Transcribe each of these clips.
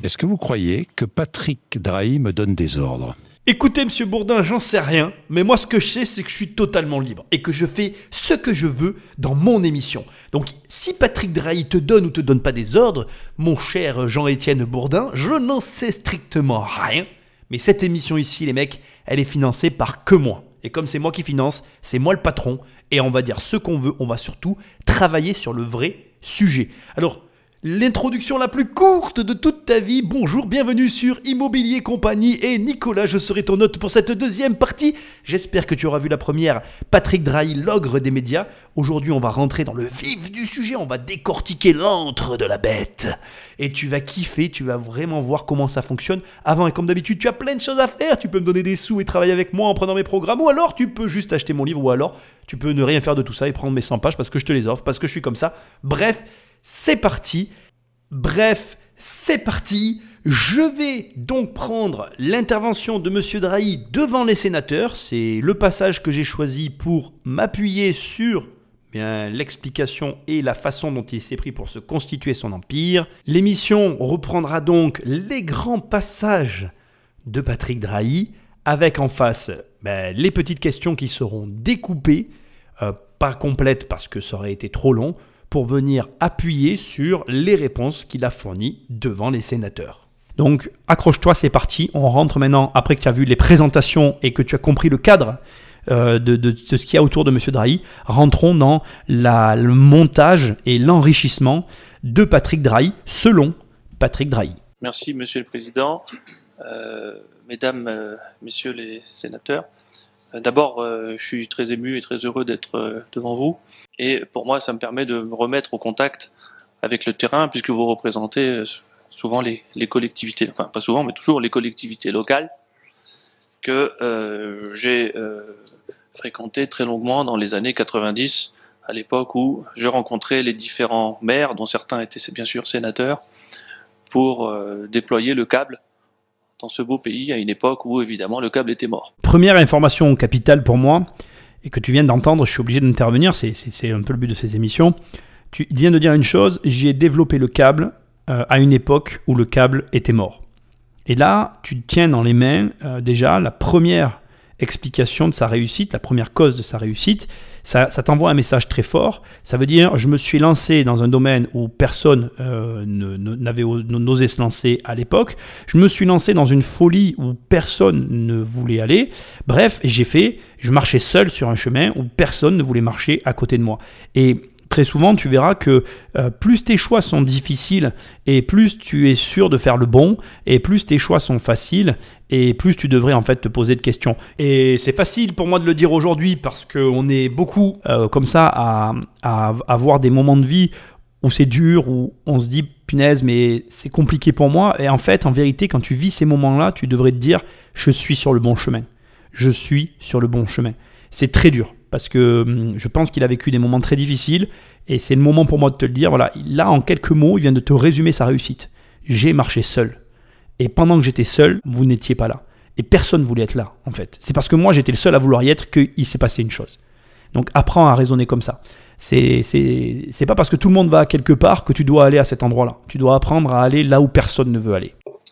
Est-ce que vous croyez que Patrick Drahi me donne des ordres ? Écoutez, monsieur Bourdin, j'en sais rien, mais moi ce que je sais, c'est que je suis totalement libre et que je fais ce que je veux dans mon émission. Donc, si Patrick Drahi te donne ou te donne pas des ordres, mon cher Jean-Étienne Bourdin, je n'en sais strictement rien. Mais cette émission ici, les mecs, elle est financée par que moi. Et comme c'est moi qui finance, c'est moi le patron. Et on va dire ce qu'on veut, on va surtout travailler sur le vrai sujet. Alors, l'introduction la plus courte de toute ta vie. Bonjour, bienvenue sur Immobilier Compagnie. Et Nicolas, je serai ton hôte pour cette deuxième partie. J'espère que tu auras vu la première, Patrick Drahi, l'ogre des médias. Aujourd'hui, on va rentrer dans le vif du sujet. On va décortiquer l'antre de la bête. Et tu vas kiffer, tu vas vraiment voir comment ça fonctionne. Avant, et comme d'habitude, tu as plein de choses à faire. Tu peux me donner des sous et travailler avec moi en prenant mes programmes. Ou alors, tu peux juste acheter mon livre. Ou alors, tu peux ne rien faire de tout ça et prendre mes 100 pages parce que je te les offre, parce que je suis comme ça. Bref, c'est parti. Je vais donc prendre l'intervention de Monsieur Drahi devant les sénateurs. C'est le passage que j'ai choisi pour m'appuyer sur l'explication et la façon dont il s'est pris pour se constituer son empire. L'émission reprendra donc les grands passages de Patrick Drahi avec en face les petites questions qui seront découpées, pas complètes parce que ça aurait été trop long, pour venir appuyer sur les réponses qu'il a fournies devant les sénateurs. Donc, accroche-toi, c'est parti. On rentre maintenant, après que tu as vu les présentations et que tu as compris le cadre de ce qu'il y a autour de M. Drahi, rentrons dans le montage et l'enrichissement de Patrick Drahi, selon Patrick Drahi. Merci, Monsieur le Président. Mesdames, Messieurs les sénateurs, d'abord, je suis très ému et très heureux d'être devant vous. Et pour moi, ça me permet de me remettre au contact avec le terrain, puisque vous représentez souvent les collectivités, enfin pas souvent, mais toujours les collectivités locales, que j'ai fréquenté très longuement dans les années 90, à l'époque où je rencontrais les différents maires, dont certains étaient bien sûr sénateurs, pour déployer le câble dans ce beau pays, à une époque où évidemment le câble était mort. Première information capitale pour moi, et que tu viens d'entendre, je suis obligé d'intervenir, c'est un peu le but de ces émissions. Tu viens de dire une chose, j'ai développé le câble à une époque où le câble était mort. Et là, tu tiens dans les mains déjà la première explication de sa réussite, la première cause de sa réussite. Ça t'envoie un message très fort. Ça veut dire, je me suis lancé dans un domaine où personne n'avait osé se lancer à l'époque. Je me suis lancé dans une folie où personne ne voulait aller. Bref, je marchais seul sur un chemin où personne ne voulait marcher à côté de moi. Et très souvent, tu verras que plus tes choix sont difficiles et plus tu es sûr de faire le bon et plus tes choix sont faciles et plus tu devrais en fait te poser de questions. Et c'est facile pour moi de le dire aujourd'hui parce qu'on est beaucoup comme ça à avoir des moments de vie où c'est dur, où on se dit punaise mais c'est compliqué pour moi. Et en fait, en vérité, quand tu vis ces moments-là, tu devrais te dire je suis sur le bon chemin. Je suis sur le bon chemin. C'est très dur. Parce que je pense qu'il a vécu des moments très difficiles et c'est le moment pour moi de te le dire. Voilà, là, en quelques mots, il vient de te résumer sa réussite. J'ai marché seul. Et pendant que j'étais seul, vous n'étiez pas là. Et personne ne voulait être là, en fait. C'est parce que moi, j'étais le seul à vouloir y être qu'il s'est passé une chose. Donc, apprends à raisonner comme ça. C'est pas parce que tout le monde va quelque part que tu dois aller à cet endroit-là. Tu dois apprendre à aller là où personne ne veut aller.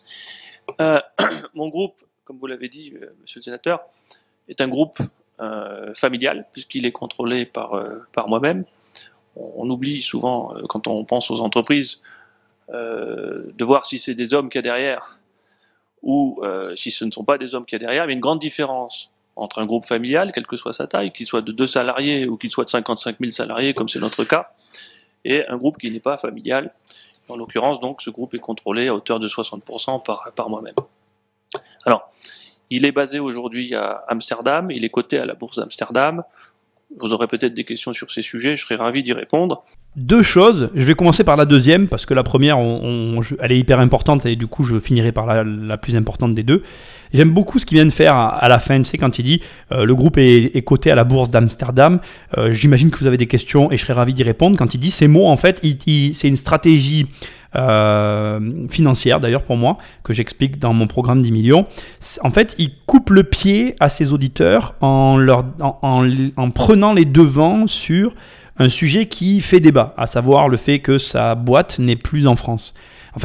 Mon groupe, comme vous l'avez dit, monsieur le sénateur, est un groupe familial, puisqu'il est contrôlé par moi-même. On oublie souvent, quand on pense aux entreprises, de voir si c'est des hommes qu'il y a derrière ou si ce ne sont pas des hommes qu'il y a derrière. Mais une grande différence entre un groupe familial, quelle que soit sa taille, qu'il soit de 2 salariés ou qu'il soit de 55 000 salariés, comme c'est notre cas, et un groupe qui n'est pas familial. En l'occurrence, donc, ce groupe est contrôlé à hauteur de 60% par moi-même. Alors, il est basé aujourd'hui à Amsterdam, il est coté à la bourse d'Amsterdam. Vous aurez peut-être des questions sur ces sujets, je serai ravi d'y répondre. 2 choses, je vais commencer par la deuxième, parce que la première, elle est hyper importante, et du coup, je finirai par la plus importante des deux. J'aime beaucoup ce qu'il vient de faire à la fin, tu sais, quand il dit le groupe est coté à la bourse d'Amsterdam. J'imagine que vous avez des questions, et je serai ravi d'y répondre. Quand il dit ces mots, en fait, c'est une stratégie financière d'ailleurs pour moi, que j'explique dans mon programme 10 millions. En fait, il coupe le pied à ses auditeurs en prenant les devants sur un sujet qui fait débat, à savoir le fait que sa boîte n'est plus en France. Enfin,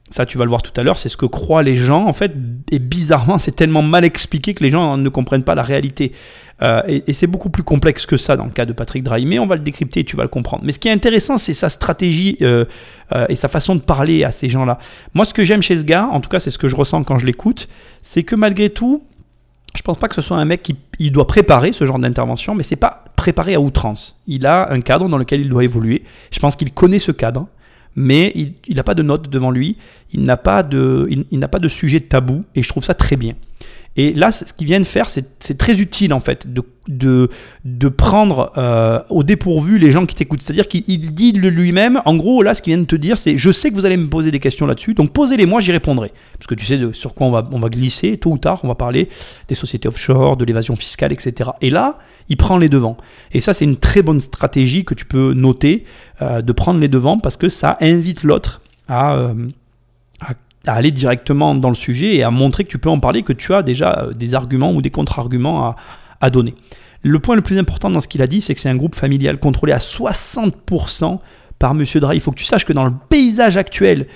Ça, tu vas le voir tout à l'heure, c'est ce que croient les gens, en fait, et bizarrement, c'est tellement mal expliqué que les gens ne comprennent pas la réalité. Et c'est beaucoup plus complexe que ça dans le cas de Patrick Drahi, mais on va le décrypter et tu vas le comprendre. Mais ce qui est intéressant, c'est sa stratégie et sa façon de parler à ces gens-là. Moi, ce que j'aime chez ce gars, en tout cas, c'est ce que je ressens quand je l'écoute, c'est que malgré tout, je pense pas que ce soit un mec qui doit préparer ce genre d'intervention, mais c'est pas préparé à outrance. Il a un cadre dans lequel il doit évoluer. Je pense qu'il connaît ce cadre, mais il n'a pas de notes devant lui, il n'a pas de sujet tabou, et je trouve ça très bien. Et là, ce qu'il vient de faire, c'est très utile en fait, de prendre au dépourvu les gens qui t'écoutent. C'est-à-dire qu'il dit de lui-même, en gros, là, ce qu'il vient de te dire, c'est « je sais que vous allez me poser des questions là-dessus, donc posez-les-moi, j'y répondrai ». Parce que tu sais sur quoi on va glisser, tôt ou tard, on va parler des sociétés offshore, de l'évasion fiscale, etc. Et là, il prend les devants. Et ça, c'est une très bonne stratégie que tu peux noter, de prendre les devants, parce que ça invite l'autre à aller directement dans le sujet et à montrer que tu peux en parler, que tu as déjà des arguments ou des contre-arguments à donner. Le point le plus important dans ce qu'il a dit, c'est que c'est un groupe familial contrôlé à 60% par M. Drahi. Il faut que tu saches que dans le paysage actuel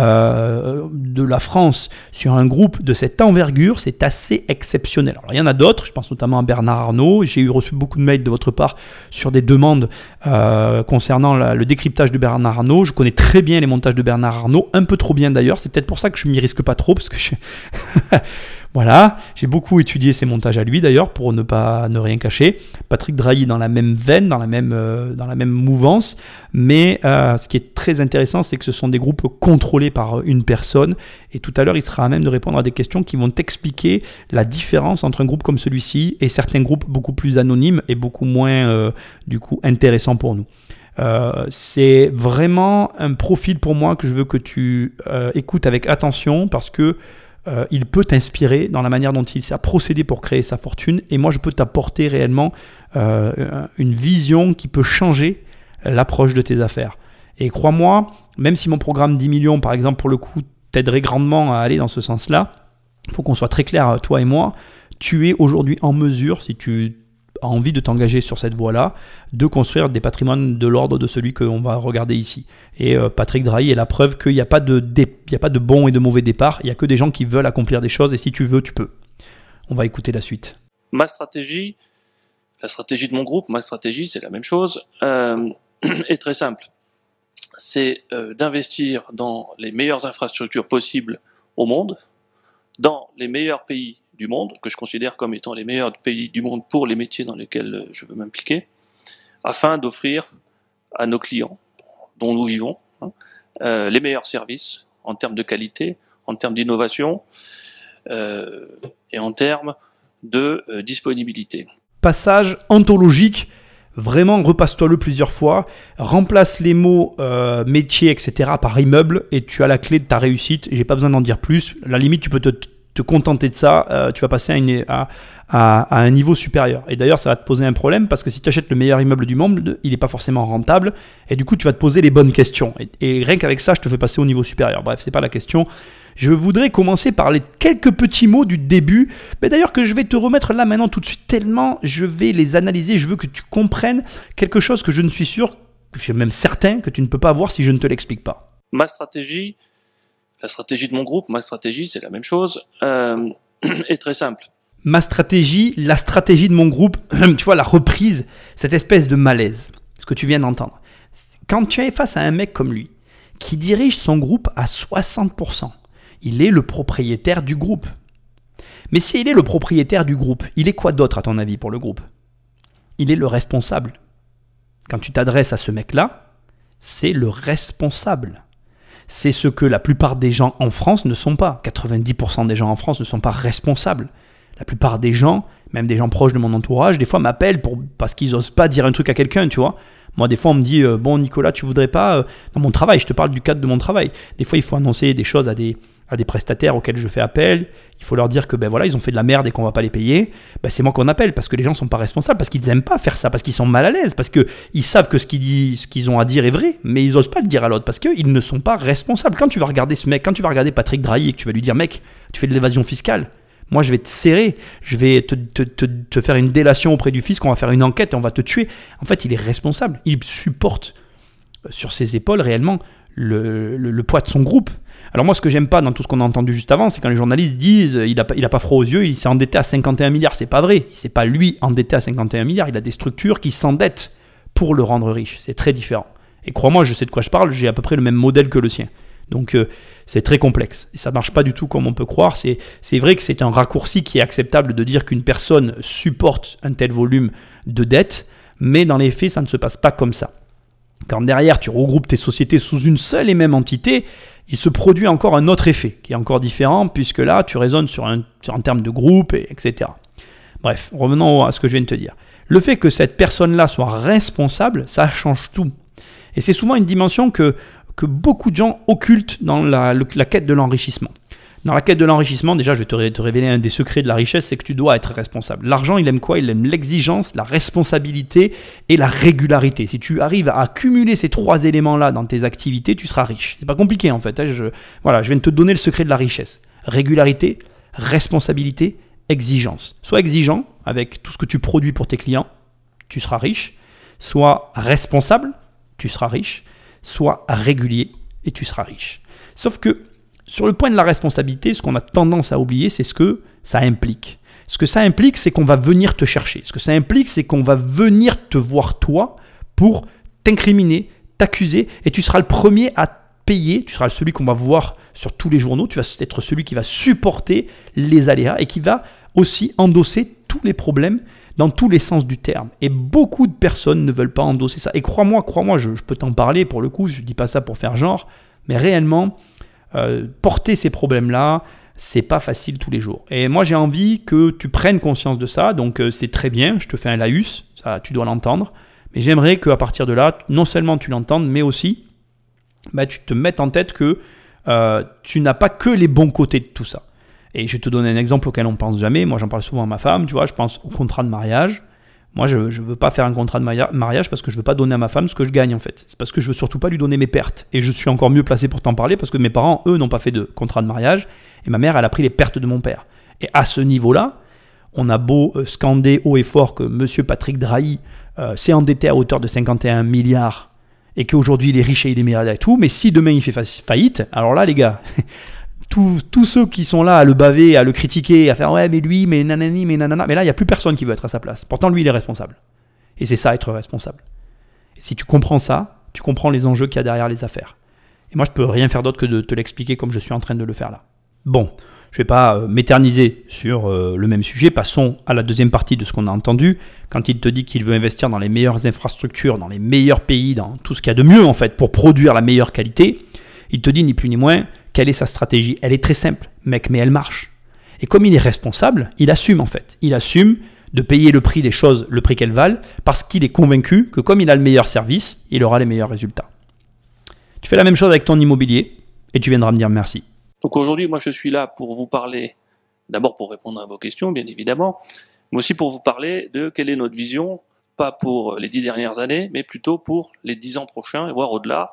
de la France, sur un groupe de cette envergure, c'est assez exceptionnel. Alors, il y en a d'autres, je pense notamment à Bernard Arnault. J'ai reçu beaucoup de mails de votre part sur des demandes concernant le décryptage de Bernard Arnault. Je connais très bien les montages de Bernard Arnault, un peu trop bien d'ailleurs. C'est peut-être pour ça que je ne m'y risque pas trop, parce que voilà, j'ai beaucoup étudié ces montages à lui d'ailleurs, pour ne rien cacher. Patrick Drahi dans la même veine, dans la même mouvance, mais ce qui est très intéressant, c'est que ce sont des groupes contrôlés par une personne, et tout à l'heure il sera à même de répondre à des questions qui vont t'expliquer la différence entre un groupe comme celui-ci et certains groupes beaucoup plus anonymes et beaucoup moins du coup intéressants pour nous. C'est vraiment un profil pour moi que je veux que tu écoutes avec attention, parce que il peut t'inspirer dans la manière dont il s'est procédé pour créer sa fortune, et moi je peux t'apporter réellement une vision qui peut changer l'approche de tes affaires. Et crois-moi, même si mon programme 10 millions par exemple pour le coup t'aiderait grandement à aller dans ce sens-là, il faut qu'on soit très clair, toi et moi, tu es aujourd'hui en mesure, si tu as envie de t'engager sur cette voie-là, de construire des patrimoines de l'ordre de celui qu'on va regarder ici. Et Patrick Drahi est la preuve qu'il n'y a pas de bon et de mauvais départ, il n'y a que des gens qui veulent accomplir des choses, et si tu veux, tu peux. On va écouter la suite. Ma stratégie, la stratégie de mon groupe, ma stratégie, c'est la même chose, est très simple. C'est d'investir dans les meilleures infrastructures possibles au monde, dans les meilleurs pays du monde, que je considère comme étant les meilleurs pays du monde pour les métiers dans lesquels je veux m'impliquer, afin d'offrir à nos clients, dont nous vivons, les meilleurs services en termes de qualité, en termes d'innovation et en termes de disponibilité. Passage anthologique, vraiment repasse-toi-le plusieurs fois, remplace les mots métier, etc. par immeuble, et tu as la clé de ta réussite. J'ai pas besoin d'en dire plus. À la limite, tu peux te contenter de ça, tu vas passer à un niveau supérieur. Et d'ailleurs, ça va te poser un problème, parce que si tu achètes le meilleur immeuble du monde, il n'est pas forcément rentable, et du coup, tu vas te poser les bonnes questions. Et rien qu'avec ça, je te fais passer au niveau supérieur. Bref, c'est pas la question. Je voudrais commencer par les quelques petits mots du début, mais d'ailleurs que je vais te remettre là maintenant tout de suite, tellement je vais les analyser. Je veux que tu comprennes quelque chose que je ne suis sûr, je suis même certain que tu ne peux pas voir si je ne te l'explique pas. Ma stratégie, la stratégie de mon groupe, ma stratégie, c'est la même chose, est très simple. Ma stratégie, la stratégie de mon groupe, tu vois, la reprise, cette espèce de malaise, ce que tu viens d'entendre. Quand tu es face à un mec comme lui, qui dirige son groupe à 60%, il est le propriétaire du groupe. Mais s'il est le propriétaire du groupe, il est quoi d'autre à ton avis pour le groupe ? Il est le responsable. Quand tu t'adresses à ce mec-là, c'est le responsable. C'est ce que la plupart des gens en France ne sont pas. 90% des gens en France ne sont pas responsables. La plupart des gens, même des gens proches de mon entourage, des fois m'appellent parce qu'ils n'osent pas dire un truc à quelqu'un, tu vois. Moi, des fois, on me dit « Bon, Nicolas, tu voudrais pas… » Dans mon travail, je te parle du cadre de mon travail. Des fois, il faut annoncer des choses à des prestataires auxquels je fais appel. Il faut leur dire que voilà, ils ont fait de la merde et qu'on va pas les payer. C'est moi qu'on appelle, parce que les gens sont pas responsables, parce qu'ils n'aiment pas faire ça, parce qu'ils sont mal à l'aise, parce qu'ils savent que ce qu'ils ont à dire est vrai, mais ils osent pas le dire à l'autre, parce qu'ils ne sont pas responsables. Quand tu vas regarder ce mec, quand tu vas regarder Patrick Drahi et que tu vas lui dire « Mec, tu fais de l'évasion fiscale », moi, je vais te serrer, je vais te faire une délation auprès du fisc, on va faire une enquête et on va te tuer. En fait, il est responsable. Il supporte sur ses épaules réellement le poids de son groupe. Alors moi, ce que j'aime pas dans tout ce qu'on a entendu juste avant, c'est quand les journalistes disent il a pas froid aux yeux, il s'est endetté à 51 milliards. C'est pas vrai. Il s'est pas lui endetté à 51 milliards. Il a des structures qui s'endettent pour le rendre riche. C'est très différent. Et crois-moi, je sais de quoi je parle. J'ai à peu près le même modèle que le sien. Donc c'est très complexe. Et ça marche pas du tout comme on peut croire. C'est vrai que c'est un raccourci qui est acceptable de dire qu'une personne supporte un tel volume de dette, mais dans les faits, ça ne se passe pas comme ça. Quand derrière, tu regroupes tes sociétés sous une seule et même entité, il se produit encore un autre effet qui est encore différent, puisque là, tu raisonnes sur un terme de groupe, etc. Bref, revenons à ce que je viens de te dire. Le fait que cette personne-là soit responsable, ça change tout. Et c'est souvent une dimension que beaucoup de gens occultent dans la quête de l'enrichissement. Dans la quête de l'enrichissement, déjà, je vais te révéler un des secrets de la richesse, c'est que tu dois être responsable. L'argent, il aime quoi ? Il aime l'exigence, la responsabilité et la régularité. Si tu arrives à accumuler ces 3 éléments-là dans tes activités, tu seras riche. C'est pas compliqué en fait. Je viens de te donner le secret de la richesse. Régularité, responsabilité, exigence. Sois exigeant avec tout ce que tu produis pour tes clients, tu seras riche. Sois responsable, tu seras riche. Sois régulier et tu seras riche. Sauf que sur le point de la responsabilité, ce qu'on a tendance à oublier, c'est ce que ça implique. Ce que ça implique, c'est qu'on va venir te chercher. Ce que ça implique, c'est qu'on va venir te voir toi pour t'incriminer, t'accuser, et tu seras le premier à payer. Tu seras celui qu'on va voir sur tous les journaux. Tu vas être celui qui va supporter les aléas et qui va aussi endosser tous les problèmes dans tous les sens du terme. Et beaucoup de personnes ne veulent pas endosser ça. Et crois-moi, je peux t'en parler pour le coup, je ne dis pas ça pour faire genre, mais réellement, porter ces problèmes-là, c'est pas facile tous les jours. Et moi, j'ai envie que tu prennes conscience de ça. Donc, c'est très bien. Je te fais un laïus. Ça, tu dois l'entendre. Mais j'aimerais qu'à partir de là, non seulement tu l'entendes, mais aussi, tu te mettes en tête que tu n'as pas que les bons côtés de tout ça. Et je vais te donner un exemple auquel on ne pense jamais. Moi, j'en parle souvent à ma femme. Tu vois, je pense au contrat de mariage. Moi, je ne veux pas faire un contrat de mariage parce que je ne veux pas donner à ma femme ce que je gagne en fait. C'est parce que je ne veux surtout pas lui donner mes pertes. Et je suis encore mieux placé pour t'en parler parce que mes parents, eux, n'ont pas fait de contrat de mariage. Et ma mère, elle a pris les pertes de mon père. Et à ce niveau-là, on a beau scander haut et fort que M. Patrick Drahi s'est endetté à hauteur de 51 milliards et qu'aujourd'hui, il est riche et il est milliardaire et tout. Mais si demain, il fait faillite, alors là, les gars... Tous ceux qui sont là à le baver, à le critiquer, à faire « ouais, mais lui, mais nanani, mais nanana », mais là, il n'y a plus personne qui veut être à sa place. Pourtant, lui, il est responsable. Et c'est ça, être responsable. Et si tu comprends ça, tu comprends les enjeux qu'il y a derrière les affaires. Et moi, je ne peux rien faire d'autre que de te l'expliquer comme je suis en train de le faire là. Bon, je ne vais pas m'éterniser sur le même sujet. Passons à la deuxième partie de ce qu'on a entendu. Quand il te dit qu'il veut investir dans les meilleures infrastructures, dans les meilleurs pays, dans tout ce qu'il y a de mieux en fait, pour produire la meilleure qualité, il te dit ni plus ni moins quelle est sa stratégie. Elle est très simple, mec, mais elle marche. Et comme il est responsable, il assume en fait. Il assume de payer le prix des choses, le prix qu'elles valent, parce qu'il est convaincu que comme il a le meilleur service, il aura les meilleurs résultats. Tu fais la même chose avec ton immobilier et tu viendras me dire merci. Donc aujourd'hui, moi je suis là pour vous parler, d'abord pour répondre à vos questions, bien évidemment, mais aussi pour vous parler de quelle est notre vision, pas pour les 10 dernières années, mais plutôt pour les 10 ans prochains, et voire au-delà,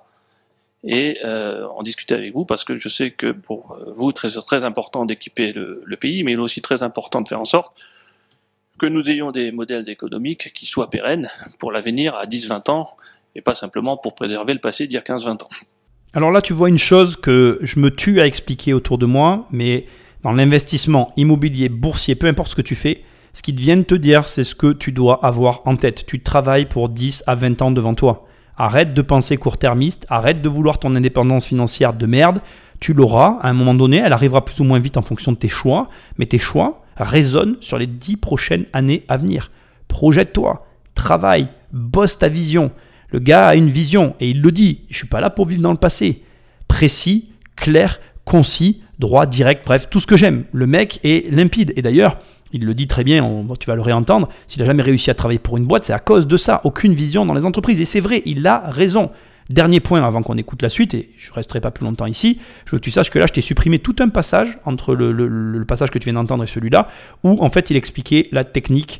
et en discuter avec vous, parce que je sais que pour vous, c'est très important d'équiper le pays, mais il est aussi très important de faire en sorte que nous ayons des modèles économiques qui soient pérennes pour l'avenir à 10-20 ans, et pas simplement pour préserver le passé d'il y a 15-20 ans. Alors là, tu vois une chose que je me tue à expliquer autour de moi, mais dans l'investissement immobilier, boursier, peu importe ce que tu fais, ce qu'ils viennent te dire, c'est ce que tu dois avoir en tête. Tu travailles pour 10 à 20 ans devant toi. Arrête de penser court-termiste, arrête de vouloir ton indépendance financière de merde. Tu l'auras à un moment donné, elle arrivera plus ou moins vite en fonction de tes choix, mais tes choix résonnent sur les 10 prochaines années à venir. Projette-toi, travaille, bosse ta vision. Le gars a une vision et il le dit, je ne suis pas là pour vivre dans le passé. Précis, clair, concis, droit, direct, bref, tout ce que j'aime. Le mec est limpide et d'ailleurs, il le dit très bien, tu vas le réentendre, s'il n'a jamais réussi à travailler pour une boîte, c'est à cause de ça, aucune vision dans les entreprises. Et c'est vrai, il a raison. Dernier point avant qu'on écoute la suite, et je ne resterai pas plus longtemps ici, je veux que tu saches que là, je t'ai supprimé tout un passage entre le passage que tu viens d'entendre et celui-là, où en fait, il expliquait la technique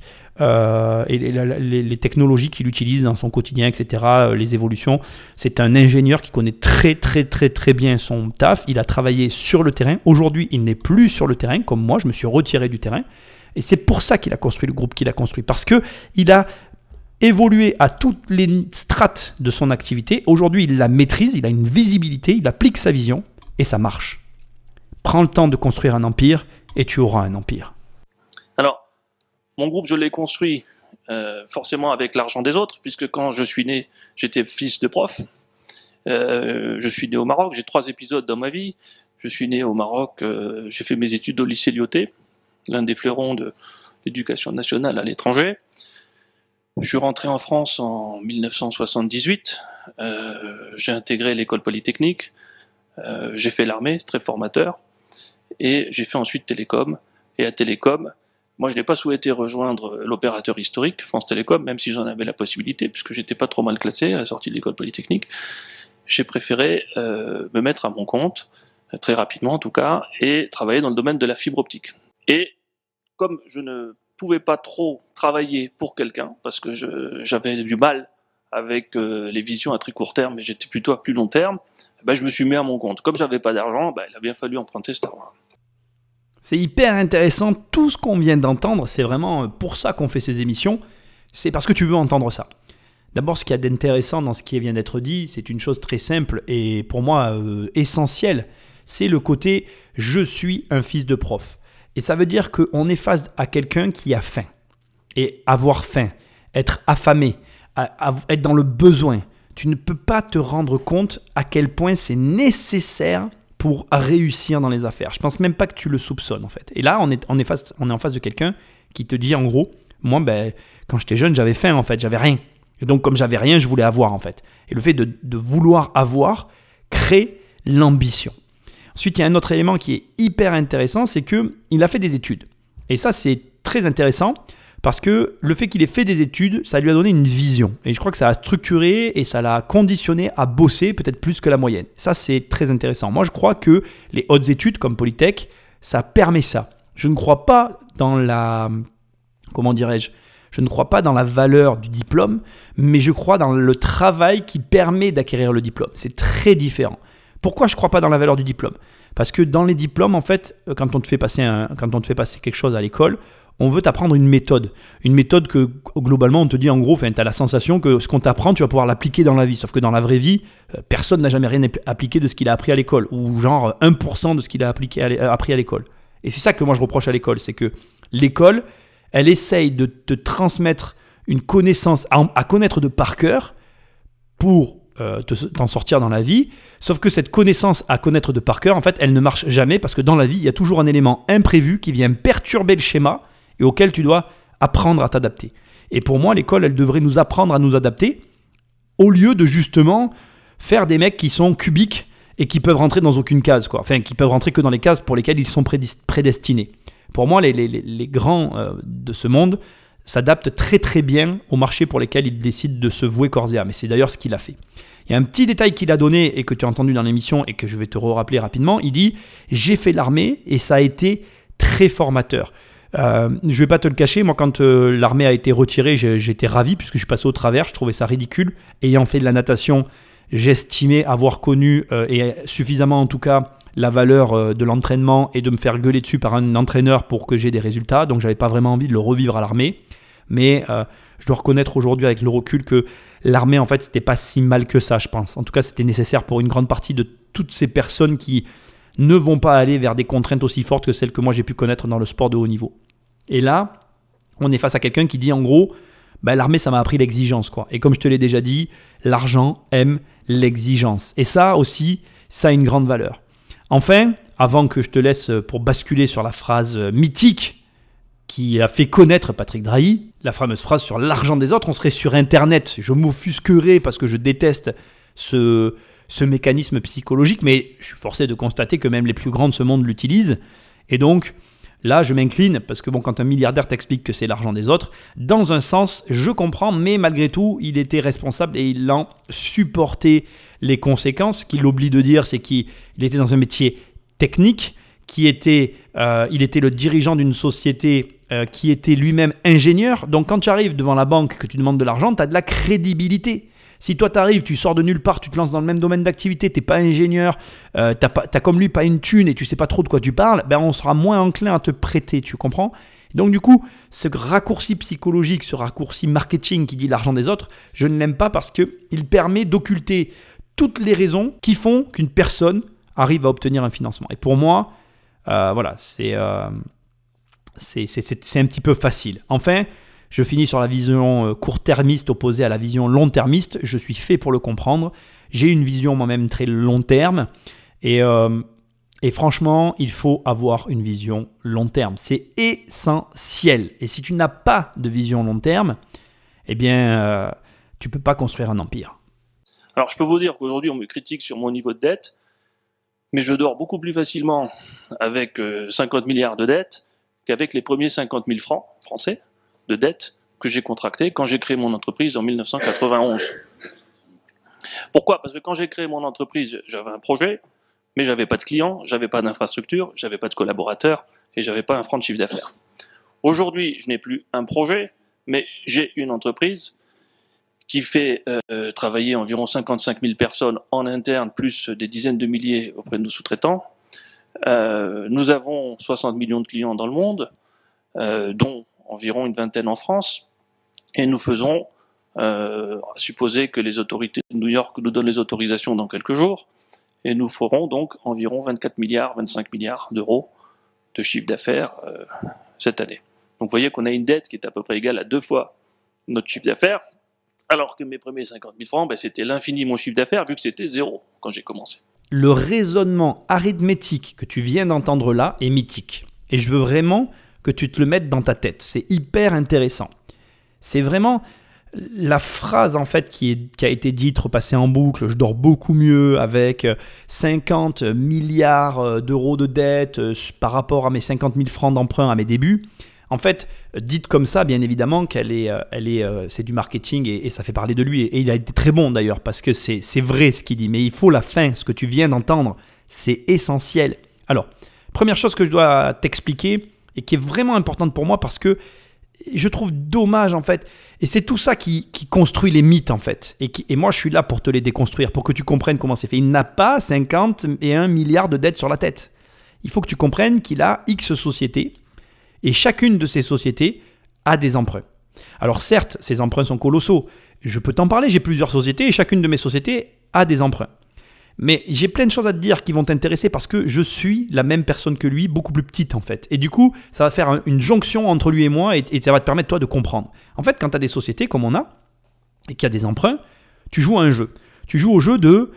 et les technologies qu'il utilise dans son quotidien, etc., les évolutions. C'est un ingénieur qui connaît très, très, très, très bien son taf. Il a travaillé sur le terrain. Aujourd'hui, il n'est plus sur le terrain, comme moi, je me suis retiré du terrain. Et c'est pour ça qu'il a construit le groupe qu'il a construit, parce qu'il a évolué à toutes les strates de son activité. Aujourd'hui, il la maîtrise, il a une visibilité, il applique sa vision et ça marche. Prends le temps de construire un empire et tu auras un empire. Alors, mon groupe, je l'ai construit forcément avec l'argent des autres, puisque quand je suis né, j'étais fils de prof. Je suis né au Maroc, j'ai 3 épisodes dans ma vie. Je suis né au Maroc, j'ai fait mes études au lycée Lyautey, l'un des fleurons de l'éducation nationale à l'étranger. Je suis rentré en France en 1978, j'ai intégré l'école polytechnique, j'ai fait l'armée, c'est très formateur, et j'ai fait ensuite Télécom. Et à Télécom, moi je n'ai pas souhaité rejoindre l'opérateur historique, France Télécom, même si j'en avais la possibilité, puisque j'étais pas trop mal classé à la sortie de l'école polytechnique. J'ai préféré me mettre à mon compte, très rapidement en tout cas, et travailler dans le domaine de la fibre optique. Et comme je ne pouvais pas trop travailler pour quelqu'un, parce que j'avais du mal avec les visions à très court terme, et j'étais plutôt à plus long terme, je me suis mis à mon compte. Comme j'avais pas d'argent, il a bien fallu emprunter Star Wars. C'est hyper intéressant, tout ce qu'on vient d'entendre, c'est vraiment pour ça qu'on fait ces émissions, c'est parce que tu veux entendre ça. D'abord, ce qu'il y a d'intéressant dans ce qui vient d'être dit, c'est une chose très simple et pour moi essentielle, c'est le côté « je suis un fils de prof ». Et ça veut dire qu'on est face à quelqu'un qui a faim. Et avoir faim, être affamé, être dans le besoin, tu ne peux pas te rendre compte à quel point c'est nécessaire pour réussir dans les affaires. Je ne pense même pas que tu le soupçonnes en fait. Et là, on est en face de quelqu'un qui te dit en gros, moi quand j'étais jeune, j'avais faim en fait, j'avais rien. Et donc comme j'avais rien, je voulais avoir en fait. Et le fait de vouloir avoir crée l'ambition. Ensuite, il y a un autre élément qui est hyper intéressant, c'est qu'il a fait des études. Et ça, c'est très intéressant parce que le fait qu'il ait fait des études, ça lui a donné une vision. Et je crois que ça a structuré et ça l'a conditionné à bosser peut-être plus que la moyenne. Ça, c'est très intéressant. Moi, je crois que les hautes études comme Polytech, ça permet ça. Je ne crois pas dans la... Comment dirais-je ? Je ne crois pas dans la valeur du diplôme, mais je crois dans le travail qui permet d'acquérir le diplôme. C'est très différent. Pourquoi je ne crois pas dans la valeur du diplôme ? Parce que dans les diplômes, en fait, quand on te fait passer quelque chose à l'école, on veut t'apprendre une méthode. Une méthode que, globalement, on te dit en gros, tu as la sensation que ce qu'on t'apprend, tu vas pouvoir l'appliquer dans la vie. Sauf que dans la vraie vie, personne n'a jamais rien appliqué de ce qu'il a appris à l'école. Ou genre 1% de ce qu'il a appris à l'école. Et c'est ça que moi je reproche à l'école. C'est que l'école, elle essaye de te transmettre une connaissance à connaître de par cœur pour t'en sortir dans la vie, sauf que cette connaissance à connaître de par cœur, en fait, elle ne marche jamais parce que dans la vie, il y a toujours un élément imprévu qui vient perturber le schéma et auquel tu dois apprendre à t'adapter. Et pour moi, l'école, elle devrait nous apprendre à nous adapter au lieu de justement faire des mecs qui sont cubiques et qui peuvent rentrer dans aucune case, quoi. Enfin, qui peuvent rentrer que dans les cases pour lesquelles ils sont prédestinés. Pour moi, les grands de ce monde s'adaptent très très bien au marché pour lesquels il décide de se vouer corps et âme. Et c'est d'ailleurs ce qu'il a fait. Il y a un petit détail qu'il a donné et que tu as entendu dans l'émission et que je vais te rappeler rapidement. Il dit « J'ai fait l'armée et ça a été très formateur ». Je ne vais pas te le cacher, moi quand l'armée a été retirée, j'étais ravi puisque je suis passé au travers, je trouvais ça ridicule. Ayant fait de la natation, j'estimais avoir connu, et suffisamment en tout cas, la valeur de l'entraînement et de me faire gueuler dessus par un entraîneur pour que j'ai des résultats. Donc, je n'avais pas vraiment envie de le revivre à l'armée. Mais je dois reconnaître aujourd'hui avec le recul que l'armée, en fait, c'était pas si mal que ça, je pense. En tout cas, c'était nécessaire pour une grande partie de toutes ces personnes qui ne vont pas aller vers des contraintes aussi fortes que celles que moi j'ai pu connaître dans le sport de haut niveau. Et là, on est face à quelqu'un qui dit en gros, l'armée, ça m'a appris l'exigence, quoi. Et comme je te l'ai déjà dit, l'argent aime l'exigence. Et ça aussi, ça a une grande valeur. Enfin, avant que je te laisse pour basculer sur la phrase mythique qui a fait connaître Patrick Drahi, la fameuse phrase sur l'argent des autres, on serait sur Internet. Je m'offusquerai parce que je déteste ce mécanisme psychologique, mais je suis forcé de constater que même les plus grands de ce monde l'utilisent. Et donc, là, je m'incline parce que quand un milliardaire t'explique que c'est l'argent des autres, dans un sens, je comprends, mais malgré tout, il était responsable et il en supportait les conséquences. Ce qu'il oublie de dire, c'est qu'il était dans un métier technique, il était le dirigeant d'une société qui était lui-même ingénieur. Donc, quand tu arrives devant la banque que tu demandes de l'argent, tu as de la crédibilité. Si toi, tu arrives, tu sors de nulle part, tu te lances dans le même domaine d'activité, tu n'es pas ingénieur, t'as comme lui pas une thune et tu ne sais pas trop de quoi tu parles, on sera moins enclin à te prêter, tu comprends ? Donc du coup, ce raccourci psychologique, ce raccourci marketing qui dit l'argent des autres, je ne l'aime pas parce qu'il permet d'occulter toutes les raisons qui font qu'une personne arrive à obtenir un financement. Et pour moi, voilà, c'est un petit peu facile. Enfin, je finis sur la vision court-termiste opposée à la vision long-termiste. Je suis fait pour le comprendre. J'ai une vision moi-même très long terme. Et franchement, il faut avoir une vision long terme. C'est essentiel. Et si tu n'as pas de vision long terme, eh bien, tu ne peux pas construire un empire. Alors, je peux vous dire qu'aujourd'hui, on me critique sur mon niveau de dette, mais je dors beaucoup plus facilement avec 50 milliards de dettes qu'avec les premiers 50 000 francs français de dettes que j'ai contractés quand j'ai créé mon entreprise en 1991. Pourquoi ? Parce que quand j'ai créé mon entreprise, j'avais un projet, mais j'avais pas de clients, j'avais pas d'infrastructure, j'avais pas de collaborateurs et j'avais pas un franc de chiffre d'affaires. Aujourd'hui, je n'ai plus un projet, mais j'ai une entreprise qui fait travailler environ 55 000 personnes en interne, plus des dizaines de milliers auprès de nos sous-traitants. Nous avons 60 millions de clients dans le monde, dont environ une vingtaine en France, et nous faisons, supposer que les autorités de New York nous donnent les autorisations dans quelques jours, et nous ferons donc environ 25 milliards d'euros de chiffre d'affaires cette année. Donc vous voyez qu'on a une dette qui est à peu près égale à 2 fois notre chiffre d'affaires, alors que mes premiers 50 000 francs, c'était l'infini mon chiffre d'affaires, vu que c'était 0 quand j'ai commencé. Le raisonnement arithmétique que tu viens d'entendre là est mythique. Et je veux vraiment que tu te le mettes dans ta tête. C'est hyper intéressant. C'est vraiment la phrase en fait qui a été dite, repassée en boucle. Je dors beaucoup mieux avec 50 milliards d'euros de dette par rapport à mes 50 000 francs d'emprunt à mes débuts. En fait, dite comme ça, bien évidemment, c'est du marketing et ça fait parler de lui. Et il a été très bon d'ailleurs parce que c'est vrai ce qu'il dit. Mais il faut la fin, ce que tu viens d'entendre, c'est essentiel. Alors, première chose que je dois t'expliquer et qui est vraiment importante pour moi parce que je trouve dommage en fait. Et c'est tout ça qui construit les mythes en fait. Et moi, je suis là pour te les déconstruire, pour que tu comprennes comment c'est fait. Il n'a pas 51 milliards de dettes sur la tête. Il faut que tu comprennes qu'il a X sociétés. Et chacune de ces sociétés a des emprunts. Alors certes, ces emprunts sont colossaux. Je peux t'en parler, j'ai plusieurs sociétés et chacune de mes sociétés a des emprunts. Mais j'ai plein de choses à te dire qui vont t'intéresser parce que je suis la même personne que lui, beaucoup plus petite en fait. Et du coup, ça va faire une jonction entre lui et moi et ça va te permettre toi de comprendre. En fait, quand tu as des sociétés comme on a et qu'il y a des emprunts, tu joues à un jeu. Tu joues au jeu de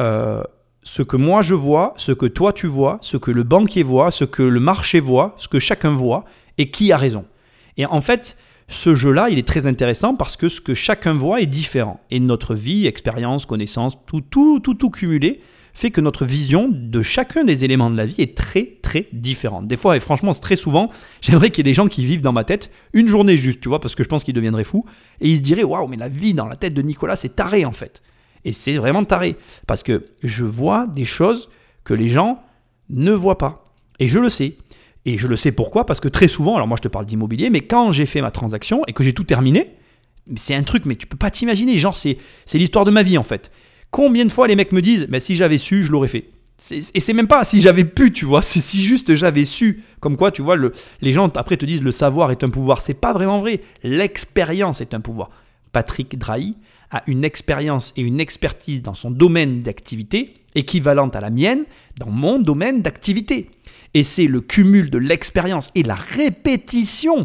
ce que moi je vois, ce que toi tu vois, ce que le banquier voit, ce que le marché voit, ce que chacun voit et qui a raison. Et en fait, ce jeu-là, il est très intéressant parce que ce que chacun voit est différent. Et notre vie, expérience, connaissance, tout cumulé fait que notre vision de chacun des éléments de la vie est très, très différente. Des fois, et franchement, très souvent, j'aimerais qu'il y ait des gens qui vivent dans ma tête une journée juste, tu vois, parce que je pense qu'ils deviendraient fous. Et ils se diraient, waouh, mais la vie dans la tête de Nicolas, c'est taré en fait. Et c'est vraiment taré. Parce que je vois des choses que les gens ne voient pas. Et je le sais. Et je le sais pourquoi ? Parce que très souvent, alors moi je te parle d'immobilier, mais quand j'ai fait ma transaction et que j'ai tout terminé, c'est un truc, mais tu peux pas t'imaginer, genre c'est l'histoire de ma vie en fait. Combien de fois les mecs me disent, si j'avais su, je l'aurais fait. Et c'est même pas si j'avais pu, tu vois, c'est si juste j'avais su. Comme quoi, tu vois, les gens après te disent le savoir est un pouvoir. C'est pas vraiment vrai. L'expérience est un pouvoir. Patrick Drahi a une expérience et une expertise dans son domaine d'activité équivalente à la mienne dans mon domaine d'activité. Et c'est le cumul de l'expérience et la répétition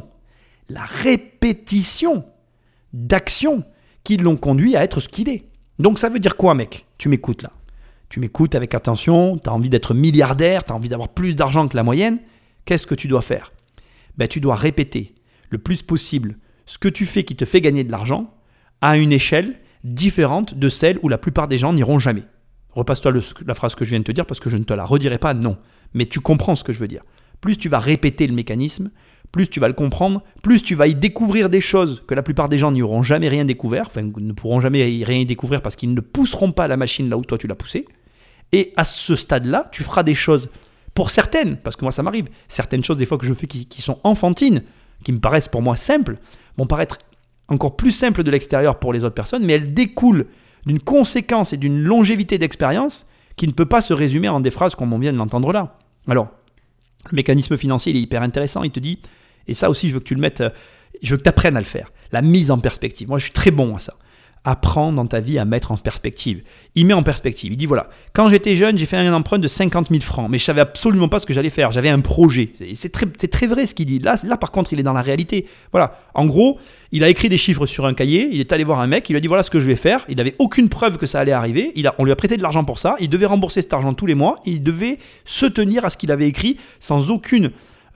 d'actions qui l'ont conduit à être ce qu'il est. Donc ça veut dire quoi, mec ? Tu m'écoutes là. Tu m'écoutes avec attention, tu as envie d'être milliardaire, tu as envie d'avoir plus d'argent que la moyenne. Qu'est-ce que tu dois faire ? Tu dois répéter le plus possible ce que tu fais qui te fait gagner de l'argent à une échelle différente de celle où la plupart des gens n'iront jamais. Repasse-toi la phrase que je viens de te dire parce que je ne te la redirai pas, non. Mais tu comprends ce que je veux dire. Plus tu vas répéter le mécanisme, plus tu vas le comprendre, plus tu vas y découvrir des choses que la plupart des gens n'y auront jamais rien découvert, enfin ne pourront jamais rien y découvrir parce qu'ils ne pousseront pas la machine là où toi tu l'as poussée. Et à ce stade-là, tu feras des choses, pour certaines, parce que moi ça m'arrive, certaines choses des fois que je fais qui sont enfantines, qui me paraissent pour moi simples, vont paraître encore plus simples de l'extérieur pour les autres personnes, mais elles découlent d'une conséquence et d'une longévité d'expérience qui ne peut pas se résumer en des phrases comme on vient de l'entendre là. Alors, le mécanisme financier, il est hyper intéressant, il te dit, et ça aussi je veux que tu le mettes, je veux que tu apprennes à le faire, la mise en perspective. Moi je suis très bon à ça. apprends dans ta vie à mettre en perspective. Il met en perspective. Il dit voilà, quand j'étais jeune, j'ai fait un emprunt de 50 000 francs, mais je savais absolument pas ce que j'allais faire. J'avais un projet. C'est très vrai ce qu'il dit. Là, par contre, il est dans la réalité. Voilà. En gros, il a écrit des chiffres sur un cahier. Il est allé voir un mec. Il lui a dit voilà ce que je vais faire. Il n'avait aucune preuve que ça allait arriver. On lui a prêté de l'argent pour ça. Il devait rembourser cet argent tous les mois. Il devait se tenir à ce qu'il avait écrit sans aucune,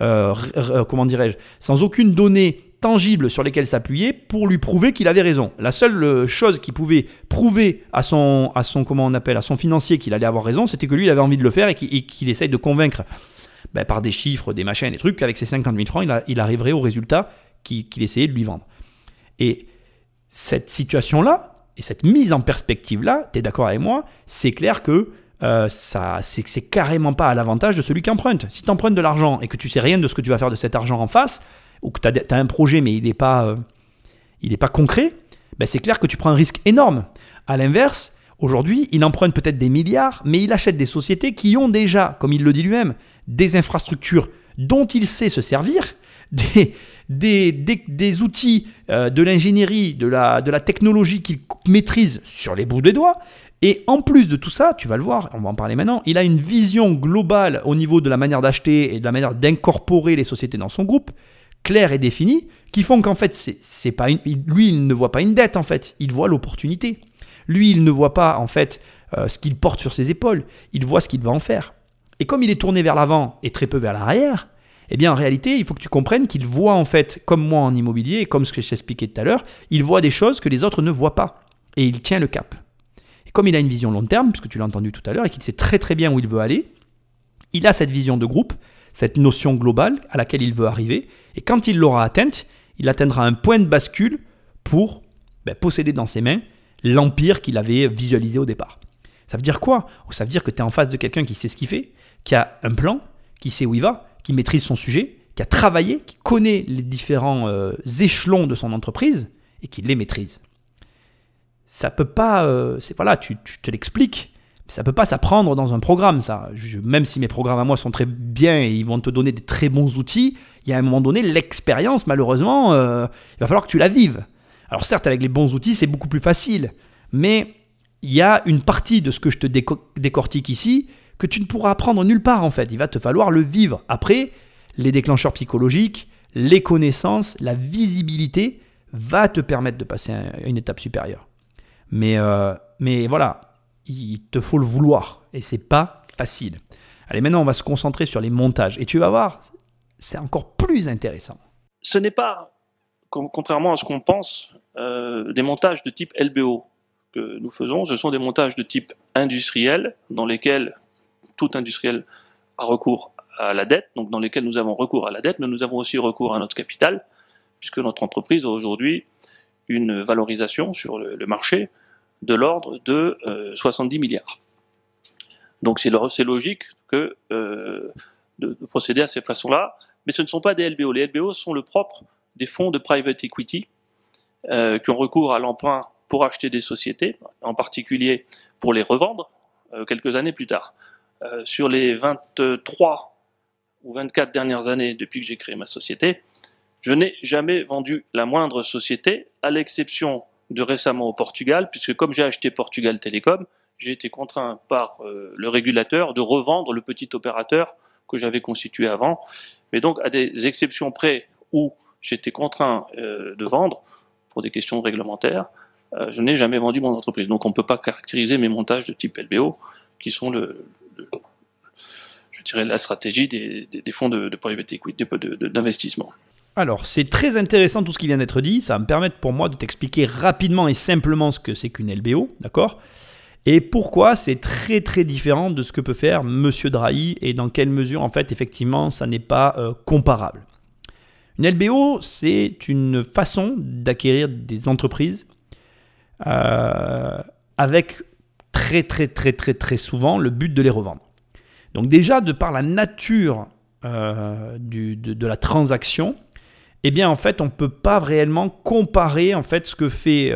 sans aucune donnée tangibles sur lesquels s'appuyer pour lui prouver qu'il avait raison. La seule chose qui pouvait prouver à son financier qu'il allait avoir raison, c'était que lui, il avait envie de le faire et qu'il essaye de convaincre par des chiffres, des machins, des trucs, qu'avec ses 50 000 francs, il arriverait au résultat qu'il essayait de lui vendre. Et cette situation-là, et cette mise en perspective-là, tu es d'accord avec moi, c'est clair que c'est carrément pas à l'avantage de celui qui emprunte. Si tu empruntes de l'argent et que tu sais rien de ce que tu vas faire de cet argent en face, ou que tu as un projet mais il n'est pas concret, c'est clair que tu prends un risque énorme. À l'inverse, aujourd'hui, il emprunte peut-être des milliards, mais il achète des sociétés qui ont déjà, comme il le dit lui-même, des infrastructures dont il sait se servir, des outils de l'ingénierie, de la technologie qu'il maîtrise sur les bouts des doigts. Et en plus de tout ça, tu vas le voir, on va en parler maintenant, il a une vision globale au niveau de la manière d'acheter et de la manière d'incorporer les sociétés dans son groupe, claires et définies, qui font qu'en fait, lui, il ne voit pas une dette, en fait, il voit l'opportunité. Lui, il ne voit pas, en fait, ce qu'il porte sur ses épaules, il voit ce qu'il va en faire. Et comme il est tourné vers l'avant et très peu vers l'arrière, eh bien, en réalité, il faut que tu comprennes qu'il voit, en fait, comme moi en immobilier, et comme ce que je t'expliquais tout à l'heure, il voit des choses que les autres ne voient pas. Et il tient le cap. Et comme il a une vision long terme, puisque tu l'as entendu tout à l'heure, et qu'il sait très très bien où il veut aller, il a cette vision de groupe, cette notion globale à laquelle il veut arriver. Et quand il l'aura atteinte, il atteindra un point de bascule pour posséder dans ses mains l'empire qu'il avait visualisé au départ. Ça veut dire quoi ? Ça veut dire que tu es en face de quelqu'un qui sait ce qu'il fait, qui a un plan, qui sait où il va, qui maîtrise son sujet, qui a travaillé, qui connaît les différents échelons de son entreprise et qui les maîtrise. Ça peut pas, tu te l'expliques, mais ça peut pas s'apprendre dans un programme, ça. Même si mes programmes à moi sont très bien et ils vont te donner des très bons outils, il y a un moment donné, l'expérience, malheureusement, il va falloir que tu la vives. Alors certes, avec les bons outils, c'est beaucoup plus facile, mais il y a une partie de ce que je te décortique ici que tu ne pourras apprendre nulle part, en fait. Il va te falloir le vivre. Après, les déclencheurs psychologiques, les connaissances, la visibilité va te permettre de passer à une étape supérieure. Mais voilà, il te faut le vouloir et c'est pas facile. Allez, maintenant on va se concentrer sur les montages et tu vas voir, c'est encore plus intéressant. Ce n'est pas, contrairement à ce qu'on pense, des montages de type LBO que nous faisons. Ce sont des montages de type industriel dans lesquels tout industriel a recours à la dette, donc dans lesquels nous avons recours à la dette, mais nous avons aussi recours à notre capital, puisque notre entreprise a aujourd'hui une valorisation sur le marché de l'ordre de 70 milliards. Donc c'est logique que de procéder à cette façon-là, mais ce ne sont pas des LBO. Les LBO sont le propre des fonds de private equity qui ont recours à l'emprunt pour acheter des sociétés, en particulier pour les revendre quelques années plus tard. Sur les 23 ou 24 dernières années depuis que j'ai créé ma société, je n'ai jamais vendu la moindre société, à l'exception de récemment au Portugal, puisque comme j'ai acheté Portugal Télécom, j'ai été contraint par le régulateur de revendre le petit opérateur que j'avais constitué avant. Mais donc, à des exceptions près où j'étais contraint de vendre, pour des questions réglementaires, je n'ai jamais vendu mon entreprise. Donc, on ne peut pas caractériser mes montages de type LBO, qui sont je dirais la stratégie des fonds de private equity, d'investissement. Alors, c'est très intéressant tout ce qui vient d'être dit. Ça va me permettre pour moi de t'expliquer rapidement et simplement ce que c'est qu'une LBO, d'accord ? Et pourquoi c'est très très différent de ce que peut faire Monsieur Drahi et dans quelle mesure, en fait, effectivement, ça n'est pas comparable. Une LBO, c'est une façon d'acquérir des entreprises avec très très très très très souvent le but de les revendre. Donc déjà, de par la nature de la transaction, eh bien en fait, on ne peut pas réellement comparer en fait ce que fait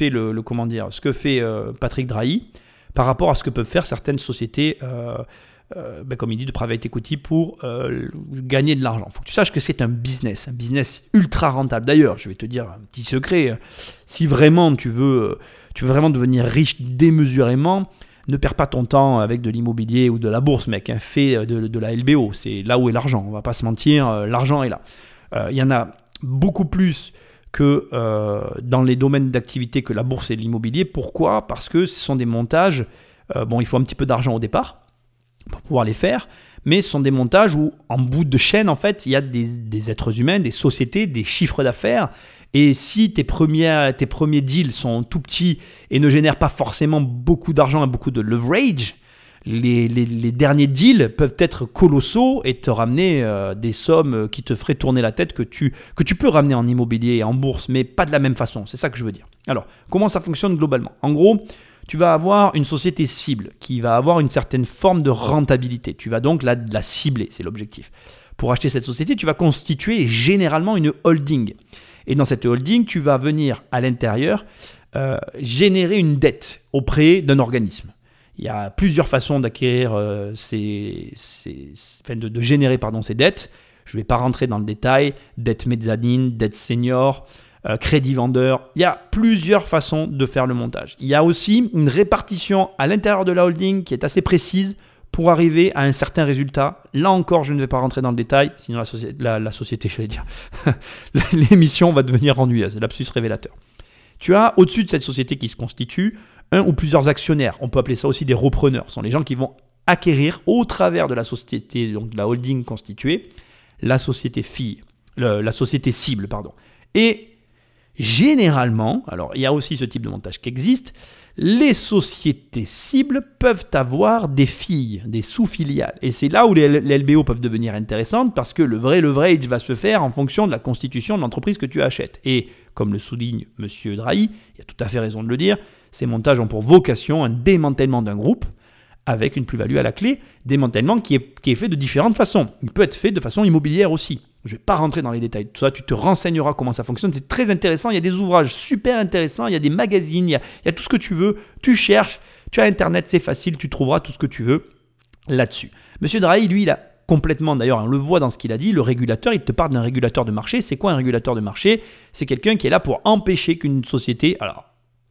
Patrick Drahi par rapport à ce que peuvent faire certaines sociétés comme il dit, de private equity pour gagner de l'argent. Il faut que tu saches que c'est un business ultra rentable. D'ailleurs, je vais te dire un petit secret, si vraiment tu veux vraiment devenir riche démesurément, ne perds pas ton temps avec de l'immobilier ou de la bourse, mec. Fais de la LBO, c'est là où est l'argent. On va pas se mentir, l'argent est là. Il y en a beaucoup plus que dans les domaines d'activité que la bourse et l'immobilier. Pourquoi ? Parce que ce sont des montages, il faut un petit peu d'argent au départ pour pouvoir les faire, mais ce sont des montages où, en bout de chaîne, en fait, il y a des êtres humains, des sociétés, des chiffres d'affaires. Et si tes premiers deals sont tout petits et ne génèrent pas forcément beaucoup d'argent et beaucoup de leverage, les derniers deals peuvent être colossaux et te ramener des sommes qui te feraient tourner la tête que tu peux ramener en immobilier et en bourse, mais pas de la même façon. C'est ça que je veux dire. Alors, comment ça fonctionne globalement ? En gros, tu vas avoir une société cible qui va avoir une certaine forme de rentabilité. Tu vas donc la cibler, c'est l'objectif. Pour acheter cette société, tu vas constituer généralement une holding. Et dans cette holding, tu vas venir à l'intérieur générer une dette auprès d'un organisme. Il y a plusieurs façons d'acquérir de générer ces dettes. Je ne vais pas rentrer dans le détail. Dette mezzanine, dette senior, crédit vendeur. Il y a plusieurs façons de faire le montage. Il y a aussi une répartition à l'intérieur de la holding qui est assez précise pour arriver à un certain résultat. Là encore, je ne vais pas rentrer dans le détail, sinon la société, je vais dire, l'émission va devenir ennuyeuse, lapsus révélateur. Tu as au-dessus de cette société qui se constitue un ou plusieurs actionnaires. On peut appeler ça aussi des repreneurs. Ce sont les gens qui vont acquérir au travers de la société, donc de la holding constituée, la société cible. Et généralement, alors il y a aussi ce type de montage qui existe, les sociétés cibles peuvent avoir des filles, des sous-filiales. Et c'est là où les LBO peuvent devenir intéressantes parce que le vrai leverage va se faire en fonction de la constitution de l'entreprise que tu achètes. Et comme le souligne M. Drahi, il a tout à fait raison de le dire, ces montages ont pour vocation un démantèlement d'un groupe avec une plus-value à la clé, démantèlement qui est fait de différentes façons. Il peut être fait de façon immobilière aussi. Je ne vais pas rentrer dans les détails de tout ça, tu te renseigneras comment ça fonctionne, c'est très intéressant, il y a des ouvrages super intéressants, il y a des magazines, il y a tout ce que tu veux, tu cherches, tu as Internet, c'est facile, tu trouveras tout ce que tu veux là-dessus. Monsieur Drahi, lui, il a complètement, d'ailleurs on le voit dans ce qu'il a dit, le régulateur, il te parle d'un régulateur de marché. C'est quoi un régulateur de marché ? C'est quelqu'un qui est là pour empêcher qu'une société... Alors,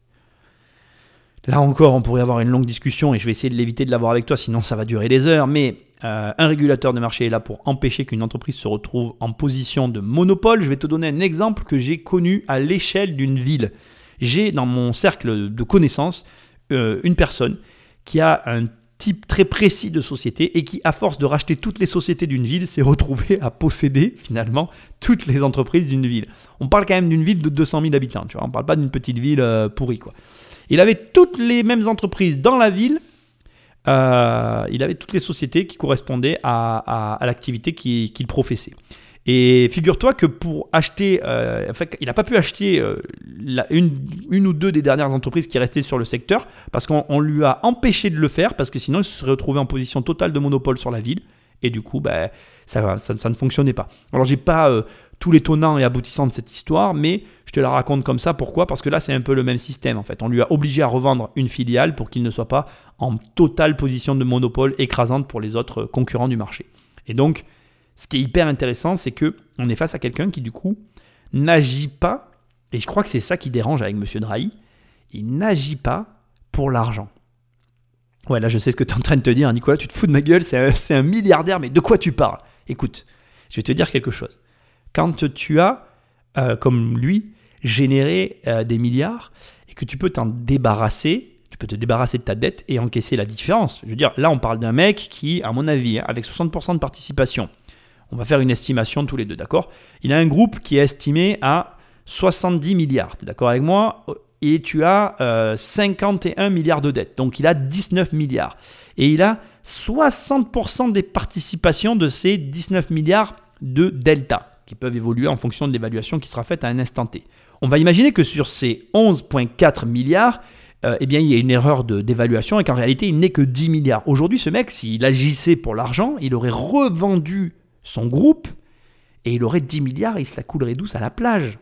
là encore, on pourrait avoir une longue discussion et je vais essayer de l'éviter de l'avoir avec toi, sinon ça va durer des heures, mais... un régulateur de marché est là pour empêcher qu'une entreprise se retrouve en position de monopole. Je vais te donner un exemple que j'ai connu à l'échelle d'une ville. J'ai dans mon cercle de connaissances une personne qui a un type très précis de société et qui, à force de racheter toutes les sociétés d'une ville, s'est retrouvé à posséder finalement toutes les entreprises d'une ville. On parle quand même d'une ville de 200 000 habitants, tu vois. On ne parle pas d'une petite ville pourrie, quoi. Il avait toutes les mêmes entreprises dans la ville. Il avait toutes les sociétés qui correspondaient à l'activité qu'il professait. Et figure-toi que pour acheter, il n'a pas pu acheter une ou deux des dernières entreprises qui restaient sur le secteur parce qu'on lui a empêché de le faire parce que sinon il se serait retrouvé en position totale de monopole sur la ville et du coup ça ne fonctionnait pas. Alors j'ai pas tous les tenants et aboutissants de cette histoire, mais je te la raconte comme ça. Pourquoi ? Parce que là, c'est un peu le même système en fait. On lui a obligé à revendre une filiale pour qu'il ne soit pas en totale position de monopole écrasante pour les autres concurrents du marché. Et donc, ce qui est hyper intéressant, c'est qu'on est face à quelqu'un qui du coup n'agit pas, et je crois que c'est ça qui dérange avec M. Drahi, il n'agit pas pour l'argent. Ouais, là je sais ce que tu es en train de te dire, Nicolas, tu te fous de ma gueule, c'est un milliardaire, mais de quoi tu parles ? Écoute, je vais te dire quelque chose. Quand tu as, comme lui, généré des milliards et que tu peux t'en débarrasser, tu peux te débarrasser de ta dette et encaisser la différence. Je veux dire, là on parle d'un mec qui, à mon avis, avec 60% de participation, on va faire une estimation tous les deux, d'accord ? Il a un groupe qui est estimé à 70 milliards, tu es d'accord avec moi ? Et tu as 51 milliards de dettes, donc il a 19 milliards. Et il a 60% des participations de ces 19 milliards de delta, qui peuvent évoluer en fonction de l'évaluation qui sera faite à un instant T. On va imaginer que sur ces 11,4 milliards, il y a une erreur d'évaluation et qu'en réalité, il n'est que 10 milliards. Aujourd'hui, ce mec, s'il agissait pour l'argent, il aurait revendu son groupe et il aurait 10 milliards et il se la coulerait douce à la plage.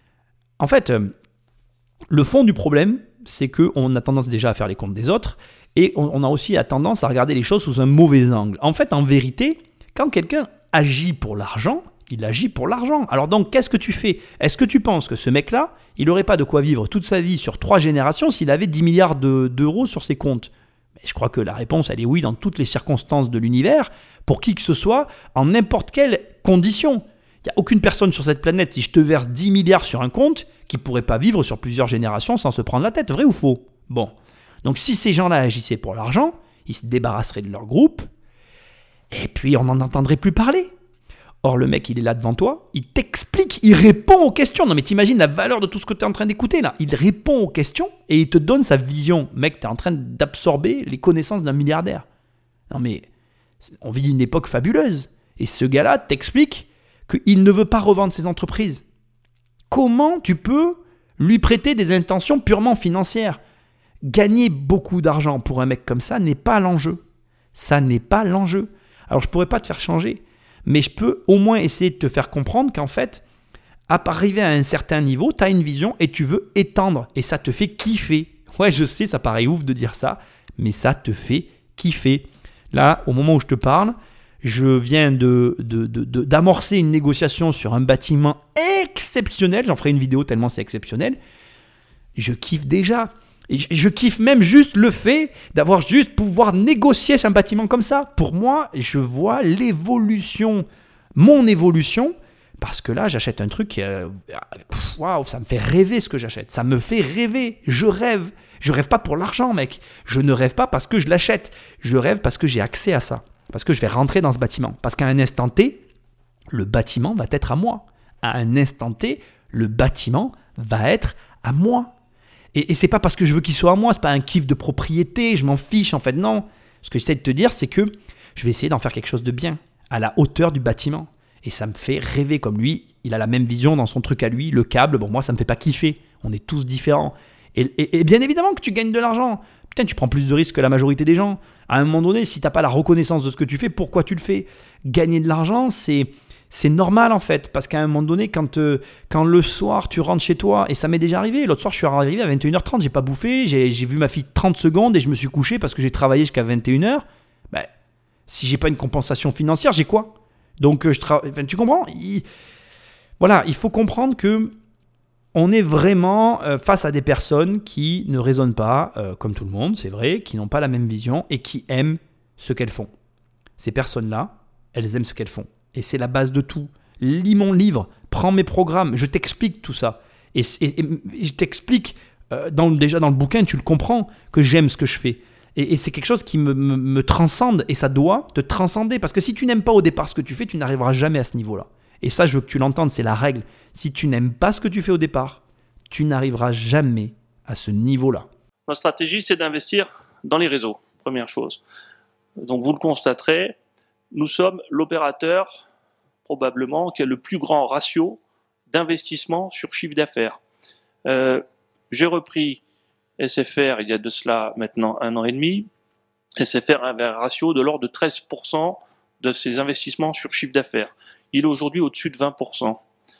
En fait, le fond du problème, c'est qu'on a tendance déjà à faire les comptes des autres Et on a aussi tendance à regarder les choses sous un mauvais angle. En fait, en vérité, quand quelqu'un agit pour l'argent, il agit pour l'argent. Alors donc, qu'est-ce que tu fais ? Est-ce que tu penses que ce mec-là, il n'aurait pas de quoi vivre toute sa vie sur 3 générations s'il avait 10 milliards d'euros sur ses comptes ? Mais je crois que la réponse, elle est oui dans toutes les circonstances de l'univers, pour qui que ce soit, en n'importe quelle condition. Il n'y a aucune personne sur cette planète, si je te verse 10 milliards sur un compte, qui ne pourrait pas vivre sur plusieurs générations sans se prendre la tête. Vrai ou faux ? Bon. Donc si ces gens-là agissaient pour l'argent, ils se débarrasseraient de leur groupe, et puis on n'en entendrait plus parler. Or, le mec, il est là devant toi, il t'explique, il répond aux questions. Non mais t'imagines la valeur de tout ce que tu es en train d'écouter là. Il répond aux questions et il te donne sa vision. Mec, tu es en train d'absorber les connaissances d'un milliardaire. Non mais, on vit une époque fabuleuse. Et ce gars-là t'explique qu'il ne veut pas revendre ses entreprises. Comment tu peux lui prêter des intentions purement financières ? Gagner beaucoup d'argent pour un mec comme ça n'est pas l'enjeu. Ça n'est pas l'enjeu. Alors je ne pourrais pas te faire changer, mais je peux au moins essayer de te faire comprendre qu'en fait, à arriver à un certain niveau, tu as une vision et tu veux étendre. Et ça te fait kiffer. Ouais, je sais, ça paraît ouf de dire ça, mais ça te fait kiffer. Là, au moment où je te parle, je viens d'amorcer une négociation sur un bâtiment exceptionnel. J'en ferai une vidéo tellement c'est exceptionnel. Je kiffe déjà. Et je kiffe même juste le fait d'avoir juste pouvoir négocier sur un bâtiment comme ça. Pour moi, je vois l'évolution, mon évolution, parce que là, j'achète un truc, waouh, ça me fait rêver ce que j'achète. Ça me fait rêver. Je rêve. Je rêve pas pour l'argent, mec. Je ne rêve pas parce que je l'achète. Je rêve parce que j'ai accès à ça. Parce que je vais rentrer dans ce bâtiment. Parce qu'à un instant T, le bâtiment va être à moi. À un instant T, le bâtiment va être à moi. Et c'est pas parce que je veux qu'il soit à moi, c'est pas un kiff de propriété, je m'en fiche en fait, non. Ce que j'essaie de te dire, c'est que je vais essayer d'en faire quelque chose de bien, à la hauteur du bâtiment. Et ça me fait rêver comme lui, il a la même vision dans son truc à lui, le câble, bon moi ça me fait pas kiffer, on est tous différents. Et bien évidemment que tu gagnes de l'argent, putain tu prends plus de risques que la majorité des gens. À un moment donné, si t'as pas la reconnaissance de ce que tu fais, pourquoi tu le fais ? Gagner de l'argent, c'est normal en fait, parce qu'à un moment donné, quand le soir tu rentres chez toi, et ça m'est déjà arrivé, l'autre soir je suis arrivé à 21h30, j'ai pas bouffé, j'ai vu ma fille 30 secondes et je me suis couché parce que j'ai travaillé jusqu'à 21h, ben, si j'ai pas une compensation financière, j'ai quoi ? Donc tu comprends ? Voilà, il faut comprendre que on est vraiment face à des personnes qui ne raisonnent pas comme tout le monde, c'est vrai, qui n'ont pas la même vision et qui aiment ce qu'elles font. Ces personnes-là, elles aiment ce qu'elles font. Et c'est la base de tout. Lis mon livre, prends mes programmes, je t'explique tout ça. Et je t'explique, déjà dans le bouquin, tu le comprends, que j'aime ce que je fais. Et c'est quelque chose qui me transcende, et ça doit te transcender. Parce que si tu n'aimes pas au départ ce que tu fais, tu n'arriveras jamais à ce niveau-là. Et ça, je veux que tu l'entendes, c'est la règle. Si tu n'aimes pas ce que tu fais au départ, tu n'arriveras jamais à ce niveau-là. Notre stratégie, c'est d'investir dans les réseaux, première chose. Donc vous le constaterez, nous sommes l'opérateur, probablement, qui a le plus grand ratio d'investissement sur chiffre d'affaires. J'ai repris SFR il y a de cela maintenant 1 an et demi. SFR avait un ratio de l'ordre de 13% de ses investissements sur chiffre d'affaires. Il est aujourd'hui au-dessus de 20%.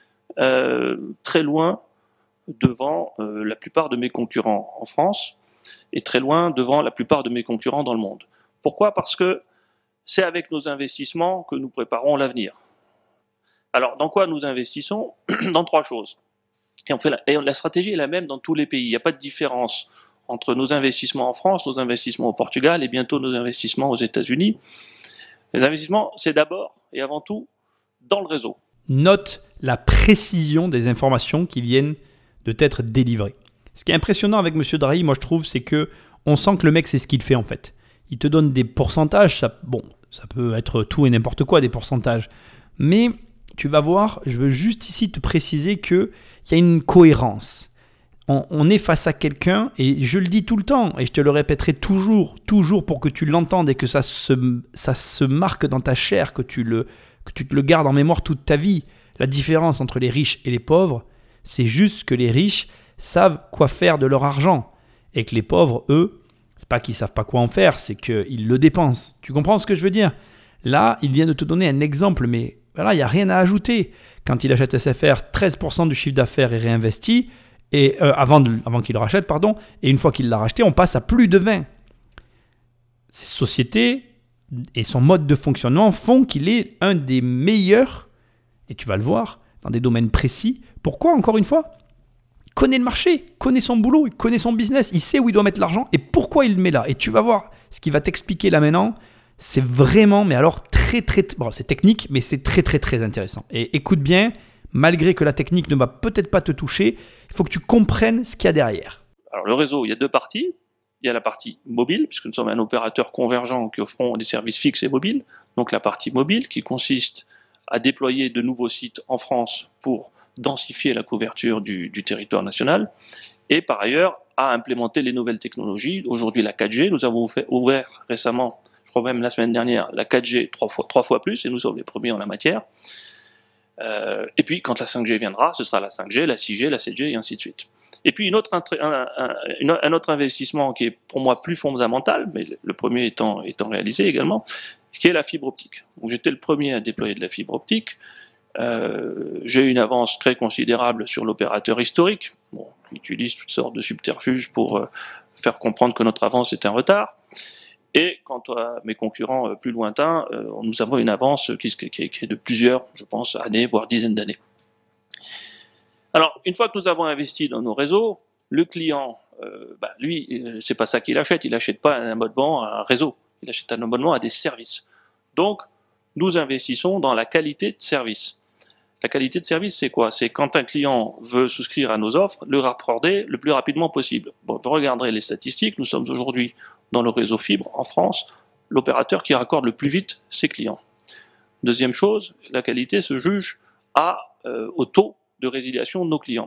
Très loin devant la plupart de mes concurrents en France et très loin devant la plupart de mes concurrents dans le monde. Pourquoi ? Parce que c'est avec nos investissements que nous préparons l'avenir. Alors, dans quoi nous investissons ? Dans 3 choses. Et la stratégie est la même dans tous les pays. Il n'y a pas de différence entre nos investissements en France, nos investissements au Portugal et bientôt nos investissements aux États-Unis. Les investissements, c'est d'abord et avant tout dans le réseau. Note la précision des informations qui viennent de t'être délivrées. Ce qui est impressionnant avec M. Drahi, moi je trouve, c'est que on sent que le mec sait ce qu'il fait en fait. Il te donne des pourcentages, ça peut être tout et n'importe quoi des pourcentages. Mais tu vas voir, je veux juste ici te préciser qu'il y a une cohérence. On est face à quelqu'un, et je le dis tout le temps, et je te le répéterai toujours pour que tu l'entendes et que ça se marque dans ta chair, que tu te le gardes en mémoire toute ta vie. La différence entre les riches et les pauvres, c'est juste que les riches savent quoi faire de leur argent, et que les pauvres, eux, c'est pas qu'ils savent pas quoi en faire, c'est qu'ils le dépensent. Tu comprends ce que je veux dire ? Là, il vient de te donner un exemple, mais voilà, il n'y a rien à ajouter. Quand il achète SFR, 13% du chiffre d'affaires est réinvesti, et avant qu'il le rachète, et une fois qu'il l'a racheté, on passe à plus de 20. ces sociétés et son mode de fonctionnement font qu'il est un des meilleurs, et tu vas le voir, dans des domaines précis. Pourquoi, encore une fois ? Il connaît le marché, il connaît son boulot, il connaît son business, il sait où il doit mettre l'argent et pourquoi il le met là. Et tu vas voir, ce qu'il va t'expliquer là maintenant, c'est vraiment, mais alors bon, c'est technique, mais c'est très très très intéressant. Et écoute bien, malgré que la technique ne va peut-être pas te toucher, il faut que tu comprennes ce qu'il y a derrière. Alors le réseau, il y a deux parties. Il y a la partie mobile, puisque nous sommes un opérateur convergent qui offrons des services fixes et mobiles. Donc la partie mobile qui consiste à déployer de nouveaux sites en France pour densifier la couverture du territoire national. Et par ailleurs, à implémenter les nouvelles technologies. Aujourd'hui la 4G, nous avons ouvert récemment, je crois même la semaine dernière, la 4G trois fois plus, et nous sommes les premiers en la matière. Et puis quand la 5G viendra, ce sera la 5G, la 6G, la 7G et ainsi de suite. Et puis un autre investissement qui est pour moi plus fondamental, mais le premier étant réalisé également, qui est la fibre optique. Donc j'étais le premier à déployer de la fibre optique. J'ai une avance très considérable sur l'opérateur historique, qui utilise toutes sortes de subterfuges pour faire comprendre que notre avance est un retard. Et quant à mes concurrents plus lointains, nous avons une avance qui est de plusieurs, je pense, années, voire dizaines d'années. Alors, une fois que nous avons investi dans nos réseaux, le client, lui, c'est pas ça qu'il achète. Il n'achète pas un abonnement à un réseau. Il achète un abonnement à des services. Donc, nous investissons dans la qualité de service. La qualité de service, c'est quoi ? C'est quand un client veut souscrire à nos offres, le raccorder le plus rapidement possible. Bon, vous regarderez les statistiques. Nous sommes aujourd'hui dans le réseau fibre en France, l'opérateur qui raccorde le plus vite ses clients. Deuxième chose, la qualité se juge au taux de résiliation de nos clients.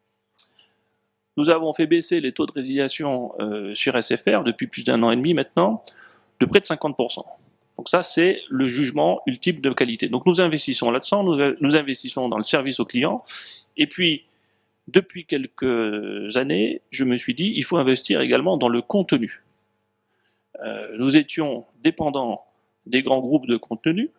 Nous avons fait baisser les taux de résiliation sur SFR depuis plus d'un an et demi maintenant, de près de 50%. Donc ça, c'est le jugement ultime de qualité. Donc nous investissons là-dedans, nous investissons dans le service aux clients, et puis depuis quelques années, je me suis dit, il faut investir également dans le contenu. Nous étions dépendants des grands groupes de contenu,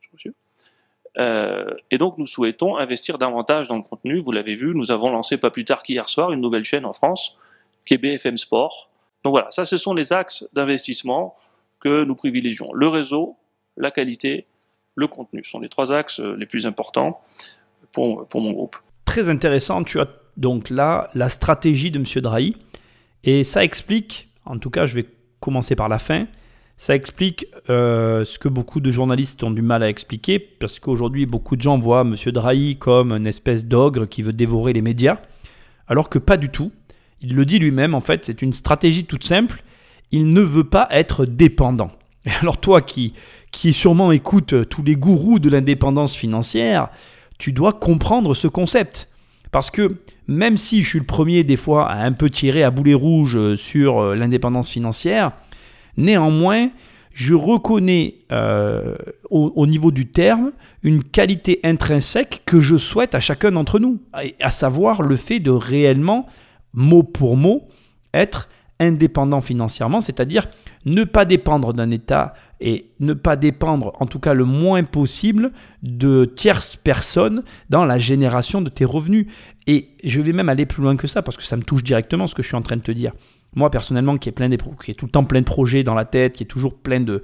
et donc nous souhaitons investir davantage dans le contenu. Vous l'avez vu, nous avons lancé pas plus tard qu'hier soir une nouvelle chaîne en France, qui est BFM Sport. Donc voilà, ça ce sont les axes d'investissement que nous privilégions. Le réseau, la qualité, le contenu sont les trois axes les plus importants pour mon groupe. Très intéressant, tu as donc là la stratégie de M. Drahi, et ça explique, en tout cas je vais commencer par la fin, ça explique ce que beaucoup de journalistes ont du mal à expliquer, parce qu'aujourd'hui beaucoup de gens voient M. Drahi comme une espèce d'ogre qui veut dévorer les médias, alors que pas du tout. Il le dit lui-même, en fait, c'est une stratégie toute simple, il ne veut pas être dépendant. Et alors toi qui sûrement écoute tous les gourous de l'indépendance financière, tu dois comprendre ce concept. Parce que même si je suis le premier des fois à un peu tirer à boulet rouge sur l'indépendance financière, néanmoins, je reconnais au niveau du terme une qualité intrinsèque que je souhaite à chacun d'entre nous, à savoir le fait de réellement, mot pour mot, être indépendant financièrement, c'est-à-dire ne pas dépendre d'un État et ne pas dépendre, en tout cas le moins possible, de tierces personnes dans la génération de tes revenus. Et je vais même aller plus loin que ça, parce que ça me touche directement ce que je suis en train de te dire. Moi, personnellement, qui est tout le temps plein de projets dans la tête, qui est toujours plein de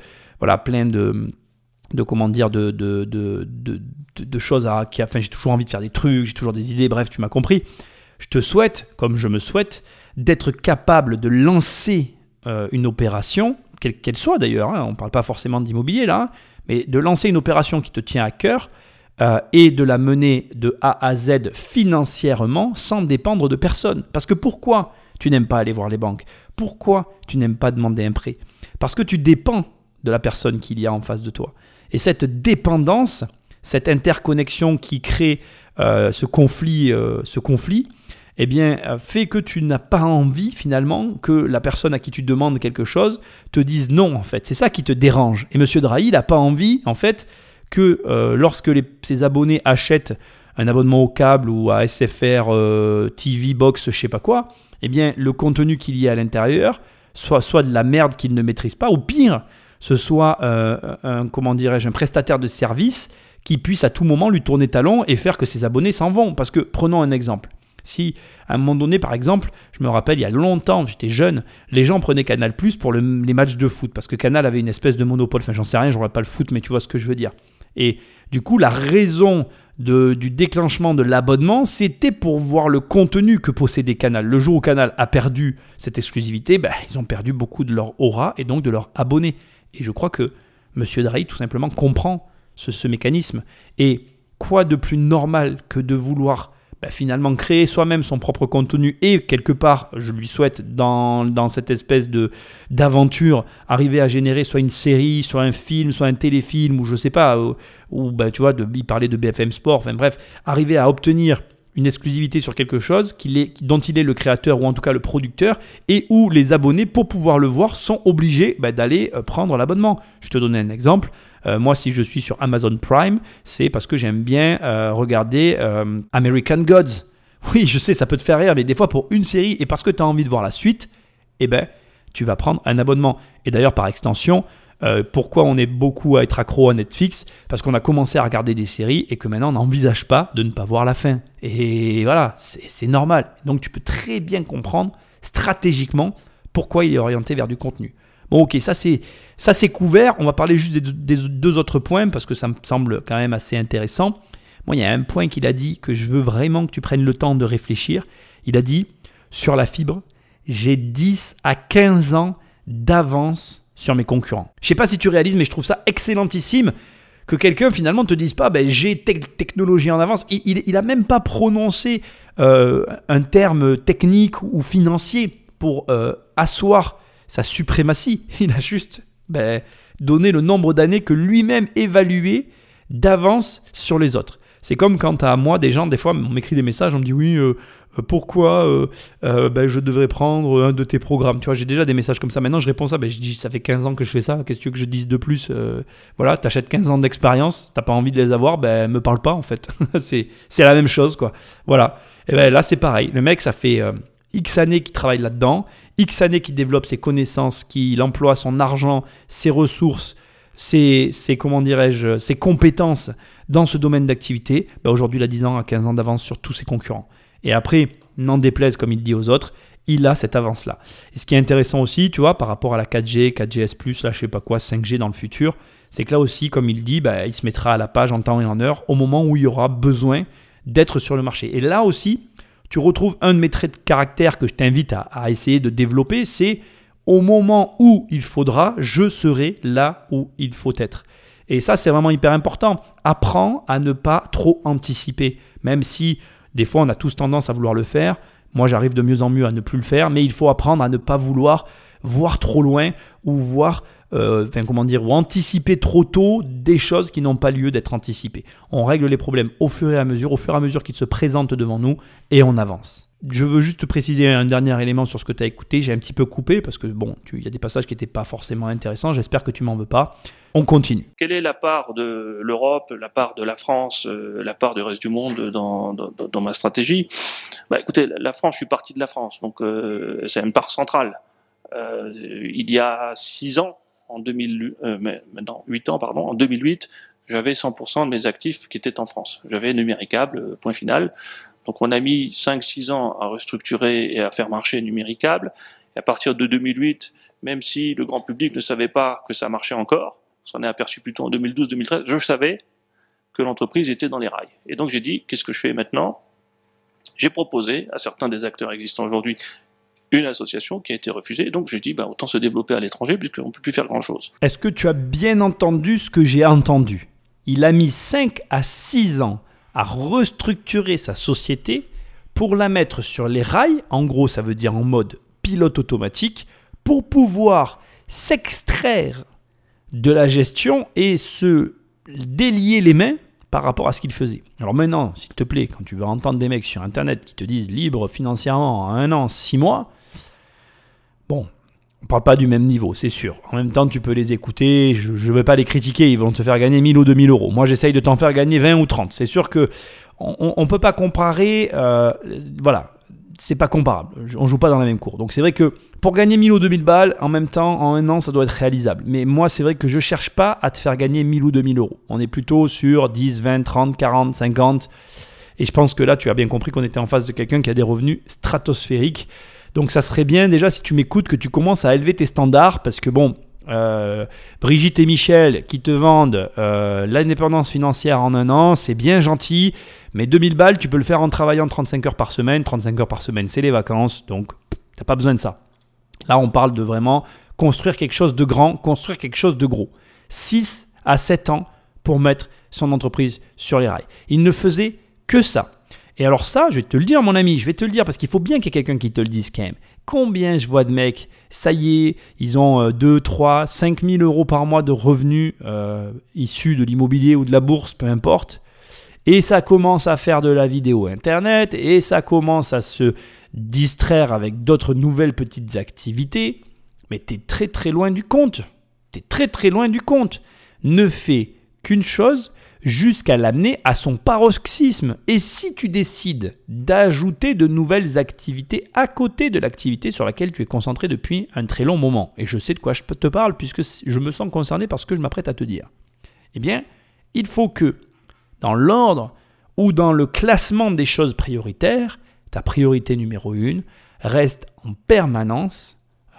choses enfin, j'ai toujours envie de faire des trucs, j'ai toujours des idées, bref, tu m'as compris. Je te souhaite, comme je me souhaite, d'être capable de lancer une opération, quelle qu'elle soit d'ailleurs, on ne parle pas forcément d'immobilier là, mais de lancer une opération qui te tient à cœur et de la mener de A à Z financièrement sans dépendre de personne. Parce que pourquoi tu n'aimes pas aller voir les banques ? Pourquoi tu n'aimes pas demander un prêt ? Parce que tu dépends de la personne qu'il y a en face de toi. Et cette dépendance, cette interconnexion qui crée ce conflit, eh bien, fait que tu n'as pas envie finalement que la personne à qui tu demandes quelque chose te dise non en fait. C'est ça qui te dérange. Et M. Drahi, il n'a pas envie en fait que lorsque ses abonnés achètent un abonnement au câble ou à SFR, TV, Box, je sais pas quoi, eh bien le contenu qu'il y a à l'intérieur soit de la merde qu'il ne maîtrise pas, ou pire, ce soit un prestataire de service qui puisse à tout moment lui tourner talon et faire que ses abonnés s'en vont. Parce que, prenons un exemple. Si, à un moment donné, par exemple, je me rappelle, il y a longtemps, j'étais jeune, les gens prenaient Canal+ pour les matchs de foot, parce que Canal avait une espèce de monopole. Enfin, j'en sais rien, je ne regarde pas le foot, mais tu vois ce que je veux dire. Et du coup, la raison du déclenchement de l'abonnement, c'était pour voir le contenu que possédait Canal. Le jour où Canal a perdu cette exclusivité, ils ont perdu beaucoup de leur aura et donc de leurs abonnés. Et je crois que M. Drahi, tout simplement, comprend ce mécanisme. Et quoi de plus normal que de vouloir finalement créer soi-même son propre contenu et quelque part, je lui souhaite dans cette espèce d'aventure, arriver à générer soit une série, soit un film, soit un téléfilm ou je sais pas, ou tu vois, il parlait de BFM Sport, enfin bref, arriver à obtenir une exclusivité sur quelque chose dont il est le créateur ou en tout cas le producteur et où les abonnés, pour pouvoir le voir, sont obligés d'aller prendre l'abonnement. Je te donne un exemple. Moi, si je suis sur Amazon Prime, c'est parce que j'aime bien regarder American Gods. Oui, je sais, ça peut te faire rire, mais des fois, pour une série, et parce que tu as envie de voir la suite, tu vas prendre un abonnement. Et d'ailleurs, par extension, pourquoi on est beaucoup à être accro à Netflix ? Parce qu'on a commencé à regarder des séries et que maintenant, on n'envisage pas de ne pas voir la fin. Et voilà, c'est normal. Donc, tu peux très bien comprendre stratégiquement pourquoi il est orienté vers du contenu. Bon, ok, ça c'est couvert. On va parler juste des deux autres points parce que ça me semble quand même assez intéressant. Moi, il y a un point qu'il a dit que je veux vraiment que tu prennes le temps de réfléchir. Il a dit, sur la fibre, j'ai 10 à 15 ans d'avance sur mes concurrents. Je ne sais pas si tu réalises, mais je trouve ça excellentissime que quelqu'un finalement ne te dise pas j'ai technologie en avance. Il n'a même pas prononcé un terme technique ou financier pour asseoir sa suprématie. Il a juste donné le nombre d'années que lui-même évaluait d'avance sur les autres. C'est comme quand à moi, des gens, des fois, on m'écrit des messages, on me dit oui, pourquoi je devrais prendre un de tes programmes. Tu vois, j'ai déjà des messages comme ça. Maintenant, je réponds ça, je dis, ça fait 15 ans que je fais ça, qu'est-ce que tu veux que je dise de plus voilà, t'achètes 15 ans d'expérience, t'as pas envie de les avoir, me parle pas en fait. c'est la même chose, quoi. Voilà. Et là, c'est pareil. Le mec, ça fait X années qu'il travaille là-dedans, X années qu'il développe ses connaissances, qu'il emploie son argent, ses ressources, ses compétences dans ce domaine d'activité. Aujourd'hui, il a 10 ans à 15 ans d'avance sur tous ses concurrents. Et après, n'en déplaise comme il dit aux autres, il a cette avance-là. Et ce qui est intéressant aussi, tu vois, par rapport à la 4G, 4GS+, là, je sais pas quoi, 5G dans le futur, c'est que là aussi, comme il dit, il se mettra à la page en temps et en heure au moment où il y aura besoin d'être sur le marché. Et là aussi, tu retrouves un de mes traits de caractère que je t'invite à essayer de développer, c'est au moment où il faudra, je serai là où il faut être. Et ça, c'est vraiment hyper important. Apprends à ne pas trop anticiper, même si des fois, on a tous tendance à vouloir le faire. Moi, j'arrive de mieux en mieux à ne plus le faire, mais il faut apprendre à ne pas vouloir voir trop loin ou ou anticiper trop tôt des choses qui n'ont pas lieu d'être anticipées. On règle les problèmes au fur et à mesure qu'ils se présentent devant nous et on avance. Je veux juste te préciser un dernier élément sur ce que tu as écouté. J'ai un petit peu coupé parce que il y a des passages qui n'étaient pas forcément intéressants. J'espère que tu m'en veux pas. On continue. Quelle est la part de l'Europe, la part de la France, la part du reste du monde dans ma stratégie ? Écoutez, la France, je suis parti de la France, donc c'est une part centrale. Il y a 6 ans, maintenant 8 ans, en 2008, j'avais 100% de mes actifs qui étaient en France. J'avais Numéricable, point final. Donc on a mis 5-6 ans à restructurer et à faire marcher Numéricable. Et à partir de 2008, même si le grand public ne savait pas que ça marchait encore, on s'en est aperçu plutôt en 2012-2013, je savais que l'entreprise était dans les rails. Et donc j'ai dit, qu'est-ce que je fais maintenant ? J'ai proposé à certains des acteurs existants aujourd'hui une association qui a été refusée. Et donc j'ai dit, autant se développer à l'étranger puisqu'on ne peut plus faire grand-chose. Est-ce que tu as bien entendu ce que j'ai entendu ? Il a mis 5 à 6 ans à restructurer sa société pour la mettre sur les rails, en gros ça veut dire en mode pilote automatique, pour pouvoir s'extraire de la gestion et se délier les mains par rapport à ce qu'il faisait. Alors maintenant, s'il te plaît, quand tu vas entendre des mecs sur Internet qui te disent libre financièrement en 1 an, 6 mois, on ne parle pas du même niveau, c'est sûr. En même temps, tu peux les écouter, je ne vais pas les critiquer, ils vont te faire gagner 1000 ou 2000 euros. Moi, j'essaye de t'en faire gagner 20 ou 30. C'est sûr qu'on ne peut pas comparer, c'est pas comparable. On ne joue pas dans la même cour. Donc c'est vrai que pour gagner 1000 ou 2000 balles, en même temps, en 1 an, ça doit être réalisable. Mais moi, c'est vrai que je ne cherche pas à te faire gagner 1000 ou 2000 euros. On est plutôt sur 10, 20, 30, 40, 50. Et je pense que là, tu as bien compris qu'on était en face de quelqu'un qui a des revenus stratosphériques. Donc ça serait bien déjà, si tu m'écoutes, que tu commences à élever tes standards, parce que bon, Brigitte et Michel qui te vendent l'indépendance financière en 1 an, c'est bien gentil, mais 2000 balles, tu peux le faire en travaillant 35 heures par semaine. 35 heures par semaine, c'est les vacances, donc t'as pas besoin de ça. Là, on parle de vraiment construire quelque chose de grand, construire quelque chose de gros. 6 à 7 ans pour mettre son entreprise sur les rails. Il ne faisait que ça. Et alors ça, je vais te le dire, mon ami, je vais te le dire parce qu'il faut bien qu'il y ait quelqu'un qui te le dise quand même. Combien je vois de mecs, ça y est, ils ont 2, 3, 5 000 euros par mois de revenus issus de l'immobilier ou de la bourse, peu importe. Et ça commence à faire de la vidéo internet et ça commence à se distraire avec d'autres nouvelles petites activités. Mais tu es très très loin du compte. Tu es très très loin du compte. Ne fais qu'une chose jusqu'à l'amener à son paroxysme. Et si tu décides d'ajouter de nouvelles activités à côté de l'activité sur laquelle tu es concentré depuis un très long moment, et je sais de quoi je te parle puisque je me sens concerné par ce que je m'apprête à te dire, eh bien, il faut que dans l'ordre ou dans le classement des choses prioritaires, ta priorité numéro 1 reste en permanence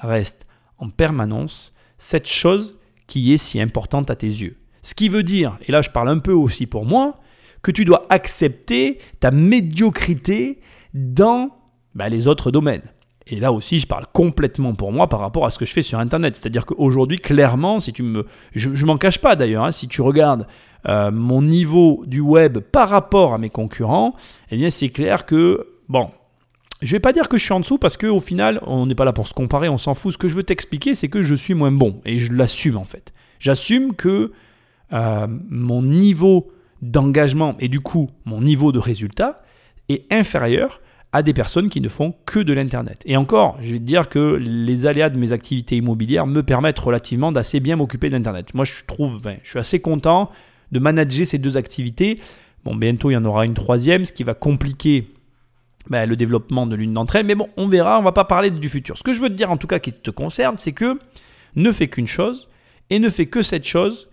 cette chose qui est si importante à tes yeux. Ce qui veut dire, et là je parle un peu aussi pour moi, que tu dois accepter ta médiocrité dans les autres domaines. Et là aussi, je parle complètement pour moi par rapport à ce que je fais sur Internet. C'est-à-dire qu'aujourd'hui, clairement, je m'en cache pas d'ailleurs, hein, si tu regardes mon niveau du web par rapport à mes concurrents, eh bien c'est clair que, bon, je ne vais pas dire que je suis en dessous parce qu'au final, on n'est pas là pour se comparer, on s'en fout. Ce que je veux t'expliquer, c'est que je suis moins bon et je l'assume en fait. J'assume que mon niveau d'engagement et du coup mon niveau de résultat est inférieur à des personnes qui ne font que de l'Internet. Et encore, je vais te dire que les aléas de mes activités immobilières me permettent relativement d'assez bien m'occuper d'Internet. Moi, je suis assez content de manager ces 2 activités. Bon, bientôt, il y en aura une 3e, ce qui va compliquer le développement de l'une d'entre elles. Mais bon, on verra, on ne va pas parler du futur. Ce que je veux te dire, en tout cas, qui te concerne, c'est que ne fais qu'une chose et ne fais que cette chose.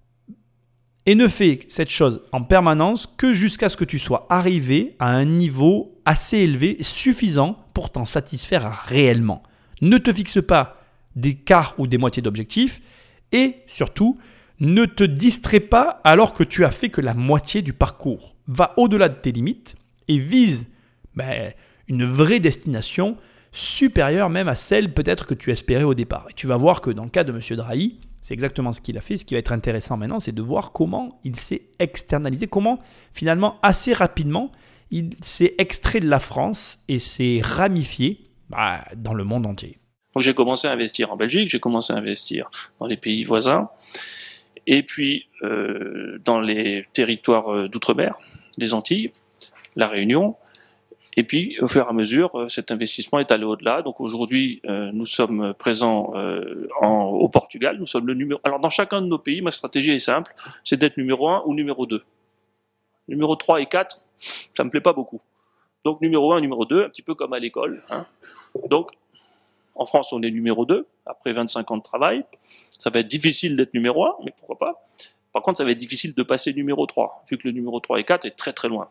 Et ne fais cette chose en permanence que jusqu'à ce que tu sois arrivé à un niveau assez élevé, suffisant pour t'en satisfaire réellement. Ne te fixe pas des quarts ou des moitiés d'objectifs et surtout, ne te distrais pas alors que tu as fait que la moitié du parcours. Va au-delà de tes limites et vise une vraie destination supérieure même à celle peut-être que tu espérais au départ. Et tu vas voir que dans le cas de M. Drahi, c'est exactement ce qu'il a fait. Ce qui va être intéressant maintenant, c'est de voir comment il s'est externalisé, comment finalement assez rapidement il s'est extrait de la France et s'est ramifié dans le monde entier. Donc j'ai commencé à investir en Belgique, j'ai commencé à investir dans les pays voisins, et puis dans les territoires d'outre-mer, les Antilles, la Réunion. Et puis, au fur et à mesure, cet investissement est allé au-delà. Donc aujourd'hui, nous sommes présents au Portugal. Nous sommes le numéro. Alors dans chacun de nos pays, ma stratégie est simple, c'est d'être numéro 1 ou numéro 2. Numéro 3 et 4, ça me plaît pas beaucoup. Donc numéro 1, numéro 2, un petit peu comme à l'école. Hein. Donc en France, on est numéro 2 après 25 ans de travail. Ça va être difficile d'être numéro 1, mais pourquoi pas. Par contre, ça va être difficile de passer numéro 3, vu que le numéro 3 et 4 est très très loin.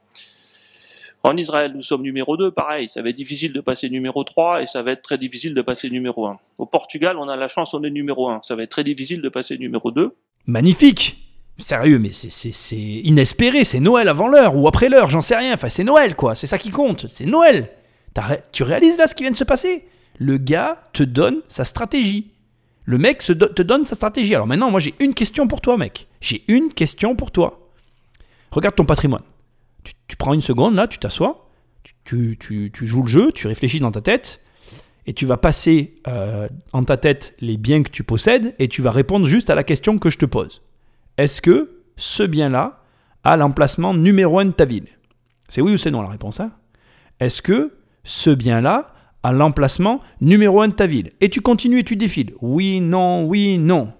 En Israël, nous sommes numéro 2, pareil, ça va être difficile de passer numéro 3 et ça va être très difficile de passer numéro 1. Au Portugal, on a la chance, on est numéro 1, ça va être très difficile de passer numéro 2. Magnifique! Sérieux, mais c'est inespéré, c'est Noël avant l'heure ou après l'heure, j'en sais rien, enfin c'est Noël quoi, c'est ça qui compte, c'est Noël! Tu réalises là ce qui vient de se passer? Le gars te donne sa stratégie. Le mec te donne sa stratégie. Alors maintenant, moi j'ai une question pour toi mec, j'ai une question pour toi. Regarde ton patrimoine. Tu prends une seconde, là, tu t'assois, tu joues le jeu, tu réfléchis dans ta tête, et tu vas passer en ta tête les biens que tu possèdes, et tu vas répondre juste à la question que je te pose. Est-ce que ce bien-là a l'emplacement numéro 1 de ta ville? C'est oui ou c'est non la réponse, hein? Est-ce que ce bien-là a l'emplacement numéro 1 de ta ville? Et tu continues et tu défiles. Oui, non, oui, non.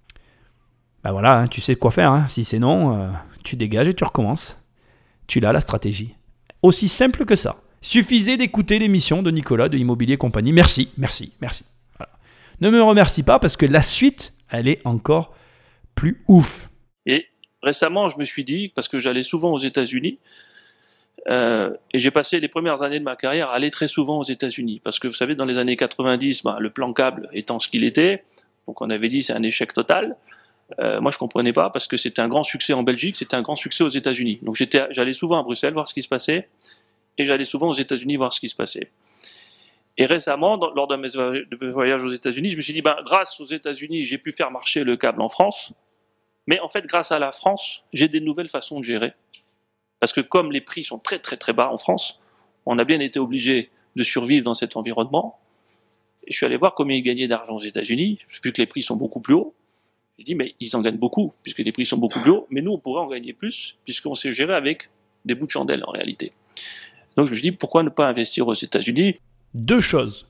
Ben voilà, hein, tu sais quoi faire. Hein. Si c'est non, tu dégages et tu recommences. Tu l'as, la stratégie. Aussi simple que ça. Suffisait d'écouter l'émission de Nicolas de Immobilier Compagnie. Merci. Voilà. Ne me remercie pas parce que la suite, elle est encore plus ouf. Et récemment, je me suis dit, parce que j'allais souvent aux États-Unis, Et j'ai passé les premières années de ma carrière à aller très souvent aux États-Unis. Parce que vous savez, dans les années 90, le plan câble étant ce qu'il était, donc on avait dit c'est un échec total. Moi, je comprenais pas parce que c'était un grand succès en Belgique, c'était un grand succès aux États-Unis. Donc j'allais souvent à Bruxelles voir ce qui se passait et j'allais souvent aux États-Unis voir ce qui se passait. Et récemment, lors de mes voyages aux États-Unis, je me suis dit, grâce aux États-Unis, j'ai pu faire marcher le câble en France. Mais en fait, grâce à la France, j'ai des nouvelles façons de gérer. Parce que comme les prix sont très très très bas en France, on a bien été obligé de survivre dans cet environnement. Et je suis allé voir combien ils gagnaient d'argent aux États-Unis, vu que les prix sont beaucoup plus hauts. J'ai dit, mais ils en gagnent beaucoup, puisque les prix sont beaucoup plus hauts, mais nous, on pourrait en gagner plus, puisqu'on sait gérer avec des bouts de chandelle, en réalité. Donc je me suis dit, pourquoi ne pas investir aux États-Unis ? Deux choses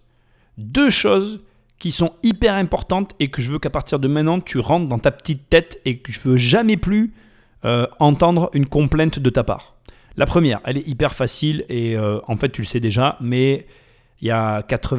qui sont hyper importantes et que je veux qu'à partir de maintenant, tu rentres dans ta petite tête et que je veux jamais plus entendre une complainte de ta part. La première, elle est hyper facile et en fait, tu le sais déjà, mais il y a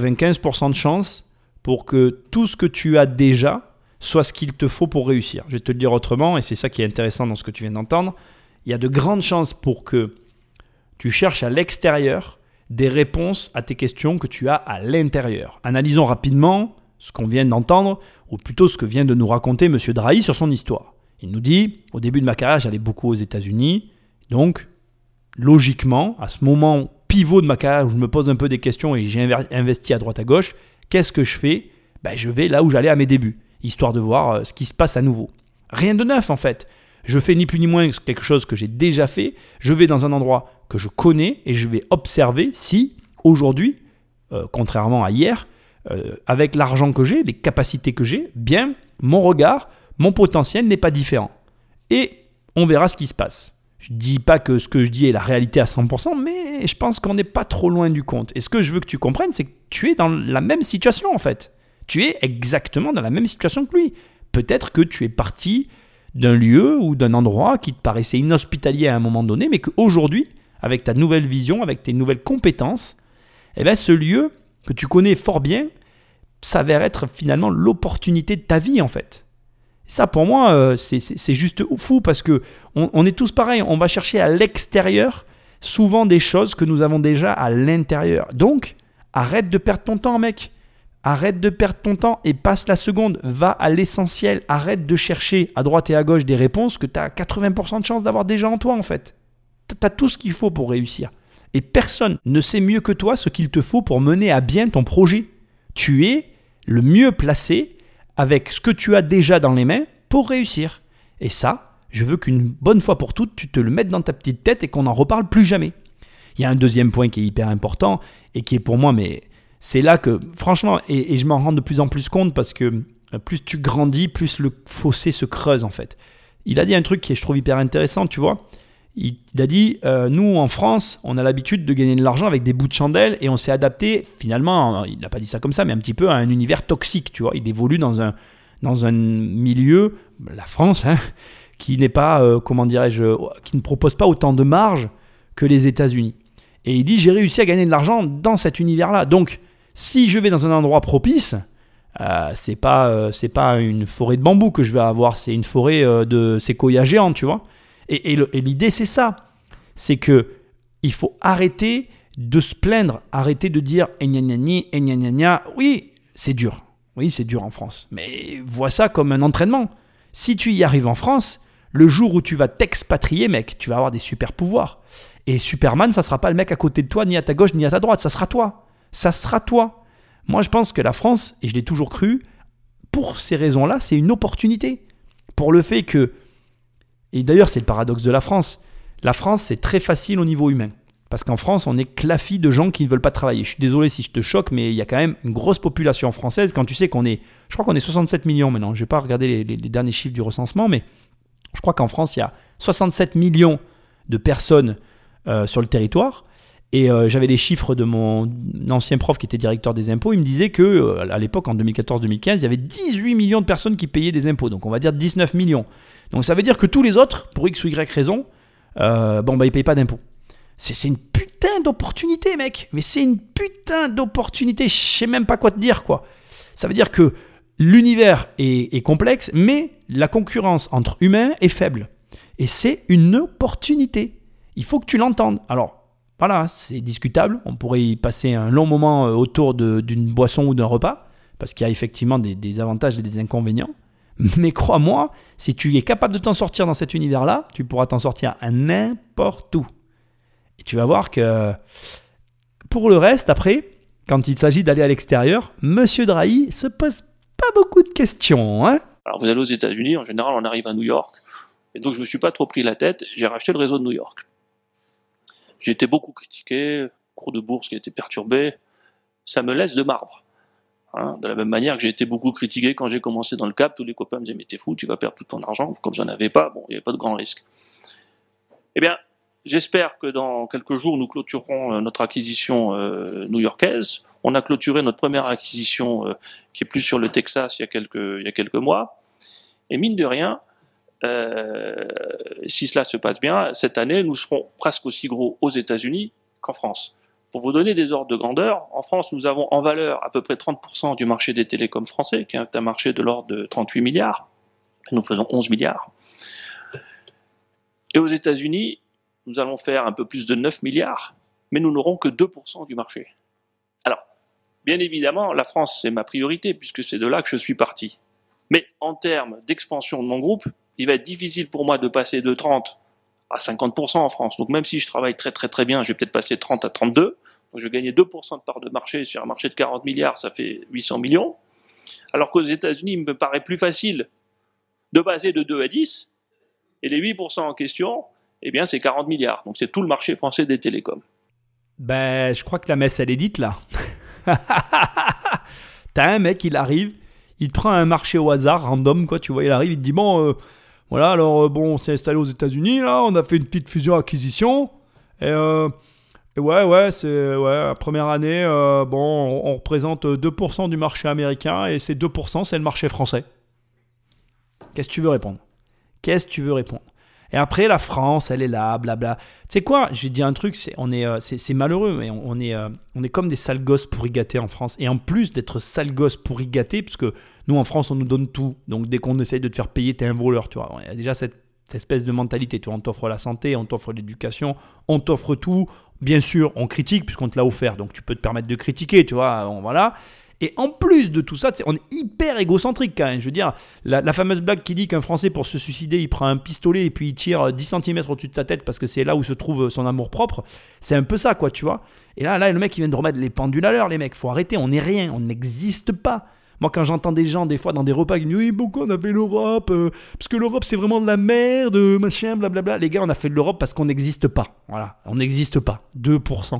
95% de chances pour que tout ce que tu as déjà soit ce qu'il te faut pour réussir. Je vais te le dire autrement, et c'est ça qui est intéressant dans ce que tu viens d'entendre. Il y a de grandes chances pour que tu cherches à l'extérieur des réponses à tes questions que tu as à l'intérieur. Analysons rapidement ce qu'on vient d'entendre, ou plutôt ce que vient de nous raconter M. Drahi sur son histoire. Il nous dit, au début de ma carrière, j'allais beaucoup aux États-Unis, donc logiquement, à ce moment pivot de ma carrière où je me pose un peu des questions et j'ai investi à droite à gauche, qu'est-ce que je fais ? Je vais là où j'allais à mes débuts, histoire de voir ce qui se passe à nouveau. Rien de neuf en fait. Je fais ni plus ni moins quelque chose que j'ai déjà fait. Je vais dans un endroit que je connais et je vais observer si aujourd'hui, contrairement à hier, avec l'argent que j'ai, les capacités que j'ai, bien mon regard, mon potentiel n'est pas différent. Et on verra ce qui se passe. Je ne dis pas que ce que je dis est la réalité à 100%, mais je pense qu'on n'est pas trop loin du compte. Et ce que je veux que tu comprennes, c'est que tu es dans la même situation en fait. Tu es exactement dans la même situation que lui. Peut-être que tu es parti d'un lieu ou d'un endroit qui te paraissait inhospitalier à un moment donné, mais qu'aujourd'hui, avec ta nouvelle vision, avec tes nouvelles compétences, ce lieu que tu connais fort bien s'avère être finalement l'opportunité de ta vie en fait. Ça pour moi, c'est juste fou parce qu'on est tous pareils, on va chercher à l'extérieur souvent des choses que nous avons déjà à l'intérieur. Donc, arrête de perdre ton temps mec. Arrête de perdre ton temps et passe la seconde. Va à l'essentiel. Arrête de chercher à droite et à gauche des réponses que tu as 80% de chances d'avoir déjà en toi en fait. Tu as tout ce qu'il faut pour réussir. Et personne ne sait mieux que toi ce qu'il te faut pour mener à bien ton projet. Tu es le mieux placé avec ce que tu as déjà dans les mains pour réussir. Et ça, je veux qu'une bonne fois pour toutes, tu te le mettes dans ta petite tête et qu'on n'en reparle plus jamais. Il y a un deuxième point qui est hyper important et qui est pour moi, mais c'est là que, franchement, et je m'en rends de plus en plus compte parce que plus tu grandis, plus le fossé se creuse en fait. Il a dit un truc qui je trouve hyper intéressant, tu vois. Il a dit, nous en France, on a l'habitude de gagner de l'argent avec des bouts de chandelle et on s'est adapté finalement, il n'a pas dit ça comme ça, mais un petit peu à un univers toxique, tu vois. Il évolue dans un milieu, la France, qui n'est pas, qui ne propose pas autant de marge que les États-Unis. Et il dit, j'ai réussi à gagner de l'argent dans cet univers-là. Donc, si je vais dans un endroit propice, c'est pas une forêt de bambou que je vais avoir, c'est une forêt de séquoia géante, tu vois. Et l'idée, c'est ça. C'est que il faut arrêter de se plaindre, arrêter de dire « Oui, c'est dur. Oui, c'est dur en France. Mais vois ça comme un entraînement. Si tu y arrives en France, le jour où tu vas t'expatrier, mec, tu vas avoir des super pouvoirs. Et Superman, ça ne sera pas le mec à côté de toi, ni à ta gauche, ni à ta droite. Ça sera toi. Ça sera toi. Moi, je pense que la France, et je l'ai toujours cru, pour ces raisons-là, c'est une opportunité. Pour le fait que, et d'ailleurs, c'est le paradoxe de la France. La France, c'est très facile au niveau humain. Parce qu'en France, on est claffi de gens qui ne veulent pas travailler. Je suis désolé si je te choque, mais il y a quand même une grosse population française. Quand tu sais je crois qu'on est 67 millions maintenant. Je n'ai pas regardé les derniers chiffres du recensement, mais je crois qu'en France, il y a 67 millions de personnes sur le territoire. Et j'avais les chiffres de mon ancien prof qui était directeur des impôts. Il me disait qu'à l'époque, en 2014-2015, il y avait 18 millions de personnes qui payaient des impôts. Donc on va dire 19 millions. Donc ça veut dire que tous les autres, pour X ou Y raison, ils ne payent pas d'impôts. C'est une putain d'opportunité, mec. Mais c'est une putain d'opportunité. Je sais même pas quoi te dire, quoi. Ça veut dire que l'univers est complexe, mais la concurrence entre humains est faible. Et c'est une opportunité. Il faut que tu l'entendes. Alors, Voilà, c'est discutable. On pourrait y passer un long moment autour d'une boisson ou d'un repas, parce qu'il y a effectivement des avantages et des inconvénients. Mais crois-moi, si tu es capable de t'en sortir dans cet univers-là, tu pourras t'en sortir à n'importe où. Et tu vas voir que pour le reste, après, quand il s'agit d'aller à l'extérieur, Monsieur Drahi se pose pas beaucoup de questions. Hein. Alors vous allez aux États-Unis, en général on arrive à New York, et donc je me suis pas trop pris la tête, j'ai racheté le réseau de New York. J'ai été beaucoup critiqué, cours de bourse qui a été perturbé, ça me laisse de marbre. Hein, de la même manière que j'ai été beaucoup critiqué quand j'ai commencé dans le cap, tous les copains me disaient mais t'es fou, tu vas perdre tout ton argent, comme j'en avais pas, bon, il n'y avait pas de grand risque. Eh bien, j'espère que dans quelques jours nous clôturerons notre acquisition new-yorkaise. On a clôturé notre première acquisition qui est plus sur le Texas il y a quelques mois. Et mine de rien, si cela se passe bien, cette année nous serons presque aussi gros aux États-Unis qu'en France. Pour vous donner des ordres de grandeur, en France, nous avons en valeur à peu près 30% du marché des télécoms français, qui est un marché de l'ordre de 38 milliards. Nous faisons 11 milliards. Et aux États-Unis, nous allons faire un peu plus de 9 milliards, mais nous n'aurons que 2% du marché. Alors, bien évidemment, la France, c'est ma priorité, puisque c'est de là que je suis parti. Mais en termes d'expansion de mon groupe, il va être difficile pour moi de passer de 30 à 50% en France. Donc même si je travaille très très très bien, je vais peut-être passer de 30 à 32. Donc je vais gagner 2% de part de marché sur un marché de 40 milliards, ça fait 800 millions. Alors qu'aux États-Unis, il me paraît plus facile de passer de 2 à 10. Et les 8% en question, eh bien c'est 40 milliards. Donc c'est tout le marché français des télécoms. Ben, je crois que la messe, elle est dite là. T'as un mec, il arrive, il te prend un marché au hasard, random, quoi, tu vois, il arrive, il te dit bon... Voilà, alors bon, on s'est installé aux États-Unis, là, on a fait une petite fusion-acquisition. Et la première année, on représente 2% du marché américain et ces 2%, c'est le marché français. Qu'est-ce que tu veux répondre ? Et après, la France, elle est là, blabla. Tu sais quoi ? Je vais te dire un truc, c'est malheureux, mais on est comme des sales gosses pourri gâtés en France. Et en plus d'être sales gosses pourri gâtés, parce que nous, en France, on nous donne tout. Donc, dès qu'on essaye de te faire payer, t'es un voleur, tu vois. Il y a déjà cette espèce de mentalité, tu vois. On t'offre la santé, on t'offre l'éducation, on t'offre tout. Bien sûr, on critique, puisqu'on te l'a offert. Donc, tu peux te permettre de critiquer, tu vois. Voilà. Et en plus de tout ça, on est hyper égocentrique quand même. Je veux dire, la fameuse blague qui dit qu'un Français, pour se suicider, il prend un pistolet et puis il tire 10 cm au-dessus de sa tête parce que c'est là où se trouve son amour-propre. C'est un peu ça, quoi, tu vois. Et là, le mec, il vient de remettre les pendules à l'heure, les mecs. Faut arrêter, on n'est rien, on n'existe pas. Moi, quand j'entends des gens, des fois, dans des repas, qui me disent « Oui, pourquoi on a fait l'Europe parce que l'Europe, c'est vraiment de la merde, machin, blablabla. » Les gars, on a fait de l'Europe parce qu'on n'existe pas. Voilà, on n'existe pas. 2%.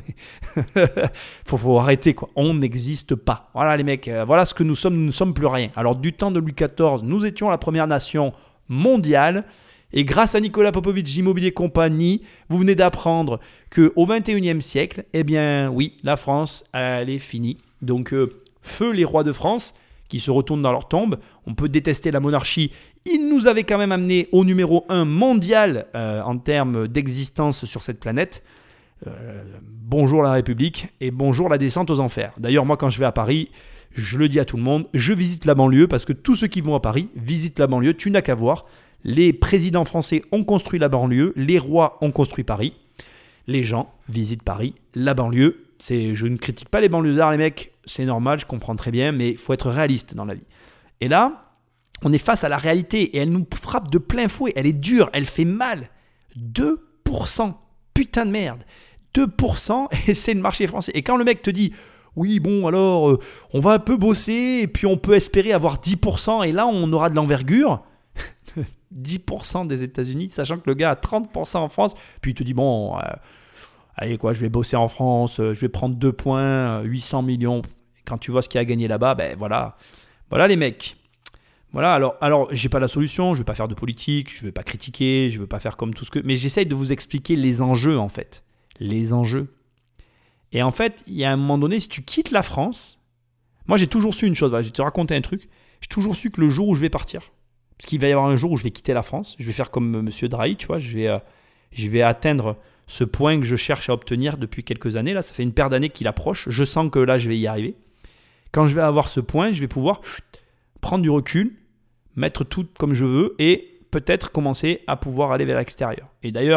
faut arrêter, quoi. On n'existe pas. Voilà, les mecs, voilà ce que nous sommes. Nous ne sommes plus rien. Alors, du temps de Louis XIV, nous étions la première nation mondiale. Et grâce à Nicolas Popovic d'Immobilier Compagnie, vous venez d'apprendre qu'au XXIe siècle, eh bien, oui, la France, elle est finie. Donc, feu les rois de France qui se retournent dans leur tombe. On peut détester la monarchie. Il nous avait quand même amené au numéro 1 mondial en termes d'existence sur cette planète. Bonjour la République et bonjour la descente aux enfers. D'ailleurs, moi, quand je vais à Paris, je le dis à tout le monde, je visite la banlieue parce que tous ceux qui vont à Paris visitent la banlieue. Tu n'as qu'à voir. Les présidents français ont construit la banlieue. Les rois ont construit Paris. Les gens visitent Paris, la banlieue. Je ne critique pas les banlieusards, les mecs, c'est normal, je comprends très bien, mais il faut être réaliste dans la vie. Et là, on est face à la réalité et elle nous frappe de plein fouet, elle est dure, elle fait mal. 2%, putain de merde, 2% et c'est le marché français. Et quand le mec te dit, oui bon alors, on va un peu bosser et puis on peut espérer avoir 10% et là on aura de l'envergure, 10% des États-Unis, sachant que le gars a 30% en France, puis il te dit bon... allez quoi, je vais bosser en France, je vais prendre 2 points, 800 millions. Quand tu vois ce qu'il y a à gagner là-bas, ben voilà. Voilà les mecs. Voilà, alors j'ai pas la solution, je vais pas faire de politique, je vais pas critiquer, je veux pas faire comme tout ce que... Mais j'essaye de vous expliquer les enjeux en fait. Les enjeux. Et en fait, il y a un moment donné, si tu quittes la France... Moi j'ai toujours su une chose, voilà, je vais te raconter un truc. J'ai toujours su que le jour où je vais partir, parce qu'il va y avoir un jour où je vais quitter la France, je vais faire comme Monsieur Drahi, tu vois, je vais atteindre... ce point que je cherche à obtenir depuis quelques années. Là, ça fait une paire d'années qu'il approche. Je sens que là, je vais y arriver. Quand je vais avoir ce point, je vais pouvoir prendre du recul, mettre tout comme je veux et peut-être commencer à pouvoir aller vers l'extérieur. Et d'ailleurs,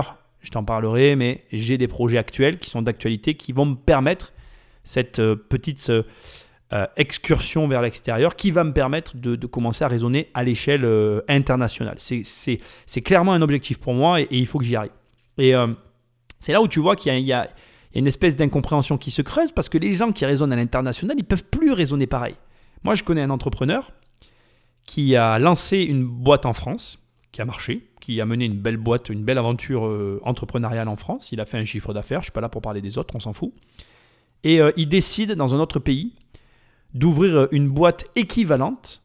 je t'en parlerai, mais j'ai des projets actuels qui sont d'actualité qui vont me permettre cette petite excursion vers l'extérieur qui va me permettre de commencer à raisonner à l'échelle internationale. C'est clairement un objectif pour moi et il faut que j'y arrive. Et c'est là où tu vois qu'il y a une espèce d'incompréhension qui se creuse parce que les gens qui raisonnent à l'international, ils ne peuvent plus raisonner pareil. Moi, je connais un entrepreneur qui a lancé une boîte en France, qui a marché, qui a mené une belle boîte, une belle aventure entrepreneuriale en France. Il a fait un chiffre d'affaires, je ne suis pas là pour parler des autres, on s'en fout. Et il décide dans un autre pays d'ouvrir une boîte équivalente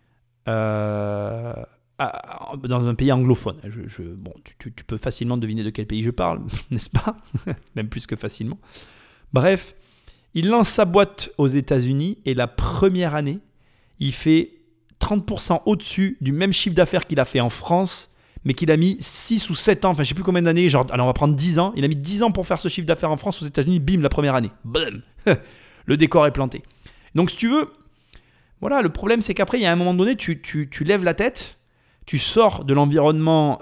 dans un pays anglophone. Bon, tu peux facilement deviner de quel pays je parle, n'est-ce pas? Même plus que facilement. Bref, il lance sa boîte aux États-Unis et la première année, il fait 30% au-dessus du même chiffre d'affaires qu'il a fait en France, mais qu'il a mis 6 ou 7 ans, enfin je ne sais plus combien d'années, genre, alors on va prendre 10 ans, il a mis 10 ans pour faire ce chiffre d'affaires en France, aux États-Unis, bim, la première année. Bam. Le décor est planté. Donc si tu veux, voilà, le problème c'est qu'après, il y a un moment donné, tu lèves la tête, tu sors de l'environnement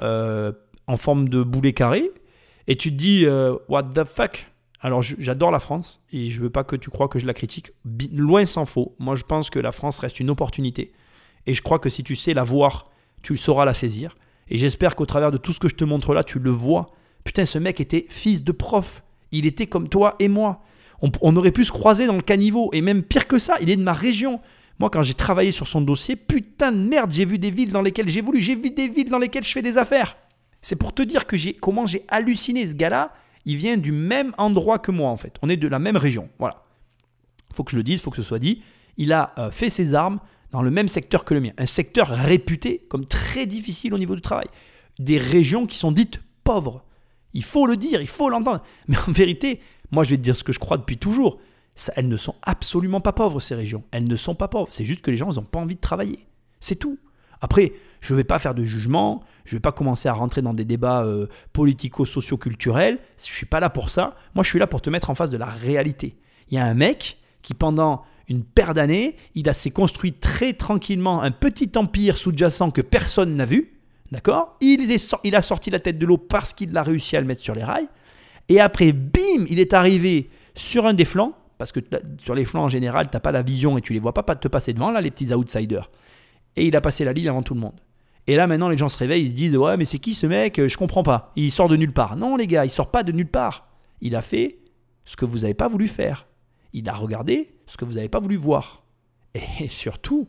en forme de boulet carré, et tu te dis, what the fuck? Alors j'adore la France, et je ne veux pas que tu crois que je la critique, loin s'en faut. Moi je pense que la France reste une opportunité, et je crois que si tu sais la voir, tu sauras la saisir. Et j'espère qu'au travers de tout ce que je te montre là, tu le vois. Putain, ce mec était fils de prof. Il était comme toi et moi. On aurait pu se croiser dans le caniveau. Et même pire que ça, il est de ma région. Moi, quand j'ai travaillé sur son dossier, putain de merde, j'ai vu des villes dans lesquelles j'évolue. J'ai vu des villes dans lesquelles je fais des affaires. C'est pour te dire que comment j'ai halluciné. Ce gars-là, il vient du même endroit que moi, en fait. On est de la même région. Voilà. Il faut que je le dise, il faut que ce soit dit. Il a fait ses armes dans le même secteur que le mien. Un secteur réputé comme très difficile au niveau du travail. Des régions qui sont dites pauvres. Il faut le dire, il faut l'entendre. Mais en vérité, moi je vais te dire ce que je crois depuis toujours. Elles ne sont absolument pas pauvres, ces régions. Elles ne sont pas pauvres. C'est juste que les gens n'ont pas envie de travailler. C'est tout. Après, je ne vais pas faire de jugement. Je ne vais pas commencer à rentrer dans des débats politico-socio-culturels. Je ne suis pas là pour ça. Moi, je suis là pour te mettre en face de la réalité. Il y a un mec qui, pendant une paire d'années, s'est construit très tranquillement un petit empire sous-jacent que personne n'a vu. D'accord ? Il a sorti la tête de l'eau parce qu'il a réussi à le mettre sur les rails. Et après, bim, il est arrivé sur un des flancs. Parce que sur les flancs, en général, tu n'as pas la vision et tu ne les vois pas te passer devant, là, les petits outsiders. Et il a passé la ligne avant tout le monde. Et là, maintenant, les gens se réveillent, ils se disent « Ouais, mais c'est qui ce mec ? Je comprends pas. Il sort de nulle part. » Non, les gars, il sort pas de nulle part. Il a fait ce que vous n'avez pas voulu faire. Il a regardé ce que vous n'avez pas voulu voir. Et surtout,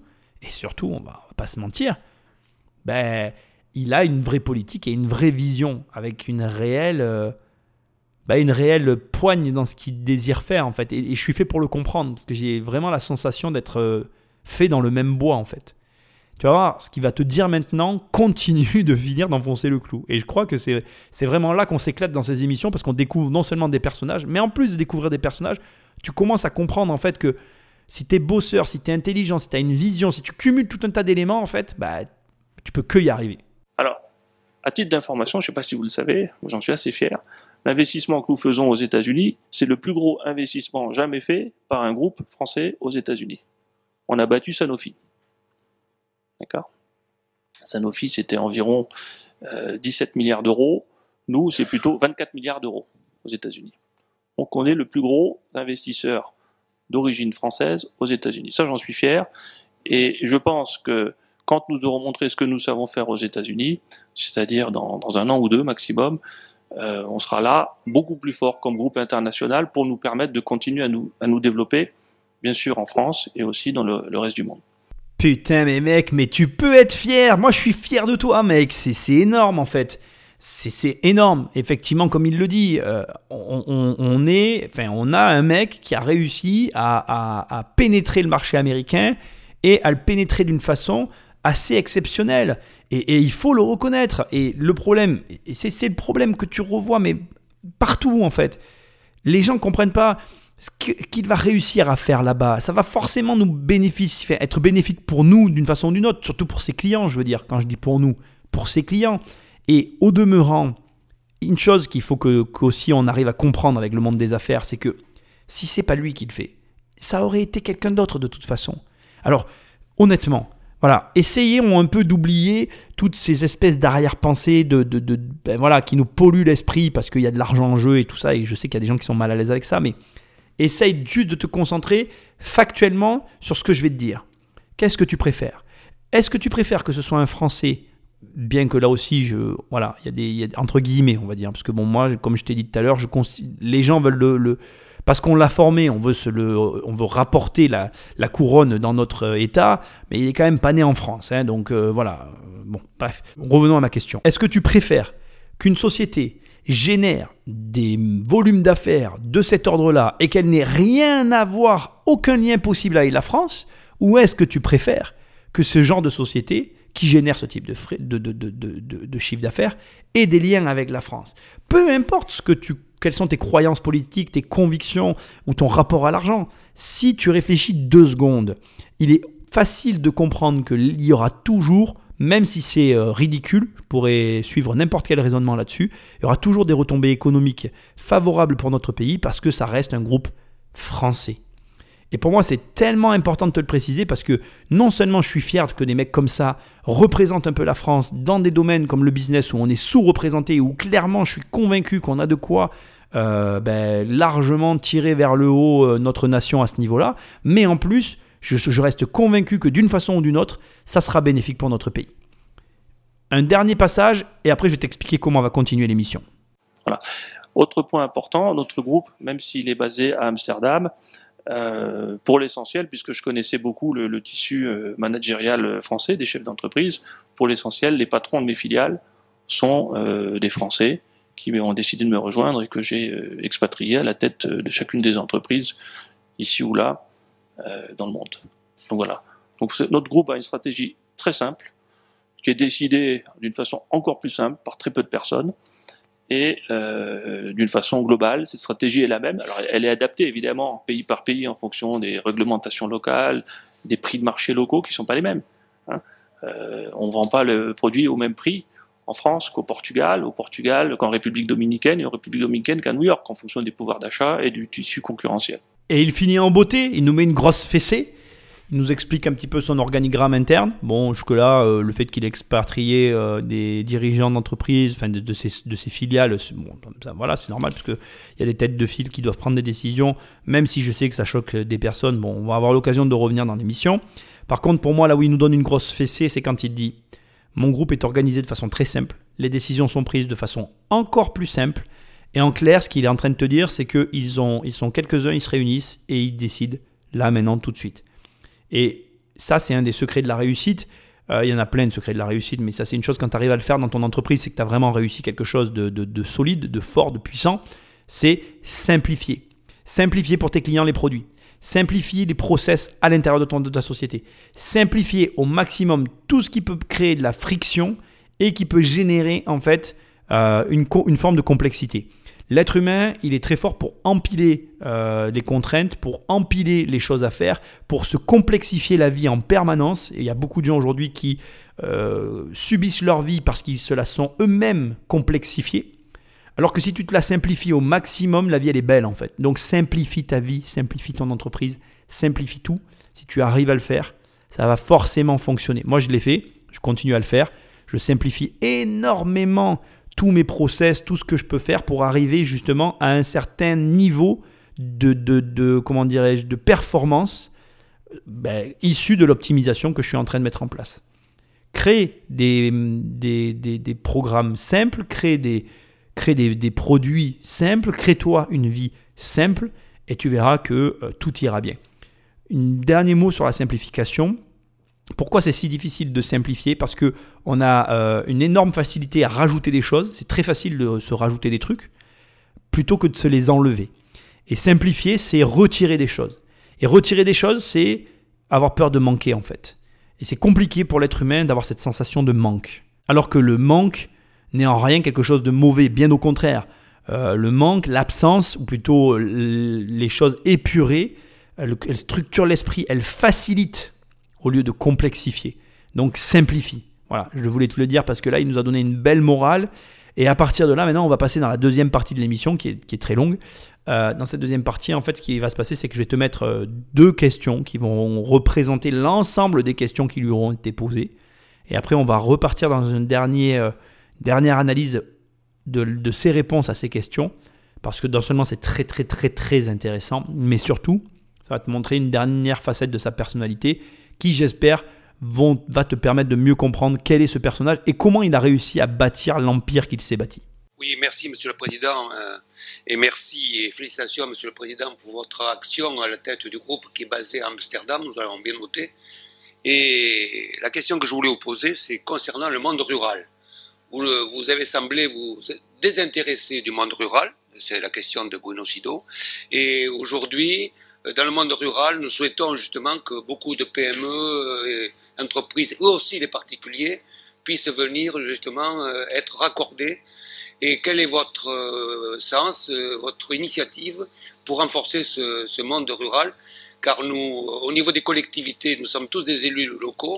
on va pas se mentir, il a une vraie politique et une vraie vision avec une réelle poigne dans ce qu'il désire faire, en fait. Et je suis fait pour le comprendre, parce que j'ai vraiment la sensation d'être fait dans le même bois, en fait. Tu vas voir, ce qu'il va te dire maintenant continue de finir d'enfoncer le clou. Et je crois que c'est vraiment là qu'on s'éclate dans ces émissions, parce qu'on découvre non seulement des personnages, mais en plus de découvrir des personnages, tu commences à comprendre en fait que si tu es bosseur, si tu es intelligent, si tu as une vision, si tu cumules tout un tas d'éléments, en fait, tu peux que y arriver. Alors, à titre d'information, je ne sais pas si vous le savez, j'en suis assez fier, l'investissement que nous faisons aux États-Unis, c'est le plus gros investissement jamais fait par un groupe français aux États-Unis. On a battu Sanofi. D'accord ? Sanofi, c'était environ 17 milliards d'euros. Nous, c'est plutôt 24 milliards d'euros aux États-Unis. Donc, on est le plus gros investisseur d'origine française aux États-Unis. Ça, j'en suis fier. Et je pense que quand nous aurons montré ce que nous savons faire aux États-Unis, c'est-à-dire dans un an ou deux maximum, on sera là beaucoup plus fort comme groupe international pour nous permettre de continuer à nous développer, bien sûr en France et aussi dans le reste du monde. Putain, mais mec, mais tu peux être fier. Moi, je suis fier de toi, mec. C'est énorme, en fait. C'est énorme. Effectivement, comme il le dit, on a un mec qui a réussi à pénétrer le marché américain et à le pénétrer d'une façon assez exceptionnelle. Et il faut le reconnaître. Et le problème, et c'est le problème que tu revois, mais partout, en fait. Les gens ne comprennent pas ce qu'il va réussir à faire là-bas. Ça va forcément être bénéfique pour nous d'une façon ou d'une autre, surtout pour ses clients, je veux dire, quand je dis pour nous, pour ses clients. Et au demeurant, une chose qu'il faut qu'aussi on arrive à comprendre avec le monde des affaires, c'est que si c'est pas lui qui le fait, ça aurait été quelqu'un d'autre de toute façon. Alors, honnêtement, voilà, essayons un peu d'oublier toutes ces espèces d'arrière-pensées, de qui nous polluent l'esprit parce qu'il y a de l'argent en jeu et tout ça, et je sais qu'il y a des gens qui sont mal à l'aise avec ça, mais essaye juste de te concentrer factuellement sur ce que je vais te dire. Qu'est-ce que tu préfères ? Est-ce que tu préfères que ce soit un Français, bien que là aussi, il y a entre guillemets, on va dire, parce que bon, moi, comme je t'ai dit tout à l'heure, les gens veulent parce qu'on l'a formé, on veut rapporter la couronne dans notre État, mais il est quand même pas né en France, hein, donc voilà. Bon, bref, revenons à ma question. Est-ce que tu préfères qu'une société génère des volumes d'affaires de cet ordre-là et qu'elle n'ait rien à voir, aucun lien possible avec la France, ou est-ce que tu préfères que ce genre de société qui génère ce type de chiffre d'affaires ait des liens avec la France ? Peu importe quelles sont tes croyances politiques, tes convictions ou ton rapport à l'argent, si tu réfléchis 2 secondes, il est facile de comprendre qu'il y aura toujours, même si c'est ridicule, je pourrais suivre n'importe quel raisonnement là-dessus, il y aura toujours des retombées économiques favorables pour notre pays parce que ça reste un groupe français. Et pour moi, c'est tellement important de te le préciser parce que non seulement je suis fier que des mecs comme ça représentent un peu la France dans des domaines comme le business où on est sous-représenté, où clairement je suis convaincu qu'on a de quoi largement tirer vers le haut notre nation à ce niveau-là, mais en plus, je reste convaincu que d'une façon ou d'une autre, ça sera bénéfique pour notre pays. Un dernier passage et après je vais t'expliquer comment on va continuer l'émission. Voilà. Autre point important, notre groupe, même s'il est basé à Amsterdam, pour l'essentiel, puisque je connaissais beaucoup le tissu managérial français des chefs d'entreprise, pour l'essentiel, les patrons de mes filiales sont des Français qui ont décidé de me rejoindre et que j'ai expatrié à la tête de chacune des entreprises, ici ou là, dans le monde. Donc voilà. Donc notre groupe a une stratégie très simple, qui est décidée d'une façon encore plus simple par très peu de personnes, et d'une façon globale, cette stratégie est la même. Alors, elle est adaptée évidemment pays par pays en fonction des réglementations locales, des prix de marché locaux qui ne sont pas les mêmes. On ne vend pas le produit au même prix en France qu'au Portugal, qu'en République dominicaine et en République dominicaine qu'à New York, en fonction des pouvoirs d'achat et du tissu concurrentiel. Et il finit en beauté, il nous met une grosse fessée. Il nous explique un petit peu son organigramme interne. Bon, jusque-là, le fait qu'il ait expatrié des dirigeants d'entreprise, enfin de ses filiales, voilà, c'est normal parce qu'il y a des têtes de file qui doivent prendre des décisions, même si je sais que ça choque des personnes. Bon, on va avoir l'occasion de revenir dans l'émission. Par contre, pour moi, là où il nous donne une grosse fessée, c'est quand il dit « Mon groupe est organisé de façon très simple. Les décisions sont prises de façon encore plus simple. » Et en clair, ce qu'il est en train de te dire, c'est qu'ils sont quelques-uns, ils se réunissent et ils décident là, maintenant, tout de suite. Et ça, c'est un des secrets de la réussite. Il y en a plein de secrets de la réussite, mais ça, c'est une chose quand tu arrives à le faire dans ton entreprise, c'est que tu as vraiment réussi quelque chose de solide, de fort, de puissant. C'est simplifier. Simplifier pour tes clients les produits. Simplifier les process à l'intérieur de ta société. Simplifier au maximum tout ce qui peut créer de la friction et qui peut générer en fait une forme de complexité. L'être humain, il est très fort pour empiler les contraintes, pour empiler les choses à faire, pour se complexifier la vie en permanence. Et il y a beaucoup de gens aujourd'hui qui subissent leur vie parce qu'ils se la sont eux-mêmes complexifiés. Alors que si tu te la simplifies au maximum, la vie elle est belle en fait. Donc simplifie ta vie, simplifie ton entreprise, simplifie tout. Si tu arrives à le faire, ça va forcément fonctionner. Moi je l'ai fait, je continue à le faire. Je simplifie énormément tous mes process, tout ce que je peux faire pour arriver justement à un certain niveau de performance issu de l'optimisation que je suis en train de mettre en place. Crée des programmes simples, crée des produits simples, crée-toi une vie simple et tu verras que tout ira bien. Un dernier mot sur la simplification. Pourquoi c'est si difficile de simplifier ? Parce qu'on a une énorme facilité à rajouter des choses. C'est très facile de se rajouter des trucs plutôt que de se les enlever. Et simplifier, c'est retirer des choses. Et retirer des choses, c'est avoir peur de manquer en fait. Et c'est compliqué pour l'être humain d'avoir cette sensation de manque. Alors que le manque n'est en rien quelque chose de mauvais, bien au contraire. Le manque, l'absence, ou plutôt les choses épurées, elle structure l'esprit, elle facilite au lieu de complexifier. Donc simplifie. Voilà, je voulais te le dire parce que là, il nous a donné une belle morale. Et à partir de là, maintenant, on va passer dans la deuxième partie de l'émission qui est très longue. Dans cette deuxième partie, en fait, ce qui va se passer, c'est que je vais te mettre 2 questions qui vont représenter l'ensemble des questions qui lui auront été posées. Et après, on va repartir dans une dernière analyse de ces réponses à ces questions, parce que non seulement c'est très très très très intéressant, mais surtout, ça va te montrer une dernière facette de sa personnalité qui, j'espère, va te permettre de mieux comprendre quel est ce personnage et comment il a réussi à bâtir l'empire qu'il s'est bâti. Oui, merci Monsieur le Président, et merci et félicitations Monsieur le Président pour votre action à la tête du groupe qui est basé à Amsterdam, nous l'avons bien noté. Et la question que je voulais vous poser, c'est concernant le monde rural. Vous avez semblé vous désintéresser du monde rural, c'est la question de Bruno Sido, et aujourd'hui, dans le monde rural, nous souhaitons justement que beaucoup de PME et entreprises, et aussi les particuliers, puissent venir justement être raccordés. Et quel est votre sens, votre initiative pour renforcer ce monde rural? Car nous, au niveau des collectivités, nous sommes tous des élus locaux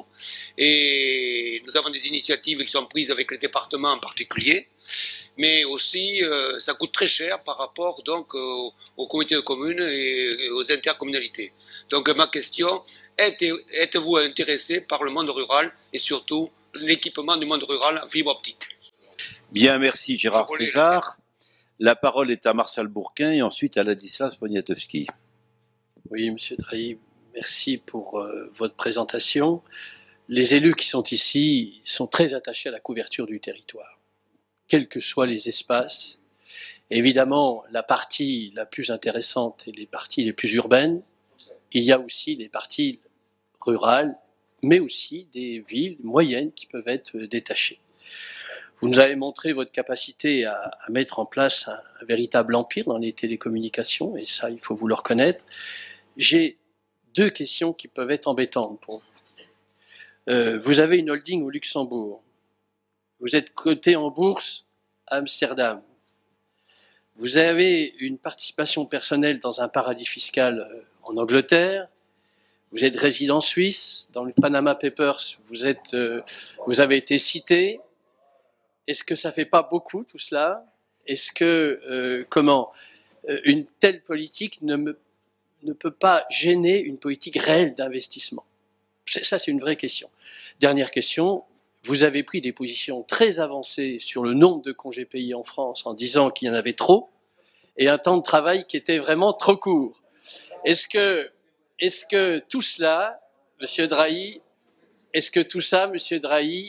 et nous avons des initiatives qui sont prises avec les départements en particulier. Mais aussi, ça coûte très cher par rapport donc aux comités de communes et aux intercommunalités. Donc ma question, êtes-vous intéressé par le monde rural et surtout l'équipement du monde rural en fibre optique? Bien, merci Gérard César. La parole est à Marcel Bourquin et ensuite à Ladislas Poniatowski. Oui, Monsieur Drahi, merci pour votre présentation. Les élus qui sont ici sont très attachés à la couverture du territoire, quels que soient les espaces. Évidemment, la partie la plus intéressante est les parties les plus urbaines. Il y a aussi les parties rurales, mais aussi des villes moyennes qui peuvent être détachées. Vous nous avez montré votre capacité à mettre en place un véritable empire dans les télécommunications, et ça, il faut vous le reconnaître. J'ai deux questions qui peuvent être embêtantes pour vous. Vous avez une holding au Luxembourg. Vous êtes coté en bourse à Amsterdam. Vous avez une participation personnelle dans un paradis fiscal en Angleterre. Vous êtes résident suisse. Dans le Panama Papers, vous avez été cité. Est-ce que ça fait pas beaucoup tout cela? Est-ce que une telle politique ne peut pas gêner une politique réelle d'investissement? Ça, c'est une vraie question. Dernière question, vous avez pris des positions très avancées sur le nombre de congés payés en France en disant qu'il y en avait trop et un temps de travail qui était vraiment trop court. Est-ce que tout cela, Monsieur Drahi, Monsieur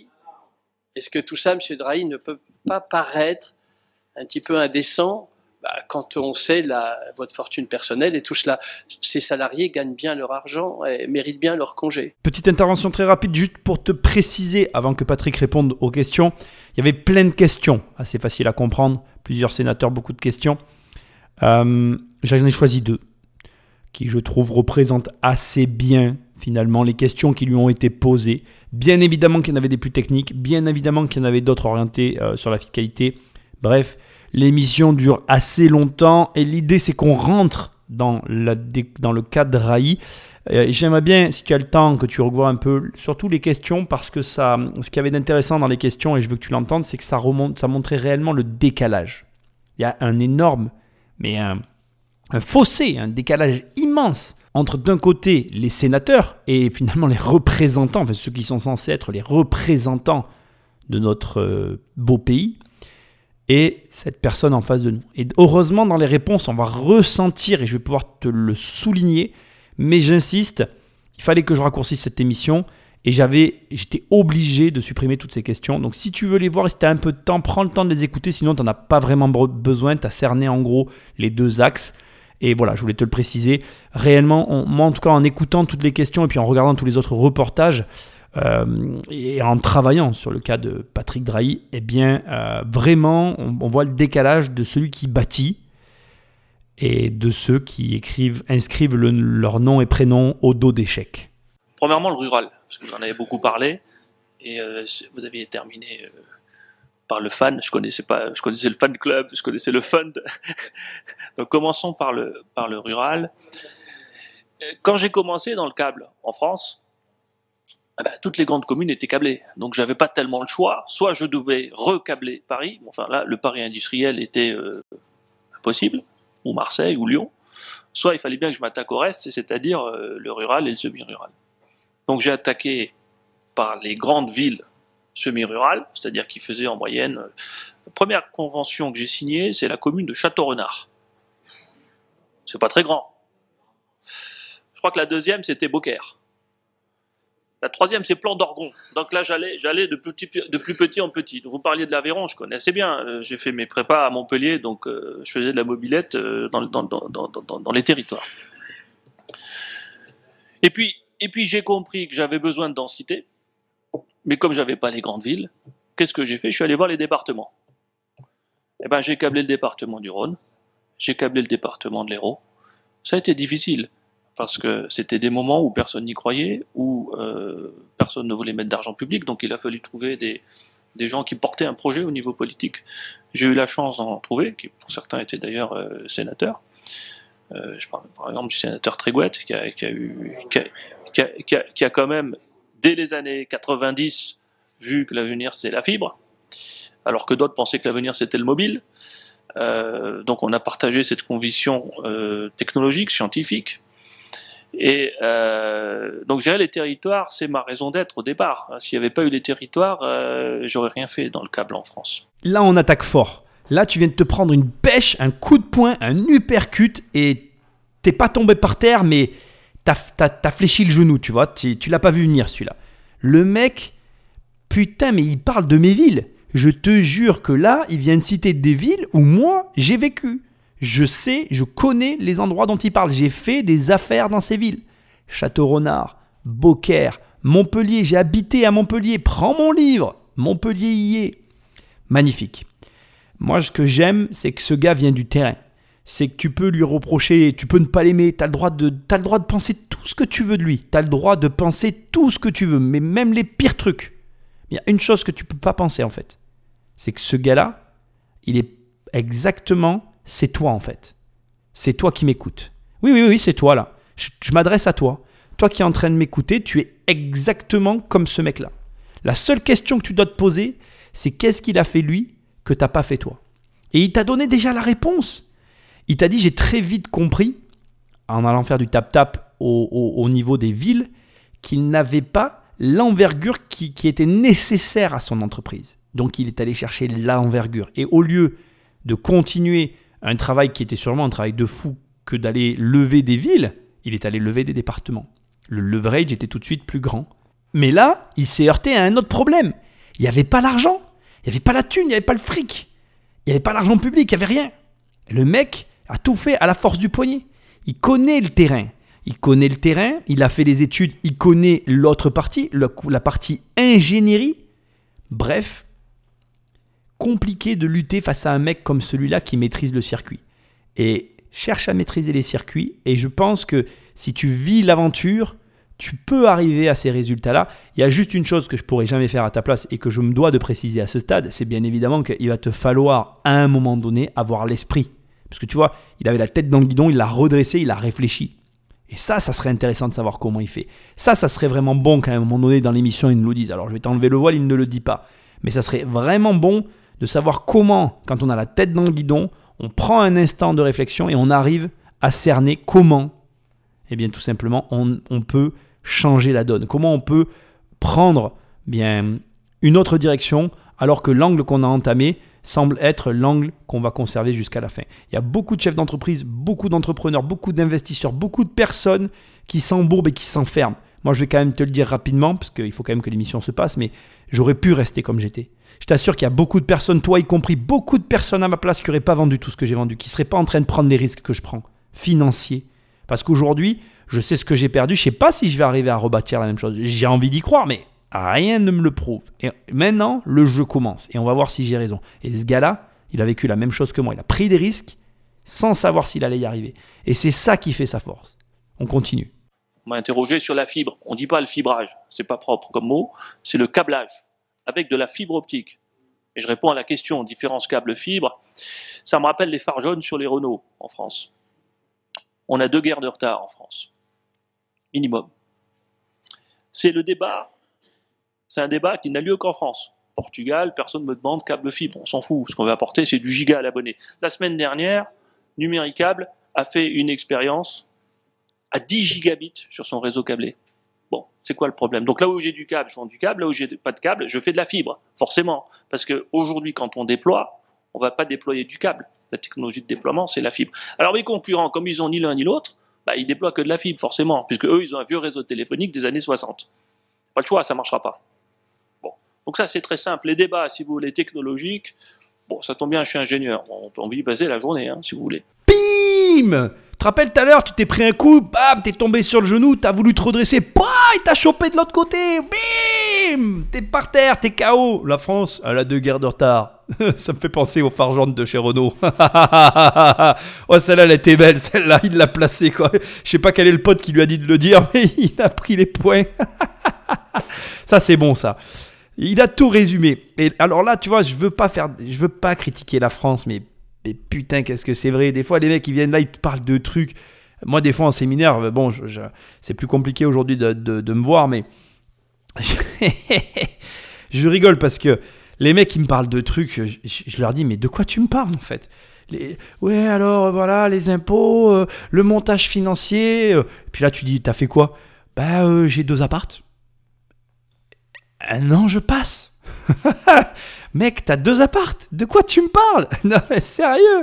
Drahi, ne peut pas paraître un petit peu indécent quand on sait votre fortune personnelle et tout cela? Ces salariés gagnent bien leur argent et méritent bien leur congé. Petite intervention très rapide, juste pour te préciser, avant que Patrick réponde aux questions. Il y avait plein de questions, assez faciles à comprendre. Plusieurs sénateurs, beaucoup de questions. J'en ai choisi deux, qui je trouve représentent assez bien finalement les questions qui lui ont été posées. Bien évidemment qu'il y en avait des plus techniques, bien évidemment qu'il y en avait d'autres orientées sur la fiscalité. Bref, l'émission dure assez longtemps et l'idée c'est qu'on rentre dans le cas de Drahi. J'aimerais bien, si tu as le temps, que tu revoies un peu surtout les questions, parce que ce qu'il y avait d'intéressant dans les questions, et je veux que tu l'entendes, c'est que ça montrait réellement le décalage. Il y a un énorme, mais un fossé, un décalage immense entre d'un côté les sénateurs et finalement les représentants, enfin ceux qui sont censés être les représentants de notre beau pays, et cette personne en face de nous. Et heureusement, dans les réponses, on va ressentir, et je vais pouvoir te le souligner, mais j'insiste, il fallait que je raccourcisse cette émission, et j'étais obligé de supprimer toutes ces questions. Donc si tu veux les voir, si tu as un peu de temps, prends le temps de les écouter, sinon tu n'en as pas vraiment besoin, tu as cerné en gros les deux axes. Et voilà, je voulais te le préciser. Réellement, moi en tout cas, en écoutant toutes les questions et puis en regardant tous les autres reportages et en travaillant sur le cas de Patrick Drahi, eh bien, vraiment, on voit le décalage de celui qui bâtit et de ceux qui inscrivent leur nom et prénom au dos des chèques. Premièrement, le rural, parce que vous en avez beaucoup parlé, et vous aviez terminé par le fan. Je connaissais le fan club, je connaissais le fund. Donc commençons par le rural. Quand j'ai commencé dans le câble en France, toutes les grandes communes étaient câblées. Donc j'avais pas tellement le choix. Soit je devais recâbler Paris, enfin là le Paris industriel était impossible, ou Marseille ou Lyon. Soit il fallait bien que je m'attaque au reste, c'est-à-dire le rural et le semi-rural. Donc j'ai attaqué par les grandes villes semi-rurales, c'est-à-dire qui faisaient en moyenne La première convention que j'ai signée, c'est la commune de Château-Renard. C'est pas très grand. Je crois que la deuxième, c'était Beaucaire. La troisième, c'est Plan d'Orgon. Donc là, j'allais de plus petit en petit. Donc, vous parliez de l'Aveyron, je connais assez bien. J'ai fait mes prépas à Montpellier, donc je faisais de la mobilette dans les territoires. Et puis j'ai compris que j'avais besoin de densité, mais comme j'avais pas les grandes villes, qu'est-ce que j'ai fait? Je suis allé voir les départements. Eh ben, j'ai câblé le département du Rhône, j'ai câblé le département de l'Hérault. Ça a été difficile, parce que c'était des moments où personne n'y croyait, où personne ne voulait mettre d'argent public, donc il a fallu trouver des gens qui portaient un projet au niveau politique. J'ai eu la chance d'en trouver, qui pour certains étaient d'ailleurs sénateurs. Je parle par exemple du sénateur Trégouette, qui a quand même, dès les années 90, vu que l'avenir c'est la fibre, alors que d'autres pensaient que l'avenir c'était le mobile. Donc on a partagé cette conviction technologique, scientifique. Et donc gérer les territoires, c'est ma raison d'être au départ. S'il n'y avait pas eu les territoires, j'aurais rien fait dans le câble en France. Là, on attaque fort. Là, tu viens de te prendre une pêche, un coup de poing, un uppercut et t'es pas tombé par terre, mais t'as fléchi le genou, tu vois. Tu l'as pas vu venir, celui-là. Le mec, putain, mais il parle de mes villes. Je te jure que là, il vient de citer des villes où moi, j'ai vécu. Je sais, je connais les endroits dont il parle. J'ai fait des affaires dans ces villes. Château-Renard, Beaucaire, Montpellier. J'ai habité à Montpellier. Prends mon livre. Montpellier y est. Magnifique. Moi, ce que j'aime, c'est que ce gars vient du terrain. C'est que tu peux lui reprocher, tu peux ne pas l'aimer, tu as le droit de penser tout ce que tu veux de lui. Tu as le droit de penser tout ce que tu veux, mais même les pires trucs. Il y a une chose que tu ne peux pas penser, en fait. C'est que ce gars-là, il est exactement, c'est toi, en fait. C'est toi qui m'écoutes. Oui, c'est toi, là. Je m'adresse à toi. Toi qui es en train de m'écouter, tu es exactement comme ce mec-là. La seule question que tu dois te poser, c'est qu'est-ce qu'il a fait, lui, que tu n'as pas fait toi. Et il t'a donné déjà la réponse. Il t'a dit, j'ai très vite compris, en allant faire du tap-tap au niveau des villes, qu'il n'avait pas l'envergure qui était nécessaire à son entreprise. Donc il est allé chercher l'envergure. Et au lieu de continuer un travail qui était sûrement un travail de fou que d'aller lever des villes, il est allé lever des départements. Le leverage était tout de suite plus grand. Mais là, il s'est heurté à un autre problème. Il n'y avait pas l'argent. Il n'y avait pas la thune, il n'y avait pas le fric. Il n'y avait pas l'argent public, il n'y avait rien. Et le mec a tout fait à la force du poignet. Il connaît le terrain. Il a fait les études, il connaît l'autre partie, la partie ingénierie. Bref, compliqué de lutter face à un mec comme celui-là qui maîtrise le circuit. Et cherche à maîtriser les circuits. Et je pense que si tu vis l'aventure, tu peux arriver à ces résultats-là. Il y a juste une chose que je ne pourrais jamais faire à ta place et que je me dois de préciser à ce stade, c'est bien évidemment qu'il va te falloir à un moment donné avoir l'esprit. Parce que tu vois, il avait la tête dans le guidon, il l'a redressé, il a réfléchi. Et ça serait intéressant de savoir comment il fait. Ça serait vraiment bon qu'à un moment donné dans l'émission, il nous le dise. Alors je vais t'enlever le voile, il ne le dit pas. Mais ça serait vraiment bon de savoir comment, quand on a la tête dans le guidon, on prend un instant de réflexion et on arrive à cerner comment, eh bien tout simplement, on peut changer la donne. Comment on peut prendre bien une autre direction alors que l'angle qu'on a entamé semble être l'angle qu'on va conserver jusqu'à la fin. Il y a beaucoup de chefs d'entreprise, beaucoup d'entrepreneurs, beaucoup d'investisseurs, beaucoup de personnes qui s'embourbent et qui s'enferment. Moi, je vais quand même te le dire rapidement, parce qu'il faut quand même que l'émission se passe, mais j'aurais pu rester comme j'étais. Je t'assure qu'il y a beaucoup de personnes, toi y compris, beaucoup de personnes à ma place qui n'auraient pas vendu tout ce que j'ai vendu, qui ne seraient pas en train de prendre les risques que je prends, financiers. Parce qu'aujourd'hui, je sais ce que j'ai perdu, je ne sais pas si je vais arriver à rebâtir la même chose. J'ai envie d'y croire, mais rien ne me le prouve. Et maintenant, le jeu commence et on va voir si j'ai raison. Et ce gars-là, il a vécu la même chose que moi. Il a pris des risques sans savoir s'il allait y arriver. Et c'est ça qui fait sa force. On continue. On m'a interrogé sur la fibre. On ne dit pas le fibrage, c'est pas propre comme mot, c'est le câblage avec de la fibre optique. Et je réponds à la question, différence câble-fibre. Ça me rappelle les phares jaunes sur les Renault en France. On a 2 guerres de retard en France. Minimum. C'est le débat. C'est un débat qui n'a lieu qu'en France. Portugal, personne ne me demande câble fibre, on s'en fout. Ce qu'on veut apporter, c'est du giga à l'abonné. La semaine dernière, Numéricable a fait une expérience à 10 gigabits sur son réseau câblé. Bon, c'est quoi le problème? Donc là où j'ai du câble, je vends du câble. Là où j'ai pas de câble, je fais de la fibre, forcément. Parce qu'aujourd'hui, quand on déploie, On ne va pas déployer du câble. La technologie de déploiement, c'est la fibre. Alors mes concurrents, comme ils n'ont ni l'un ni l'autre, ils déploient que de la fibre, forcément, puisque eux, ils ont un vieux réseau téléphonique des années 60. Pas le choix, ça ne marchera pas. Bon. Donc ça, c'est très simple. Les débats, si vous voulez, technologiques, bon, ça tombe bien, je suis ingénieur. On va y baser la journée, si vous voulez. Bim! Tu te rappelles tout à l'heure, tu t'es pris un coup, bam, t'es tombé sur le genou, t'as voulu te redresser, il t'a chopé de l'autre côté, bim! T'es par terre, t'es KO. La France, elle a 2 guerres de retard. Ça me fait penser aux phares jaunes de chez Renault. Oh, celle-là, elle était belle, celle-là, il l'a placée, quoi. Je sais pas quel est le pote qui lui a dit de le dire, mais il a pris les points. Ça, c'est bon, ça. Il a tout résumé. Et alors là, tu vois, je veux pas critiquer la France, mais putain, qu'est-ce que c'est vrai. Des fois, les mecs, ils viennent là, ils te parlent de trucs. Moi, des fois, en séminaire, bon, c'est plus compliqué aujourd'hui de me voir, mais je rigole parce que les mecs, ils me parlent de trucs. Je leur dis, mais de quoi tu me parles, en fait? Ouais, alors, voilà, les impôts, le montage financier. Puis là, tu dis, t'as fait quoi? J'ai 2 appartes. Non, je passe. Mec, t'as 2 appartes. De quoi tu me parles? Non, mais sérieux.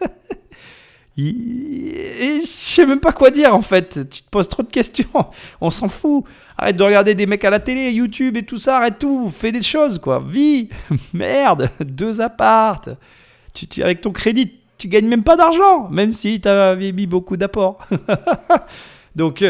Et je sais même pas quoi dire en fait. Tu te poses trop de questions. On s'en fout. Arrête de regarder des mecs à la télé, YouTube et tout ça. Arrête tout. Fais des choses quoi. Vis. Merde. 2 appartes. Avec ton crédit, tu gagnes même pas d'argent. Même si t'avais mis beaucoup d'apports. Donc,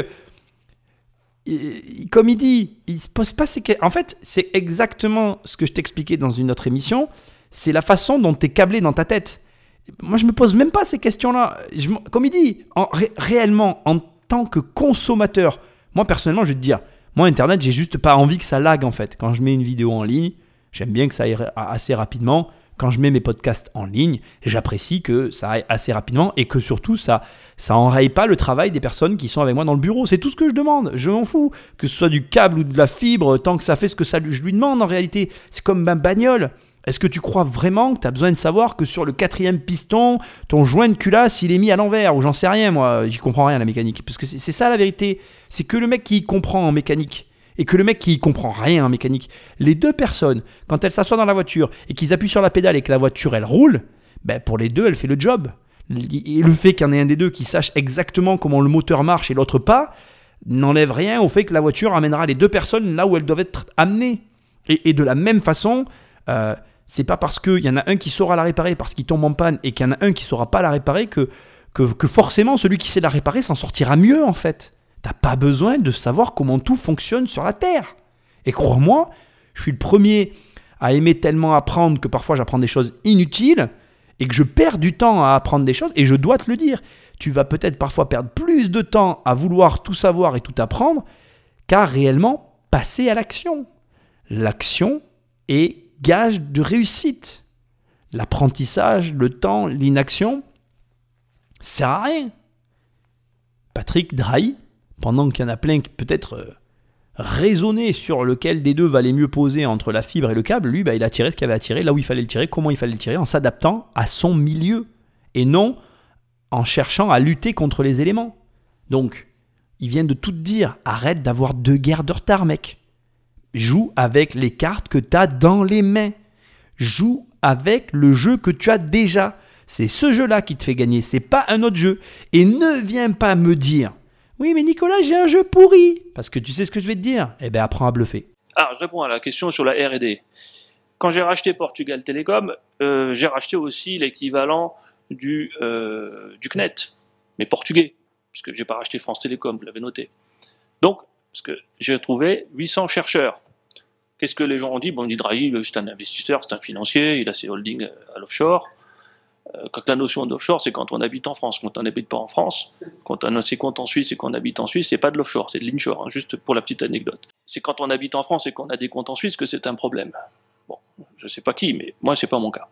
comme il dit, il se pose pas ces questions. En fait, c'est exactement ce que je t'expliquais dans une autre émission. C'est la façon dont t'es câblé dans ta tête. Moi, je me pose même pas ces questions-là. Comme il dit, réellement, en tant que consommateur, moi, personnellement, je vais te dire, moi, Internet, j'ai juste pas envie que ça lag, en fait. Quand je mets une vidéo en ligne, j'aime bien que ça aille assez rapidement. Quand je mets mes podcasts en ligne, j'apprécie que ça aille assez rapidement et que surtout, ça enraye pas le travail des personnes qui sont avec moi dans le bureau. C'est tout ce que je demande. Je m'en fous. Que ce soit du câble ou de la fibre, tant que ça fait ce que je lui demande, en réalité. C'est comme ma bagnole. Est-ce que tu crois vraiment que tu as besoin de savoir que sur le 4e piston, ton joint de culasse, il est mis à l'envers? Ou j'en sais rien, moi. J'y comprends rien, la mécanique. Parce que c'est ça, la vérité. C'est que le mec qui comprend en mécanique et que le mec qui comprend rien en mécanique. Les 2 personnes, quand elles s'assoient dans la voiture et qu'ils appuient sur la pédale et que la voiture, elle roule, pour les 2, elle fait le job. Et le fait qu'il y en ait un des 2 qui sache exactement comment le moteur marche et l'autre pas, n'enlève rien au fait que la voiture amènera les 2 personnes là où elles doivent être amenées. Et de la même façon... c'est pas parce qu'il y en a un qui saura la réparer parce qu'il tombe en panne et qu'il y en a un qui saura pas la réparer que forcément celui qui sait la réparer s'en sortira mieux en fait. T'as pas besoin de savoir comment tout fonctionne sur la Terre. Et crois-moi, je suis le premier à aimer tellement apprendre que parfois j'apprends des choses inutiles et que je perds du temps à apprendre des choses et je dois te le dire. Tu vas peut-être parfois perdre plus de temps à vouloir tout savoir et tout apprendre qu'à réellement passer à l'action. L'action est gage de réussite. L'apprentissage, le temps, l'inaction, ça sert à rien. Patrick Drahi, pendant qu'il y en a plein qui peut-être raisonnaient sur lequel des 2 valait mieux poser entre la fibre et le câble, lui, il a tiré ce qu'il avait à tirer, là où il fallait le tirer, comment il fallait le tirer, en s'adaptant à son milieu, et non en cherchant à lutter contre les éléments. Donc, il vient de tout te dire, arrête d'avoir 2 guerres de retard, mec. Joue avec les cartes que tu as dans les mains. Joue avec le jeu que tu as déjà. C'est ce jeu-là qui te fait gagner, c'est pas un autre jeu. Et ne viens pas me dire « Oui, mais Nicolas, j'ai un jeu pourri !» Parce que tu sais ce que je vais te dire. Apprends à bluffer. Alors, je réponds à la question sur la R&D. Quand j'ai racheté Portugal Télécom, j'ai racheté aussi l'équivalent du CNET, mais portugais, puisque j'ai pas racheté France Télécom, vous l'avez noté. Donc, parce que j'ai trouvé 800 chercheurs. Qu'est-ce que les gens ont dit? On dit Drahi, c'est un investisseur, c'est un financier, il a ses holdings à l'offshore. Quand la notion d'offshore, c'est quand on habite en France. Quand on n'habite pas en France, quand on a ses comptes en Suisse et qu'on habite en Suisse, c'est pas de l'offshore, c'est de l'inshore, juste pour la petite anecdote. C'est quand on habite en France et qu'on a des comptes en Suisse que c'est un problème. Bon, je sais pas qui, mais moi, c'est pas mon cas.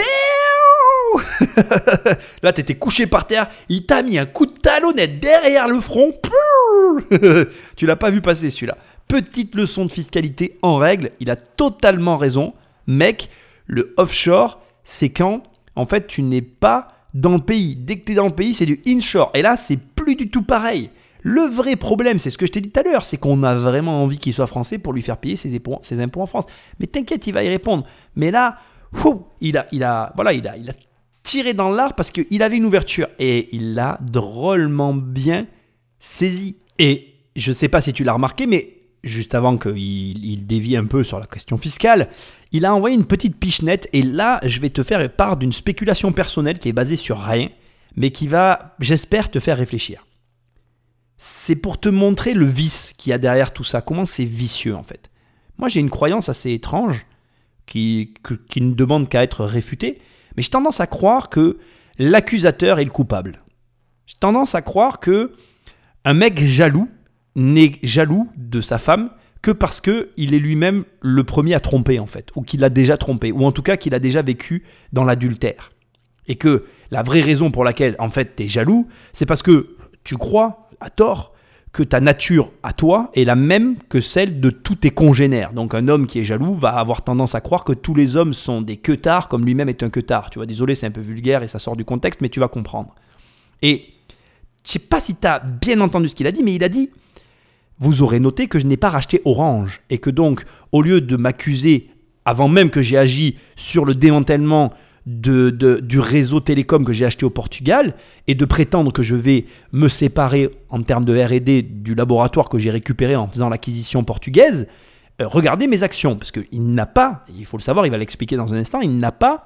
Là, t'étais couché par terre, il t'a mis un coup de talonnette derrière le front. Tu l'as pas vu passer celui-là. Petite leçon de fiscalité en règle, il a totalement raison. Mec, le offshore, c'est quand, en fait, tu n'es pas dans le pays. Dès que tu es dans le pays, c'est du inshore. Et là, c'est plus du tout pareil. Le vrai problème, c'est ce que je t'ai dit tout à l'heure, c'est qu'on a vraiment envie qu'il soit français pour lui faire payer ses impôts en France. Mais t'inquiète, il va y répondre. Mais là, il a tiré dans l'art parce qu'il avait une ouverture et il l'a drôlement bien saisi. Et je ne sais pas si tu l'as remarqué, mais juste avant qu'il dévie un peu sur la question fiscale, il a envoyé une petite pichenette et là, je vais te faire part d'une spéculation personnelle qui est basée sur rien, mais qui va, j'espère, te faire réfléchir. C'est pour te montrer le vice qu'il y a derrière tout ça, comment c'est vicieux en fait. Moi, j'ai une croyance assez étrange qui ne demande qu'à être réfutée, mais j'ai tendance à croire que l'accusateur est le coupable. J'ai tendance à croire que un mec jaloux n'est jaloux de sa femme que parce qu'il est lui-même le premier à tromper en fait, ou qu'il a déjà trompé, ou en tout cas qu'il a déjà vécu dans l'adultère. Et que la vraie raison pour laquelle en fait t'es jaloux, c'est parce que tu crois, à tort, que ta nature à toi est la même que celle de tous tes congénères. Donc un homme qui est jaloux va avoir tendance à croire que tous les hommes sont des queutards comme lui-même est un queutard. Tu vois, désolé, c'est un peu vulgaire et ça sort du contexte, mais tu vas comprendre. Et je ne sais pas si tu as bien entendu ce qu'il a dit, mais il a dit « Vous aurez noté que je n'ai pas racheté Orange et que donc, au lieu de m'accuser, avant même que j'ai agi sur le démantèlement du réseau télécom que j'ai acheté au Portugal et de prétendre que je vais me séparer en termes de R&D du laboratoire que j'ai récupéré en faisant l'acquisition portugaise, regardez mes actions. » Parce qu'il n'a pas, il faut le savoir, il va l'expliquer dans un instant, il n'a pas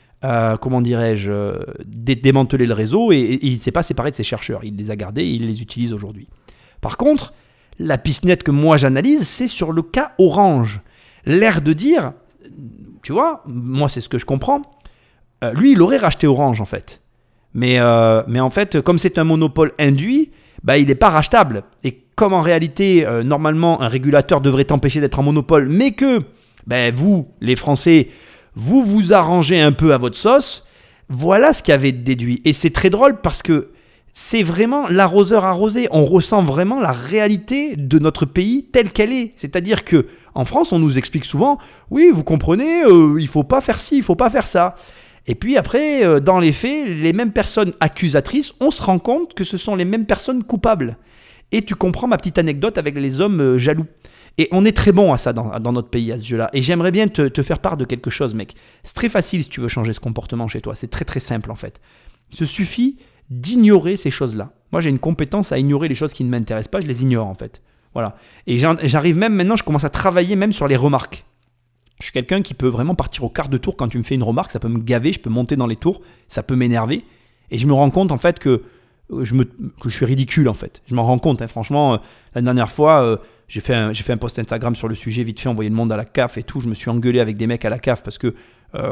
démantelé le réseau et il ne s'est pas séparé de ses chercheurs. Il les a gardés et il les utilise aujourd'hui. Par contre, la piste-nette que moi j'analyse, c'est sur le cas Orange. L'air de dire, tu vois, moi c'est ce que je comprends, lui il aurait racheté Orange en fait. Mais en fait, comme c'est un monopole induit, il n'est pas rachetable. Et comme en réalité, normalement, un régulateur devrait t'empêcher d'être en monopole, mais que vous, les Français, vous vous arrangez un peu à votre sauce, voilà ce qu'il y avait déduit. Et c'est très drôle parce que c'est vraiment l'arroseur arrosé. On ressent vraiment la réalité de notre pays telle qu'elle est. C'est-à-dire qu'en France, on nous explique souvent, oui, vous comprenez, il ne faut pas faire ci, il ne faut pas faire ça. Et puis après, dans les faits, les mêmes personnes accusatrices, on se rend compte que ce sont les mêmes personnes coupables. Et tu comprends ma petite anecdote avec les hommes jaloux. Et on est très bon à ça dans notre pays, à ce jeu-là. Et j'aimerais bien te faire part de quelque chose, mec. C'est très facile si tu veux changer ce comportement chez toi. C'est très très simple en fait. Il se suffit d'ignorer ces choses-là. Moi, j'ai une compétence à ignorer les choses qui ne m'intéressent pas. Je les ignore en fait. Voilà. Et j'arrive même maintenant, je commence à travailler même sur les remarques. Je suis quelqu'un qui peut vraiment partir au quart de tour quand tu me fais une remarque. Ça peut me gaver, je peux monter dans les tours. Ça peut m'énerver. Et je me rends compte en fait que je suis ridicule en fait. Je m'en rends compte. Franchement, la dernière fois... J'ai fait un post Instagram sur le sujet, vite fait, envoyer le monde à la CAF et tout. Je me suis engueulé avec des mecs à la CAF parce que,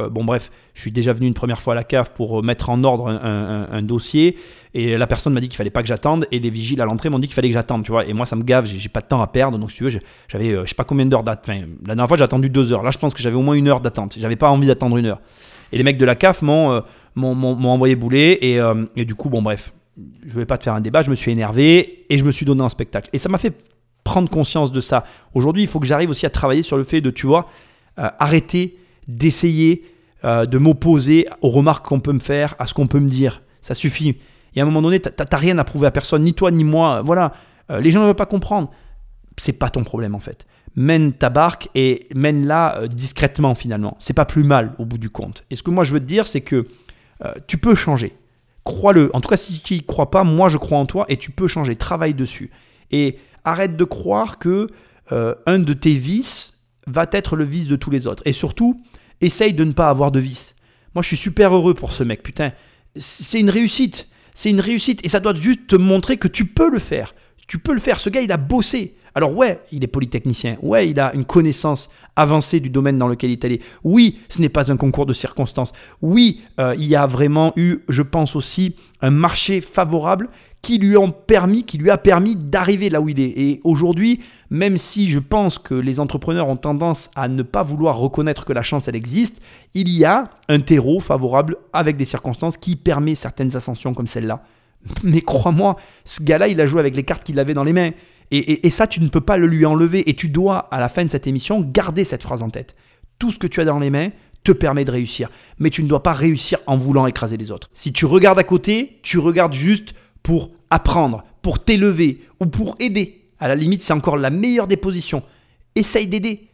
je suis déjà venu une première fois à la CAF pour mettre en ordre un dossier. Et la personne m'a dit qu'il fallait pas que j'attende. Et les vigiles à l'entrée m'ont dit qu'il fallait que j'attende, tu vois. Et moi, ça me gave, j'ai pas de temps à perdre. Donc, si tu veux, j'avais, je sais pas combien d'heures d'attente. Enfin, la dernière fois, j'ai attendu 2 heures. Là, je pense que j'avais au moins 1 heure d'attente. J'avais pas envie d'attendre 1 heure. Et les mecs de la CAF m'ont envoyé bouler. Et du coup, je vais pas te faire un débat. Je me suis énervé et je me suis donné un spectacle. Et ça m'a fait prendre conscience de ça. Aujourd'hui, il faut que j'arrive aussi à travailler sur le fait de, tu vois, arrêter d'essayer de m'opposer aux remarques qu'on peut me faire, à ce qu'on peut me dire. Ça suffit. Et à un moment donné, t'as rien à prouver à personne, ni toi, ni moi. Voilà. Les gens ne veulent pas comprendre. C'est pas ton problème, en fait. Mène ta barque et mène-la discrètement, finalement. C'est pas plus mal, au bout du compte. Et ce que moi, je veux te dire, c'est que tu peux changer. Crois-le. En tout cas, si tu n'y crois pas, moi, je crois en toi et tu peux changer. Travaille dessus. Et arrête de croire que un de tes vices va être le vice de tous les autres. Et surtout, essaye de ne pas avoir de vices. Moi, je suis super heureux pour ce mec, putain. C'est une réussite. C'est une réussite. Et ça doit juste te montrer que tu peux le faire. Tu peux le faire. Ce gars, il a bossé. Alors ouais, il est polytechnicien. Ouais, il a une connaissance avancée du domaine dans lequel il est allé. Oui, ce n'est pas un concours de circonstances. Oui, il y a vraiment eu, je pense aussi, un marché favorable qui lui a permis d'arriver là où il est. Et aujourd'hui, même si je pense que les entrepreneurs ont tendance à ne pas vouloir reconnaître que la chance, elle existe, il y a un terreau favorable avec des circonstances qui permet certaines ascensions comme celle-là. Mais crois-moi, ce gars-là, il a joué avec les cartes qu'il avait dans les mains. Et ça, tu ne peux pas le lui enlever. Et tu dois, à la fin de cette émission, garder cette phrase en tête. Tout ce que tu as dans les mains te permet de réussir. Mais tu ne dois pas réussir en voulant écraser les autres. Si tu regardes à côté, tu regardes juste pour apprendre, pour t'élever ou pour aider. À la limite, c'est encore la meilleure des positions. Essaye d'aider.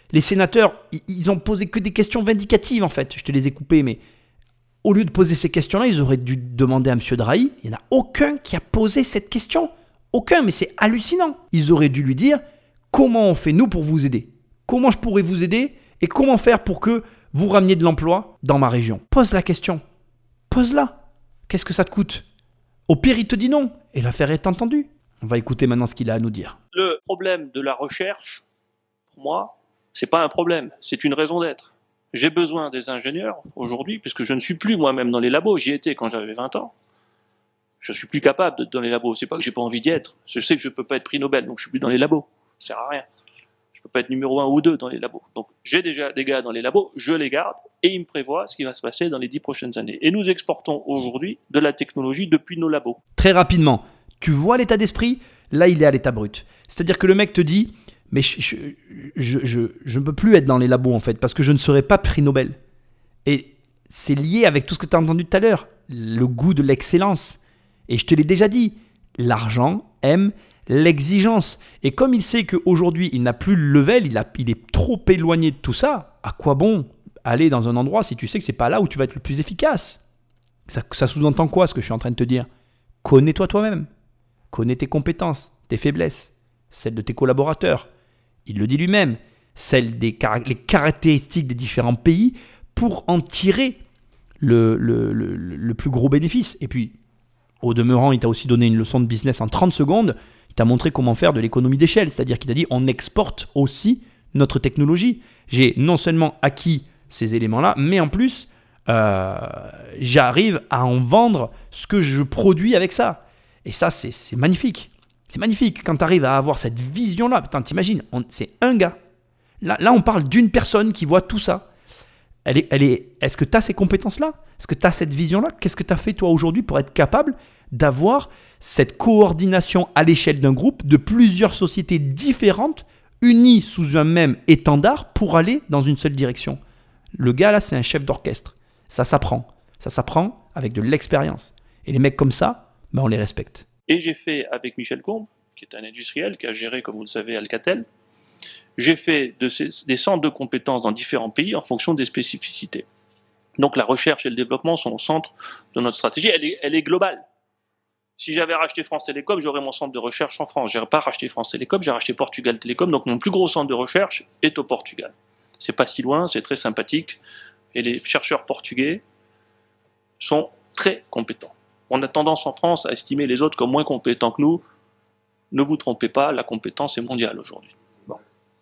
Les sénateurs, ils ont posé que des questions vindicatives en fait. Je te les ai coupées, mais au lieu de poser ces questions-là, ils auraient dû demander à M. Drahi. Il n'y en a aucun qui a posé cette question. Aucun, mais c'est hallucinant. Ils auraient dû lui dire comment on fait nous pour vous aider. Comment je pourrais vous aider et comment faire pour que vous rameniez de l'emploi dans ma région. Pose la question. Pose-la. Qu'est-ce que ça te coûte? Au pire, il te dit non et l'affaire est entendue. On va écouter maintenant ce qu'il a à nous dire. Le problème de la recherche, pour moi, c'est pas un problème, c'est une raison d'être. J'ai besoin des ingénieurs aujourd'hui, puisque je ne suis plus moi-même dans les labos. J'y étais quand j'avais 20 ans. Je suis plus capable d'être dans les labos. C'est pas que j'ai pas envie d'y être. Je sais que je peux pas être prix Nobel, donc je suis plus dans les labos. Ça sert à rien. Je peux pas être numéro 1 ou 2 dans les labos. Donc j'ai déjà des gars dans les labos, je les garde et ils me prévoient ce qui va se passer dans les 10 prochaines années. Et nous exportons aujourd'hui de la technologie depuis nos labos. Très rapidement, tu vois l'état d'esprit? Là, il est à l'état brut. C'est-à-dire que le mec te dit mais je ne peux plus être dans les labos en fait parce que je ne serai pas prix Nobel. Et c'est lié avec tout ce que tu as entendu tout à l'heure, le goût de l'excellence. Et je te l'ai déjà dit, l'argent aime l'exigence. Et comme il sait qu'aujourd'hui, il n'a plus le level, il est trop éloigné de tout ça, à quoi bon aller dans un endroit si tu sais que c'est pas là où tu vas être le plus efficace? Ça sous-entend quoi ce que je suis en train de te dire? Connais-toi toi-même. Connais tes compétences, tes faiblesses, celles de tes collaborateurs. Il le dit lui-même, les caractéristiques des différents pays pour en tirer le plus gros bénéfice. Et puis, au demeurant, il t'a aussi donné une leçon de business en 30 secondes. Il t'a montré comment faire de l'économie d'échelle. C'est-à-dire qu'il t'a dit, on exporte aussi notre technologie. J'ai non seulement acquis ces éléments-là, mais en plus, j'arrive à en vendre ce que je produis avec ça. Et ça, c'est magnifique. C'est magnifique quand tu arrives à avoir cette vision-là. Putain, t'imagines, c'est un gars. Là, on parle d'une personne qui voit tout ça. Est-ce que tu as ces compétences-là? Est-ce que tu as cette vision-là? Qu'est-ce que tu as fait toi aujourd'hui pour être capable d'avoir cette coordination à l'échelle d'un groupe de plusieurs sociétés différentes unies sous un même étendard pour aller dans une seule direction? Le gars là, c'est un chef d'orchestre. Ça s'apprend. Ça s'apprend avec de l'expérience. Et les mecs comme ça, ben on les respecte. Et j'ai fait avec Michel Combes, qui est un industriel qui a géré, comme vous le savez, Alcatel, j'ai fait des centres de compétences dans différents pays en fonction des spécificités. Donc la recherche et le développement sont au centre de notre stratégie. Elle est globale. Si j'avais racheté France Télécom, j'aurais mon centre de recherche en France. Je n'ai pas racheté France Télécom, j'ai racheté Portugal Télécom. Donc mon plus gros centre de recherche est au Portugal. C'est pas si loin, c'est très sympathique. Et les chercheurs portugais sont très compétents. On a tendance en France à estimer les autres comme moins compétents que nous. Ne vous trompez pas, la compétence est mondiale aujourd'hui. Bon.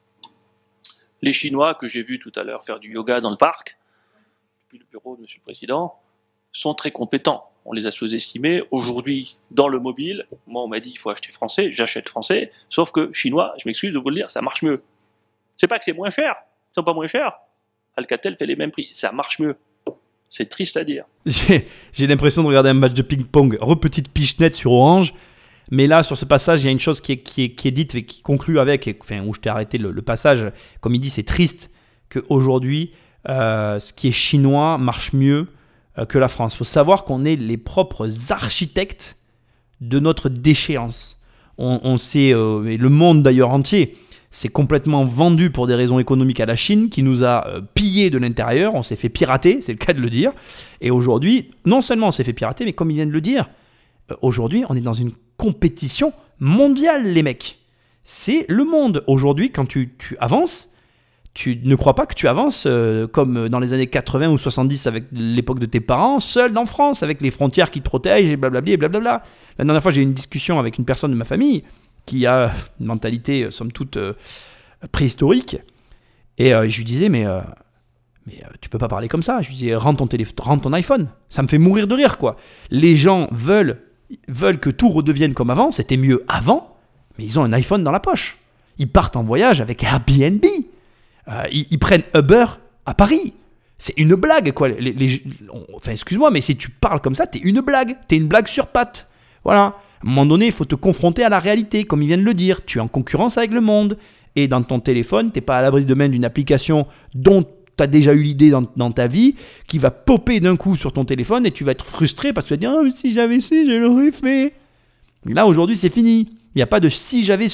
Les Chinois, que j'ai vus tout à l'heure faire du yoga dans le parc, depuis le bureau de M. le Président, sont très compétents. On les a sous-estimés. Aujourd'hui, dans le mobile, moi on m'a dit il faut acheter français, j'achète français, sauf que chinois, je m'excuse de vous le dire, ça marche mieux. C'est pas que c'est moins cher, ils sont pas moins chers. Alcatel fait les mêmes prix, ça marche mieux. C'est triste à dire. J'ai l'impression de regarder un match de ping-pong, petite pichenette sur Orange, mais là, sur ce passage, il y a une chose qui est dite et qui conclut avec, où je t'ai arrêté le passage, comme il dit, c'est triste qu'aujourd'hui, ce qui est chinois marche mieux que la France. Il faut savoir qu'on est les propres architectes de notre déchéance. On sait, et le monde d'ailleurs entier, c'est complètement vendu pour des raisons économiques à la Chine qui nous a pillé de l'intérieur, on s'est fait pirater, c'est le cas de le dire. Et aujourd'hui, non seulement on s'est fait pirater, mais comme il vient de le dire, aujourd'hui on est dans une compétition mondiale les mecs. C'est le monde. Aujourd'hui quand tu avances, tu ne crois pas que tu avances comme dans les années 80 ou 70 avec l'époque de tes parents, seul en France, avec les frontières qui te protègent et blablabla et blablabla. La dernière fois j'ai eu une discussion avec une personne de ma famille qui a une mentalité, somme toute, préhistorique. Et je lui disais, mais tu peux pas parler comme ça. Je lui disais, rends ton iPhone. Ça me fait mourir de rire, quoi. Les gens veulent que tout redevienne comme avant. C'était mieux avant, mais ils ont un iPhone dans la poche. Ils partent en voyage avec Airbnb. Ils prennent Uber à Paris. C'est une blague, quoi. Enfin, excuse-moi, mais si tu parles comme ça, t'es une blague. T'es une blague sur pattes. Voilà. À un moment donné, il faut te confronter à la réalité, comme il vient de le dire. Tu es en concurrence avec le monde. Et dans ton téléphone, tu n'es pas à l'abri de même d'une application dont tu as déjà eu l'idée dans ta vie, qui va popper d'un coup sur ton téléphone et tu vas être frustré parce que tu vas dire « Oh, mais si j'avais su, je l'aurais fait ». Là, aujourd'hui, c'est fini. Il n'y a pas de « si j'avais su ».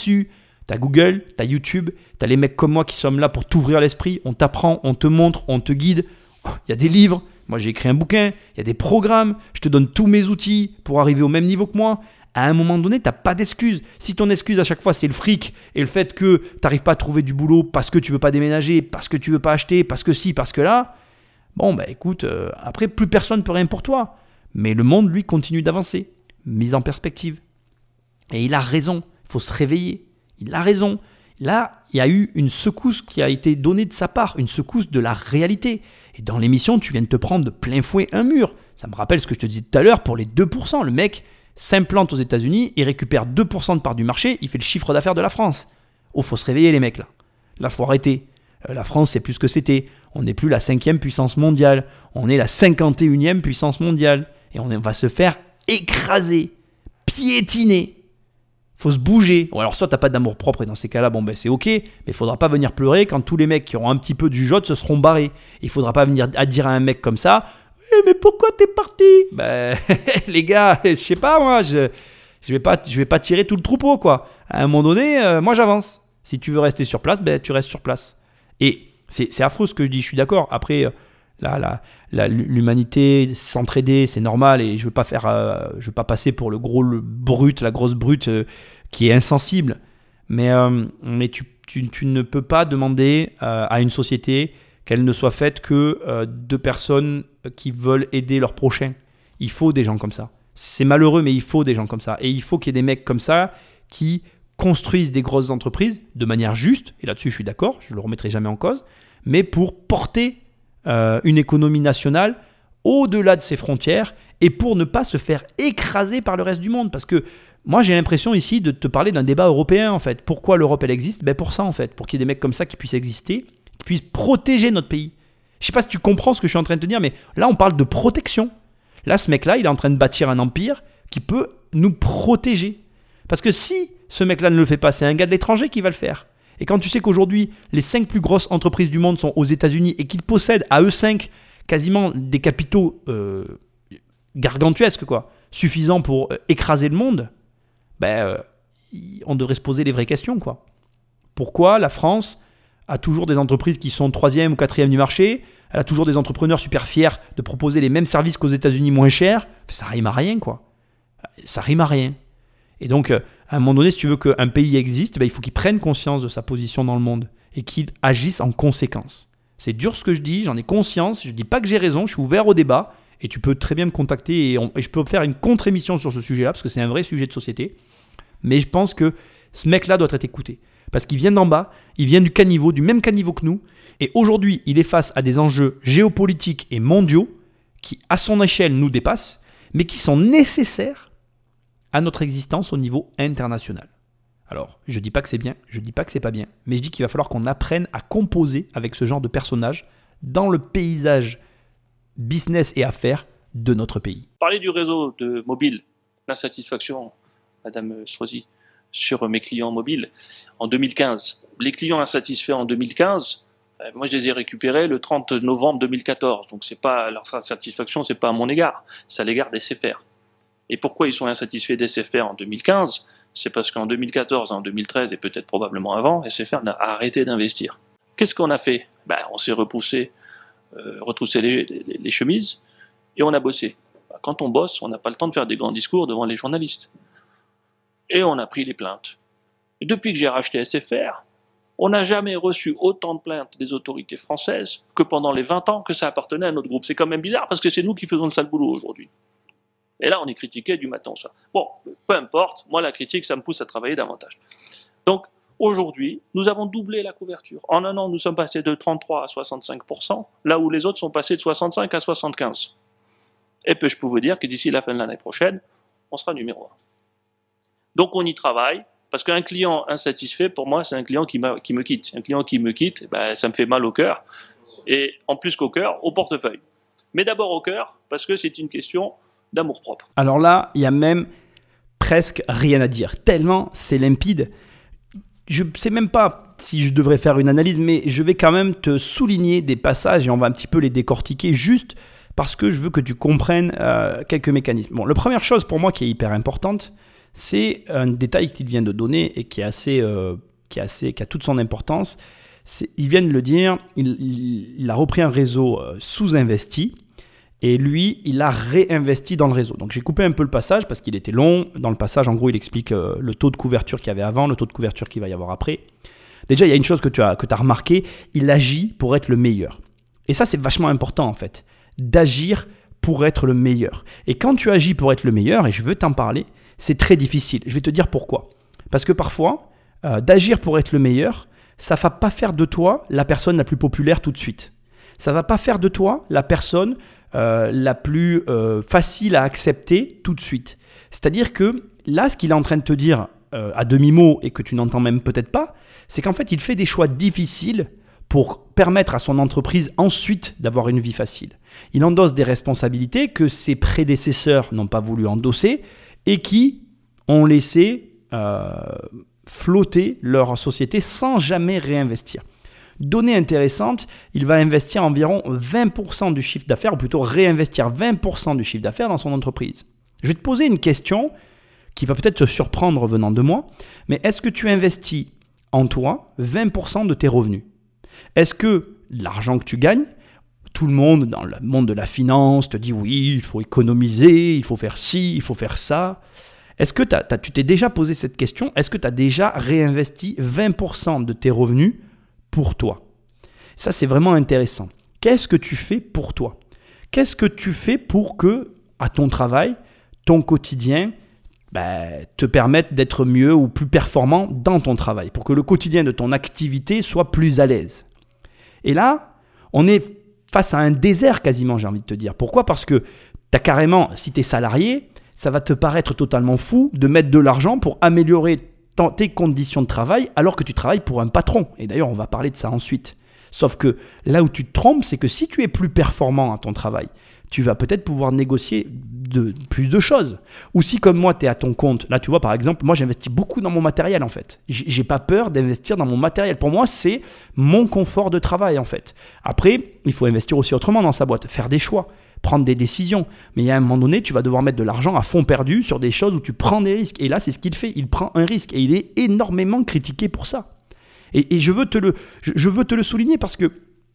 T'as Google, t'as YouTube, t'as les mecs comme moi qui sommes là pour t'ouvrir l'esprit. On t'apprend, on te montre, on te guide. Il y a des livres. Moi, j'ai écrit un bouquin. Il y a des programmes. Je te donne tous mes outils pour arriver au même niveau que moi. À un moment donné, t'as pas d'excuse. Si ton excuse à chaque fois, c'est le fric et le fait que t'arrives pas à trouver du boulot parce que tu veux pas déménager, parce que tu veux pas acheter, parce que si, parce que là, bon, bah écoute, après, plus personne peut rien pour toi. Mais le monde, lui, continue d'avancer. Mise en perspective. Et il a raison. Il faut se réveiller. Il a raison. Là, il y a eu une secousse qui a été donnée de sa part, une secousse de la réalité. Et dans l'émission, tu viens de te prendre de plein fouet un mur. Ça me rappelle ce que je te disais tout à l'heure pour les 2%. Le mec s'implante aux États-Unis, il récupère 2% de part du marché, il fait le chiffre d'affaires de la France. Oh, faut se réveiller les mecs là. Là, faut arrêter. La France, c'est plus ce que c'était. On n'est plus la 5e puissance mondiale. On est la 51e puissance mondiale. Et on va se faire écraser, piétiner. Faut se bouger. Bon, alors soit t'as pas d'amour propre et dans ces cas-là, bon ben c'est ok, mais il faudra pas venir pleurer quand tous les mecs qui auront un petit peu du jote se seront barrés. Il faudra pas venir à dire à un mec comme ça, mais pourquoi t'es parti ? Ben les gars, je sais pas moi, je vais pas tirer tout le troupeau quoi. À un moment donné, moi j'avance. Si tu veux rester sur place, ben tu restes sur place. Et c'est affreux ce que je dis, je suis d'accord. Après l'humanité, s'entraider, c'est normal et je veux pas passer pour le brute, la grosse brute qui est insensible. Mais tu ne peux pas demander à une société qu'elle ne soit faite que de personnes qui veulent aider leur prochain. Il faut des gens comme ça. C'est malheureux, mais il faut des gens comme ça. Et il faut qu'il y ait des mecs comme ça qui construisent des grosses entreprises de manière juste. Et là-dessus, je suis d'accord, je ne le remettrai jamais en cause. Mais pour porter une économie nationale au-delà de ses frontières et pour ne pas se faire écraser par le reste du monde. Parce que moi, j'ai l'impression ici de te parler d'un débat européen, en fait. Pourquoi l'Europe, elle existe ? Ben pour ça, en fait. Pour qu'il y ait des mecs comme ça qui puissent exister, qui puissent protéger notre pays. Je ne sais pas si tu comprends ce que je suis en train de te dire, mais là, on parle de protection. Là, ce mec-là, il est en train de bâtir un empire qui peut nous protéger. Parce que si ce mec-là ne le fait pas, c'est un gars de l'étranger qui va le faire. Et quand tu sais qu'aujourd'hui, les 5 plus grosses entreprises du monde sont aux États-Unis et qu'ils possèdent à eux 5 quasiment des capitaux gargantuesques, quoi, suffisants pour écraser le monde, on devrait se poser les vraies questions, quoi. Pourquoi la France a toujours des entreprises qui sont 3e ou 4e du marché ? Elle a toujours des entrepreneurs super fiers de proposer les mêmes services qu'aux États-Unis moins chers. Ça rime à rien, quoi. Ça rime à rien. Et donc, à un moment donné, si tu veux qu'un pays existe, il faut qu'il prenne conscience de sa position dans le monde et qu'il agisse en conséquence. C'est dur ce que je dis, j'en ai conscience, je ne dis pas que j'ai raison, je suis ouvert au débat et tu peux très bien me contacter et je peux faire une contre-émission sur ce sujet-là parce que c'est un vrai sujet de société. Mais je pense que ce mec-là doit être écouté parce qu'il vient d'en bas, il vient du caniveau, du même caniveau que nous et aujourd'hui, il est face à des enjeux géopolitiques et mondiaux qui, à son échelle, nous dépassent mais qui sont nécessaires à notre existence au niveau international. Alors, je ne dis pas que c'est bien, je ne dis pas que c'est pas bien, mais je dis qu'il va falloir qu'on apprenne à composer avec ce genre de personnages dans le paysage business et affaires de notre pays. Parler du réseau de mobile, l'insatisfaction, Madame Strozzi, sur mes clients mobiles en 2015. Les clients insatisfaits en 2015, moi je les ai récupérés le 30 novembre 2014, donc c'est pas, leur insatisfaction, c'est pas à mon égard, c'est à l'égard des SFR. Et pourquoi ils sont insatisfaits d'SFR en 2015 ? C'est parce qu'en 2014, en 2013 et peut-être probablement avant, SFR a arrêté d'investir. Qu'est-ce qu'on a fait ? On s'est retroussé les chemises et on a bossé. Quand on bosse, on n'a pas le temps de faire des grands discours devant les journalistes. Et on a pris les plaintes. Et depuis que j'ai racheté SFR, on n'a jamais reçu autant de plaintes des autorités françaises que pendant les 20 ans que ça appartenait à notre groupe. C'est quand même bizarre parce que c'est nous qui faisons le sale boulot aujourd'hui. Et là, on est critiqué du matin au soir. Bon, peu importe, moi la critique, ça me pousse à travailler davantage. Donc, aujourd'hui, nous avons doublé la couverture. En un an, nous sommes passés de 33 à 65%, là où les autres sont passés de 65 à 75%. Et puis, je peux vous dire que d'ici la fin de l'année prochaine, on sera numéro 1. Donc, on y travaille, parce qu'un client insatisfait, pour moi, c'est un client qui me quitte. Un client qui me quitte, ça me fait mal au cœur, et en plus qu'au cœur, au portefeuille. Mais d'abord au cœur, parce que c'est une question d'amour-propre. Alors là, il y a même presque rien à dire, tellement c'est limpide. Je ne sais même pas si je devrais faire une analyse, mais je vais quand même te souligner des passages et on va un petit peu les décortiquer juste parce que je veux que tu comprennes quelques mécanismes. Bon, la première chose pour moi qui est hyper importante, c'est un détail qu'il vient de donner et qui est assez qui a toute son importance. Ils viennent de le dire, il a repris un réseau sous-investi et lui, il a réinvesti dans le réseau. Donc j'ai coupé un peu le passage parce qu'il était long. Dans le passage, en gros, il explique le taux de couverture qu'il y avait avant, le taux de couverture qu'il va y avoir après. Déjà, il y a une chose que tu as remarqué, il agit pour être le meilleur. Et ça, c'est vachement important en fait, d'agir pour être le meilleur. Et quand tu agis pour être le meilleur, et je veux t'en parler, c'est très difficile. Je vais te dire pourquoi. Parce que parfois, d'agir pour être le meilleur, ça ne va pas faire de toi la personne la plus populaire tout de suite. Ça ne va pas faire de toi la personne la plus facile à accepter tout de suite. C'est-à-dire que là, ce qu'il est en train de te dire à demi-mot et que tu n'entends même peut-être pas, c'est qu'en fait, il fait des choix difficiles pour permettre à son entreprise ensuite d'avoir une vie facile. Il endosse des responsabilités que ses prédécesseurs n'ont pas voulu endosser et qui ont laissé flotter leur société sans jamais réinvestir. Donnée intéressante, il va investir environ 20% du chiffre d'affaires, ou plutôt réinvestir 20% du chiffre d'affaires dans son entreprise. Je vais te poser une question qui va peut-être te surprendre venant de moi, mais est-ce que tu investis en toi 20% de tes revenus ? Est-ce que l'argent que tu gagnes, tout le monde dans le monde de la finance te dit oui, il faut économiser, il faut faire ci, il faut faire ça. Est-ce que tu t'es déjà posé cette question ? Est-ce que tu as déjà réinvesti 20% de tes revenus pour toi ? Ça, c'est vraiment intéressant. Qu'est-ce que tu fais pour toi ? Qu'est-ce que tu fais pour que, à ton travail, ton quotidien, te permette d'être mieux ou plus performant dans ton travail, pour que le quotidien de ton activité soit plus à l'aise ? Et là, on est face à un désert quasiment, j'ai envie de te dire. Pourquoi ? Parce que tu as carrément, si tu es salarié, ça va te paraître totalement fou de mettre de l'argent pour améliorer tes conditions de travail alors que tu travailles pour un patron. Et d'ailleurs, on va parler de ça ensuite. Sauf que là où tu te trompes, c'est que si tu es plus performant à ton travail, tu vas peut-être pouvoir négocier plus de choses. Ou si comme moi, tu es à ton compte, là tu vois par exemple, moi j'investis beaucoup dans mon matériel en fait. J'ai pas peur d'investir dans mon matériel. Pour moi, c'est mon confort de travail en fait. Après, il faut investir aussi autrement dans sa boîte, faire des choix, prendre des décisions. Mais il y a un moment donné, tu vas devoir mettre de l'argent à fond perdu sur des choses où tu prends des risques. Et là, c'est ce qu'il fait. Il prend un risque et il est énormément critiqué pour ça. Et je veux te le souligner parce que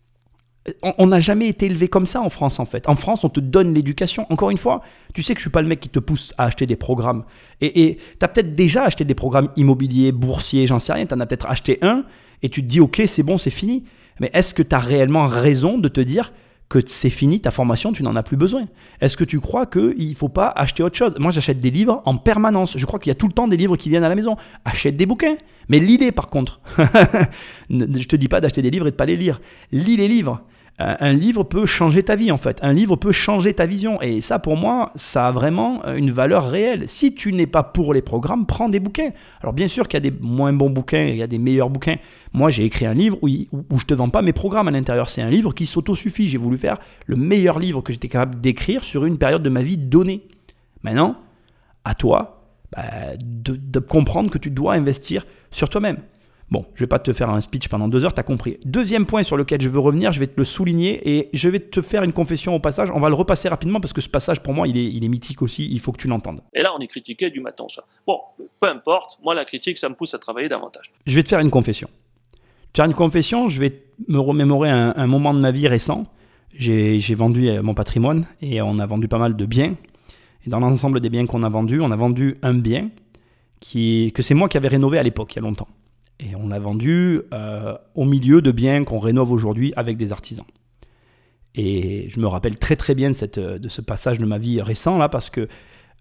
on n'a jamais été élevé comme ça en France en fait. En France, on te donne l'éducation. Encore une fois, tu sais que je ne suis pas le mec qui te pousse à acheter des programmes. Et tu as peut-être déjà acheté des programmes immobiliers, boursiers, j'en sais rien. Tu en as peut-être acheté un et tu te dis ok, c'est bon, c'est fini. Mais est-ce que tu as réellement raison de te dire que c'est fini, ta formation, tu n'en as plus besoin ? Est-ce que tu crois qu'il ne faut pas acheter autre chose ? Moi, j'achète des livres en permanence. Je crois qu'il y a tout le temps des livres qui viennent à la maison. Achète des bouquins. Mais lis les par contre. Je ne te dis pas d'acheter des livres et de ne pas les lire. Lis les livres. Un livre peut changer ta vie en fait. Un livre peut changer ta vision. Et ça pour moi, ça a vraiment une valeur réelle. Si tu n'es pas pour les programmes, prends des bouquins. Alors bien sûr qu'il y a des moins bons bouquins, il y a des meilleurs bouquins. Moi j'ai écrit un livre où je ne te vends pas mes programmes à l'intérieur. C'est un livre qui s'autosuffit. J'ai voulu faire le meilleur livre que j'étais capable d'écrire sur une période de ma vie donnée. Maintenant, à toi de comprendre que tu dois investir sur toi-même. Bon, je ne vais pas te faire un speech pendant 2 heures, tu as compris. Deuxième point sur lequel je veux revenir, je vais te le souligner et je vais te faire une confession au passage. On va le repasser rapidement parce que ce passage, pour moi, il est mythique aussi. Il faut que tu l'entendes. Et là, on est critiqué du matin au soir. Bon, peu importe. Moi, la critique, ça me pousse à travailler davantage. Je vais te faire une confession. Je vais me remémorer un moment de ma vie récent. J'ai vendu mon patrimoine et on a vendu pas mal de biens. Et dans l'ensemble des biens qu'on a vendus, on a vendu un bien que c'est moi qui avais rénové à l'époque, il y a longtemps. Et on l'a vendu au milieu de biens qu'on rénove aujourd'hui avec des artisans. Et je me rappelle très très bien de ce passage de ma vie récent là parce que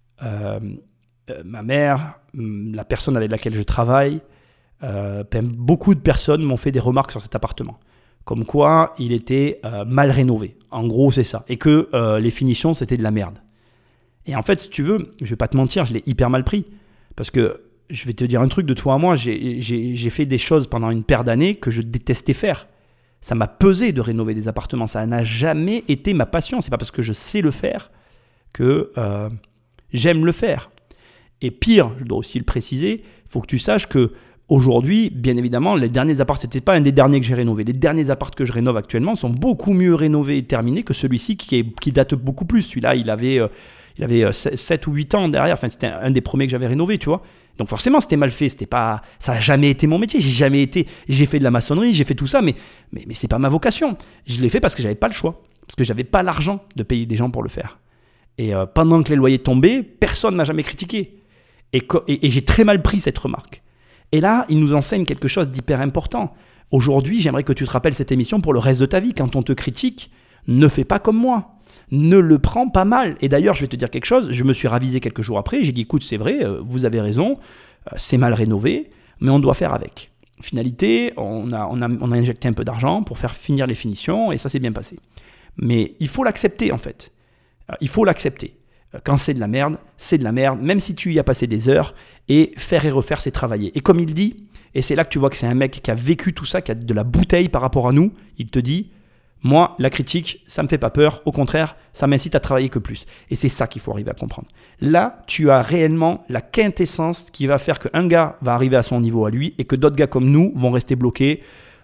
ma mère, la personne avec laquelle je travaille, beaucoup de personnes m'ont fait des remarques sur cet appartement. Comme quoi il était mal rénové. En gros c'est ça. Et que les finitions c'était de la merde. Et en fait si tu veux, je vais pas te mentir, je l'ai hyper mal pris. Parce que je vais te dire un truc de toi à moi, j'ai fait des choses pendant une paire d'années que je détestais faire. Ça m'a pesé de rénover des appartements, ça n'a jamais été ma passion. C'est pas parce que je sais le faire que j'aime le faire. Et pire, je dois aussi le préciser, il faut que tu saches que aujourd'hui, bien évidemment, les derniers apparts, c'était pas un des derniers que j'ai rénové. Les derniers apparts que je rénove actuellement sont beaucoup mieux rénovés et terminés que celui-ci qui date beaucoup plus. Celui-là, il avait 7 ou 8 ans derrière, enfin c'était un des premiers que j'avais rénové, tu vois. Donc forcément, c'était mal fait. Ça n'a jamais été mon métier. J'ai fait de la maçonnerie, j'ai fait tout ça, mais c'est pas ma vocation. Je l'ai fait parce que j'avais pas le choix, parce que j'avais pas l'argent de payer des gens pour le faire. Et pendant que les loyers tombaient, personne m'a jamais critiqué. Et j'ai très mal pris cette remarque. Et là, il nous enseigne quelque chose d'hyper important. Aujourd'hui, j'aimerais que tu te rappelles cette émission pour le reste de ta vie. Quand on te critique, ne fais pas comme moi. Ne le prends pas mal. Et d'ailleurs, je vais te dire quelque chose, je me suis ravisé quelques jours après, j'ai dit, écoute, c'est vrai, vous avez raison, c'est mal rénové, mais on doit faire avec. Finalité, on a injecté un peu d'argent pour faire finir les finitions, et ça s'est bien passé. Mais il faut l'accepter, en fait. Il faut l'accepter. Quand c'est de la merde, même si tu y as passé des heures, et faire et refaire, c'est travailler. Et comme il dit, et c'est là que tu vois que c'est un mec qui a vécu tout ça, qui a de la bouteille par rapport à nous, il te dit, moi, la critique, ça me fait pas peur. Au contraire, ça m'incite à travailler que plus. Et c'est ça qu'il faut arriver à comprendre. Là, tu as réellement la quintessence qui va faire qu'un gars va arriver à son niveau à lui et que d'autres gars comme nous vont rester bloqués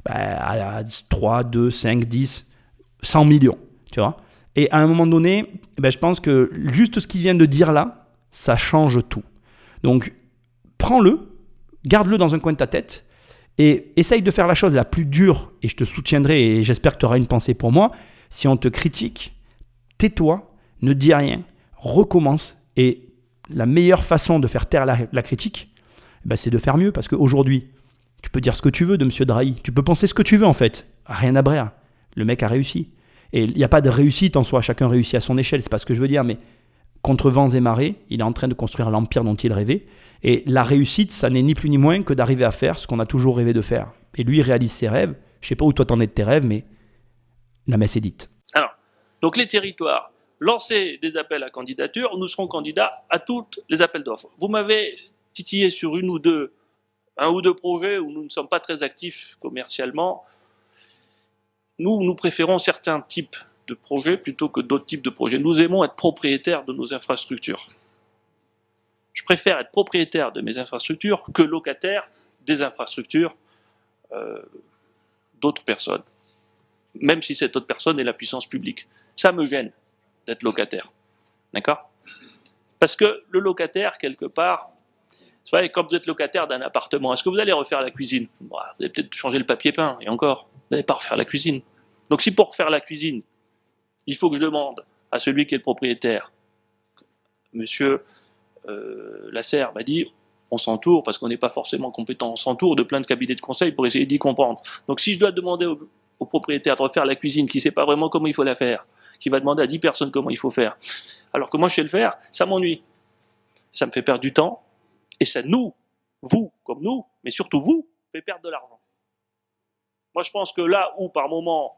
à 3, 2, 5, 10, 100 millions. Tu vois ? Et à un moment donné, je pense que juste ce qu'il vient de dire là, ça change tout. Donc, prends-le, garde-le dans un coin de ta tête. Et essaye de faire la chose la plus dure, et je te soutiendrai, et j'espère que tu auras une pensée pour moi. Si on te critique, tais-toi, ne dis rien, recommence. Et la meilleure façon de faire taire la critique, c'est de faire mieux. Parce qu'aujourd'hui, tu peux dire ce que tu veux de M. Drahi, tu peux penser ce que tu veux en fait. Rien à brer. Le mec a réussi. Et il n'y a pas de réussite en soi, chacun réussit à son échelle, c'est pas ce que je veux dire, mais contre vents et marées, il est en train de construire l'empire dont il rêvait. Et la réussite, ça n'est ni plus ni moins que d'arriver à faire ce qu'on a toujours rêvé de faire. Et lui, il réalise ses rêves. Je ne sais pas où toi t'en es de tes rêves, mais la messe est dite. Alors, donc les territoires, lancez des appels à candidature, nous serons candidats à tous les appels d'offres. Vous m'avez titillé sur un ou deux projets où nous ne sommes pas très actifs commercialement. Nous préférons certains types de projets plutôt que d'autres types de projets. Nous aimons être propriétaires de nos infrastructures. Je préfère être propriétaire de mes infrastructures que locataire des infrastructures d'autres personnes, même si cette autre personne est la puissance publique. Ça me gêne d'être locataire, d'accord ? Parce que le locataire, quelque part, c'est vrai, quand vous êtes locataire d'un appartement, est-ce que vous allez refaire la cuisine ? Vous allez peut-être changer le papier peint, et encore, vous n'allez pas refaire la cuisine. Donc si pour refaire la cuisine, il faut que je demande à celui qui est le propriétaire, monsieur Lasserre m'a dit, on s'entoure, parce qu'on n'est pas forcément compétent, on s'entoure de plein de cabinets de conseil pour essayer d'y comprendre. Donc si je dois demander au propriétaire de refaire la cuisine, qui ne sait pas vraiment comment il faut la faire, qui va demander à 10 personnes comment il faut faire, alors que moi je sais le faire, ça m'ennuie. Ça me fait perdre du temps, et ça vous comme nous, mais surtout vous, fait perdre de l'argent. Moi je pense que là où par moment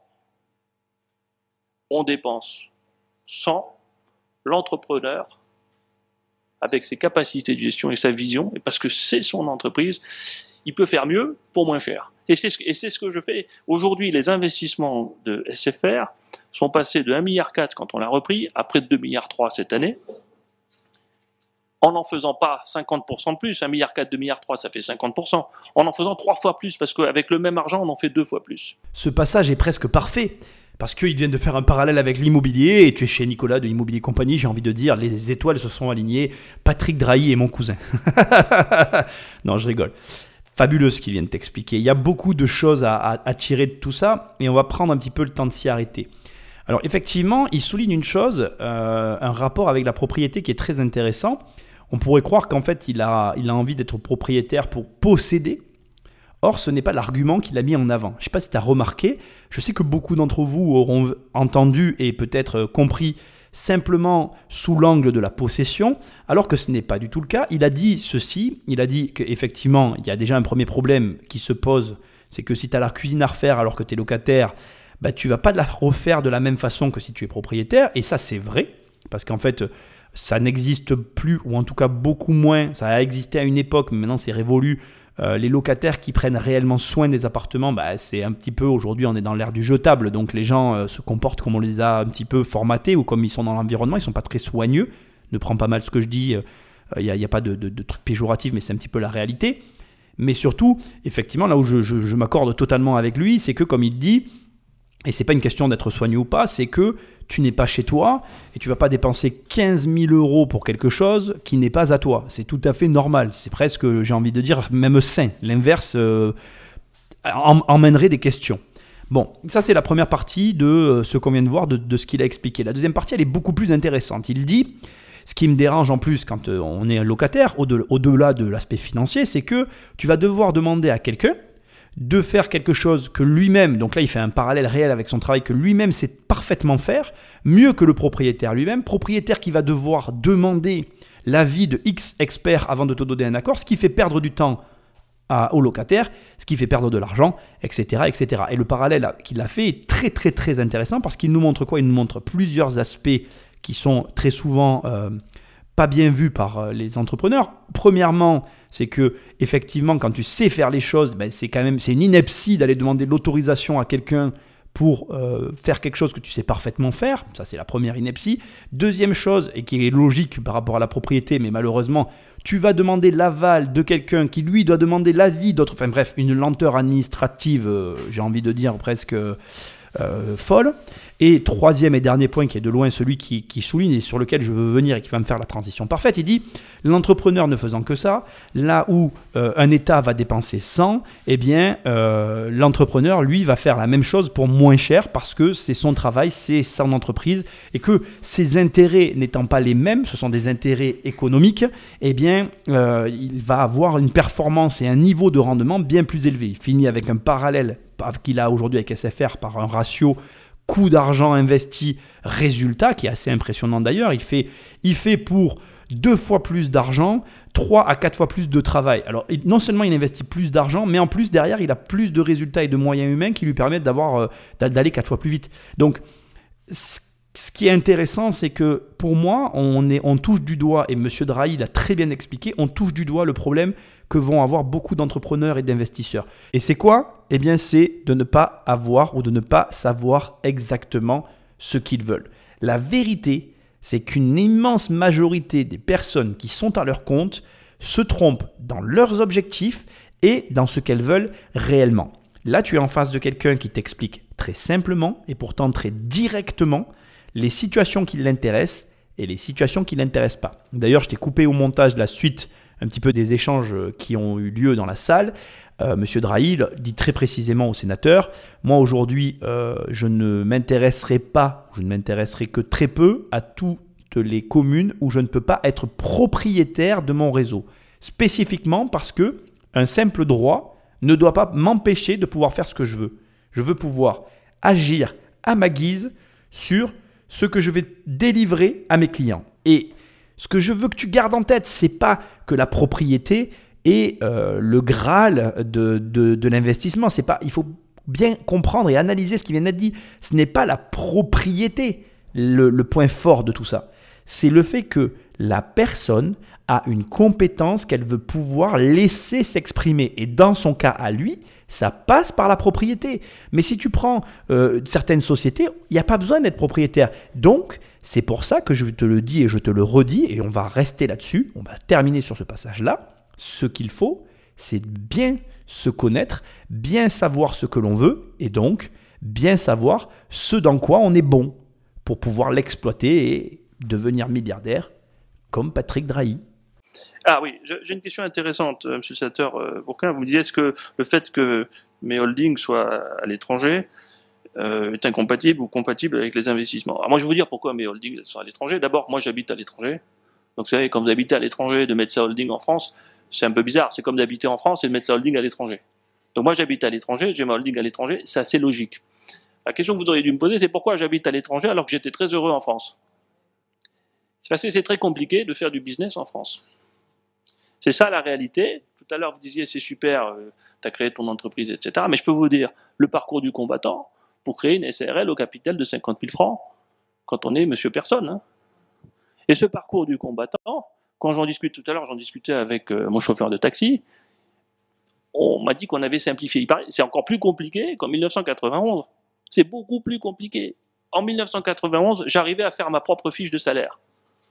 on dépense 100, l'entrepreneur, avec ses capacités de gestion et sa vision, et parce que c'est son entreprise, il peut faire mieux pour moins cher. Et c'est ce que je fais. Aujourd'hui, les investissements de SFR sont passés de 1,4 milliard quand on l'a repris, à près de 2,3 milliards cette année, en n'en faisant pas 50% de plus. 1,4 milliard, 2,3 milliards, ça fait 50%. En faisant 3 fois plus, parce qu'avec le même argent, on en fait 2 fois plus. Ce passage est presque parfait. Parce qu'ils viennent de faire un parallèle avec l'immobilier, et tu es chez Nicolas de Immobilier Compagnie, j'ai envie de dire, les étoiles se sont alignées, Patrick Drahi est mon cousin. Non, je rigole. Fabuleux ce qu'ils viennent t'expliquer. Il y a beaucoup de choses à tirer de tout ça, et on va prendre un petit peu le temps de s'y arrêter. Alors effectivement, il souligne une chose, un rapport avec la propriété qui est très intéressant. On pourrait croire qu'en fait, il a envie d'être propriétaire pour posséder. Or, ce n'est pas l'argument qu'il a mis en avant. Je ne sais pas si tu as remarqué, je sais que beaucoup d'entre vous auront entendu et peut-être compris simplement sous l'angle de la possession, alors que ce n'est pas du tout le cas. Il a dit ceci, il a dit qu'effectivement, il y a déjà un premier problème qui se pose, c'est que si tu as la cuisine à refaire alors que tu es locataire, tu ne vas pas la refaire de la même façon que si tu es propriétaire, et ça c'est vrai, parce qu'en fait, ça n'existe plus, ou en tout cas beaucoup moins, ça a existé à une époque, mais maintenant c'est révolu. Les locataires qui prennent réellement soin des appartements, c'est un petit peu, aujourd'hui on est dans l'ère du jetable, donc les gens se comportent comme on les a un petit peu formatés ou comme ils sont dans l'environnement, ils ne sont pas très soigneux. Ne prends pas mal ce que je dis, il n'y a pas de truc péjoratif, mais c'est un petit peu la réalité. Mais surtout, effectivement, là où je m'accorde totalement avec lui, c'est que comme il dit, et c'est pas une question d'être soigné ou pas, c'est que tu n'es pas chez toi et tu vas pas dépenser 15 000 € pour quelque chose qui n'est pas à toi. C'est tout à fait normal. C'est presque, j'ai envie de dire, même sain. L'inverse emmènerait des questions. Bon, ça c'est la première partie de ce qu'on vient de voir, de ce qu'il a expliqué. La deuxième partie, elle est beaucoup plus intéressante. Il dit, ce qui me dérange en plus quand on est un locataire, au-delà de l'aspect financier, c'est que tu vas devoir demander à quelqu'un de faire quelque chose que lui-même, donc là il fait un parallèle réel avec son travail, que lui-même sait parfaitement faire, mieux que le propriétaire lui-même, propriétaire qui va devoir demander l'avis de X experts avant de te donner un accord, ce qui fait perdre du temps au locataire, ce qui fait perdre de l'argent, etc., etc. Et le parallèle qu'il a fait est très très très intéressant parce qu'il nous montre quoi ? Il nous montre plusieurs aspects qui sont très souvent pas bien vus par les entrepreneurs. Premièrement, c'est que effectivement, quand tu sais faire les choses, c'est une ineptie d'aller demander l'autorisation à quelqu'un pour faire quelque chose que tu sais parfaitement faire. Ça, c'est la première ineptie. Deuxième chose, et qui est logique par rapport à la propriété, mais malheureusement, tu vas demander l'aval de quelqu'un qui, lui, doit demander l'avis d'autres. Enfin bref, une lenteur administrative, j'ai envie de dire presque folle. Et troisième et dernier point, qui est de loin celui qui souligne et sur lequel je veux venir et qui va me faire la transition parfaite, il dit l'entrepreneur ne faisant que ça, là où un État va dépenser 100, eh bien l'entrepreneur, lui, va faire la même chose pour moins cher parce que c'est son travail, c'est son entreprise et que ses intérêts n'étant pas les mêmes, ce sont des intérêts économiques, eh bien il va avoir une performance et un niveau de rendement bien plus élevé. Il finit avec un parallèle qu'il a aujourd'hui avec SFR par un ratio coût d'argent investi, résultat, qui est assez impressionnant d'ailleurs. Il fait pour 2 fois plus d'argent, 3 à 4 fois plus de travail. Alors, non seulement il investit plus d'argent, mais en plus, derrière, il a plus de résultats et de moyens humains qui lui permettent d'aller 4 fois plus vite. Donc, ce qui est intéressant, c'est que pour moi, on touche du doigt, et M. Drahi l'a très bien expliqué, on touche du doigt le problème que vont avoir beaucoup d'entrepreneurs et d'investisseurs. Et c'est quoi ? Eh bien, c'est de ne pas avoir ou de ne pas savoir exactement ce qu'ils veulent. La vérité, c'est qu'une immense majorité des personnes qui sont à leur compte se trompent dans leurs objectifs et dans ce qu'elles veulent réellement. Là, tu es en face de quelqu'un qui t'explique très simplement et pourtant très directement les situations qui l'intéressent et les situations qui ne l'intéressent pas. D'ailleurs, je t'ai coupé au montage la suite un petit peu des échanges qui ont eu lieu dans la salle. Monsieur Drahi dit très précisément au sénateur, moi aujourd'hui, je ne m'intéresserai que très peu à toutes les communes où je ne peux pas être propriétaire de mon réseau. Spécifiquement parce que un simple droit ne doit pas m'empêcher de pouvoir faire ce que je veux. Je veux pouvoir agir à ma guise sur ce que je vais délivrer à mes clients. Et ce que je veux que tu gardes en tête, c'est pas que la propriété est le Graal de l'investissement. C'est pas, il faut bien comprendre et analyser ce qui vient d'être dit. Ce n'est pas la propriété le point fort de tout ça. C'est le fait que la personne a une compétence qu'elle veut pouvoir laisser s'exprimer. Et dans son cas à lui, ça passe par la propriété. Mais si tu prends certaines sociétés, il n'y a pas besoin d'être propriétaire. Donc, c'est pour ça que je te le dis et je te le redis, et on va rester là-dessus, on va terminer sur ce passage-là. Ce qu'il faut, c'est bien se connaître, bien savoir ce que l'on veut, et donc bien savoir ce dans quoi on est bon, pour pouvoir l'exploiter et devenir milliardaire, comme Patrick Drahi. Ah oui, j'ai une question intéressante, M. le sénateur Bourquin. Vous me disiez, est-ce que le fait que mes holdings soient à l'étranger est incompatible ou compatible avec les investissements? Alors moi, je vais vous dire pourquoi mes holdings sont à l'étranger. D'abord, moi, j'habite à l'étranger. Donc, vous savez, quand vous habitez à l'étranger, de mettre sa holding en France, c'est un peu bizarre. C'est comme d'habiter en France et de mettre sa holding à l'étranger. Donc, moi, j'habite à l'étranger, j'ai ma holding à l'étranger, c'est assez logique. La question que vous auriez dû me poser, c'est pourquoi j'habite à l'étranger alors que j'étais très heureux en France? C'est parce que c'est très compliqué de faire du business en France. C'est ça la réalité. Tout à l'heure, vous disiez, c'est super, tu as créé ton entreprise, etc. Mais je peux vous dire, le parcours du combattant, pour créer une SARL au capital de 50 000 francs, quand on est monsieur personne. Hein. Et ce parcours du combattant, quand j'en discute tout à l'heure, j'en discutais avec mon chauffeur de taxi, on m'a dit qu'on avait simplifié. Il paraît, c'est encore plus compliqué qu'en 1991. C'est beaucoup plus compliqué. En 1991, j'arrivais à faire ma propre fiche de salaire.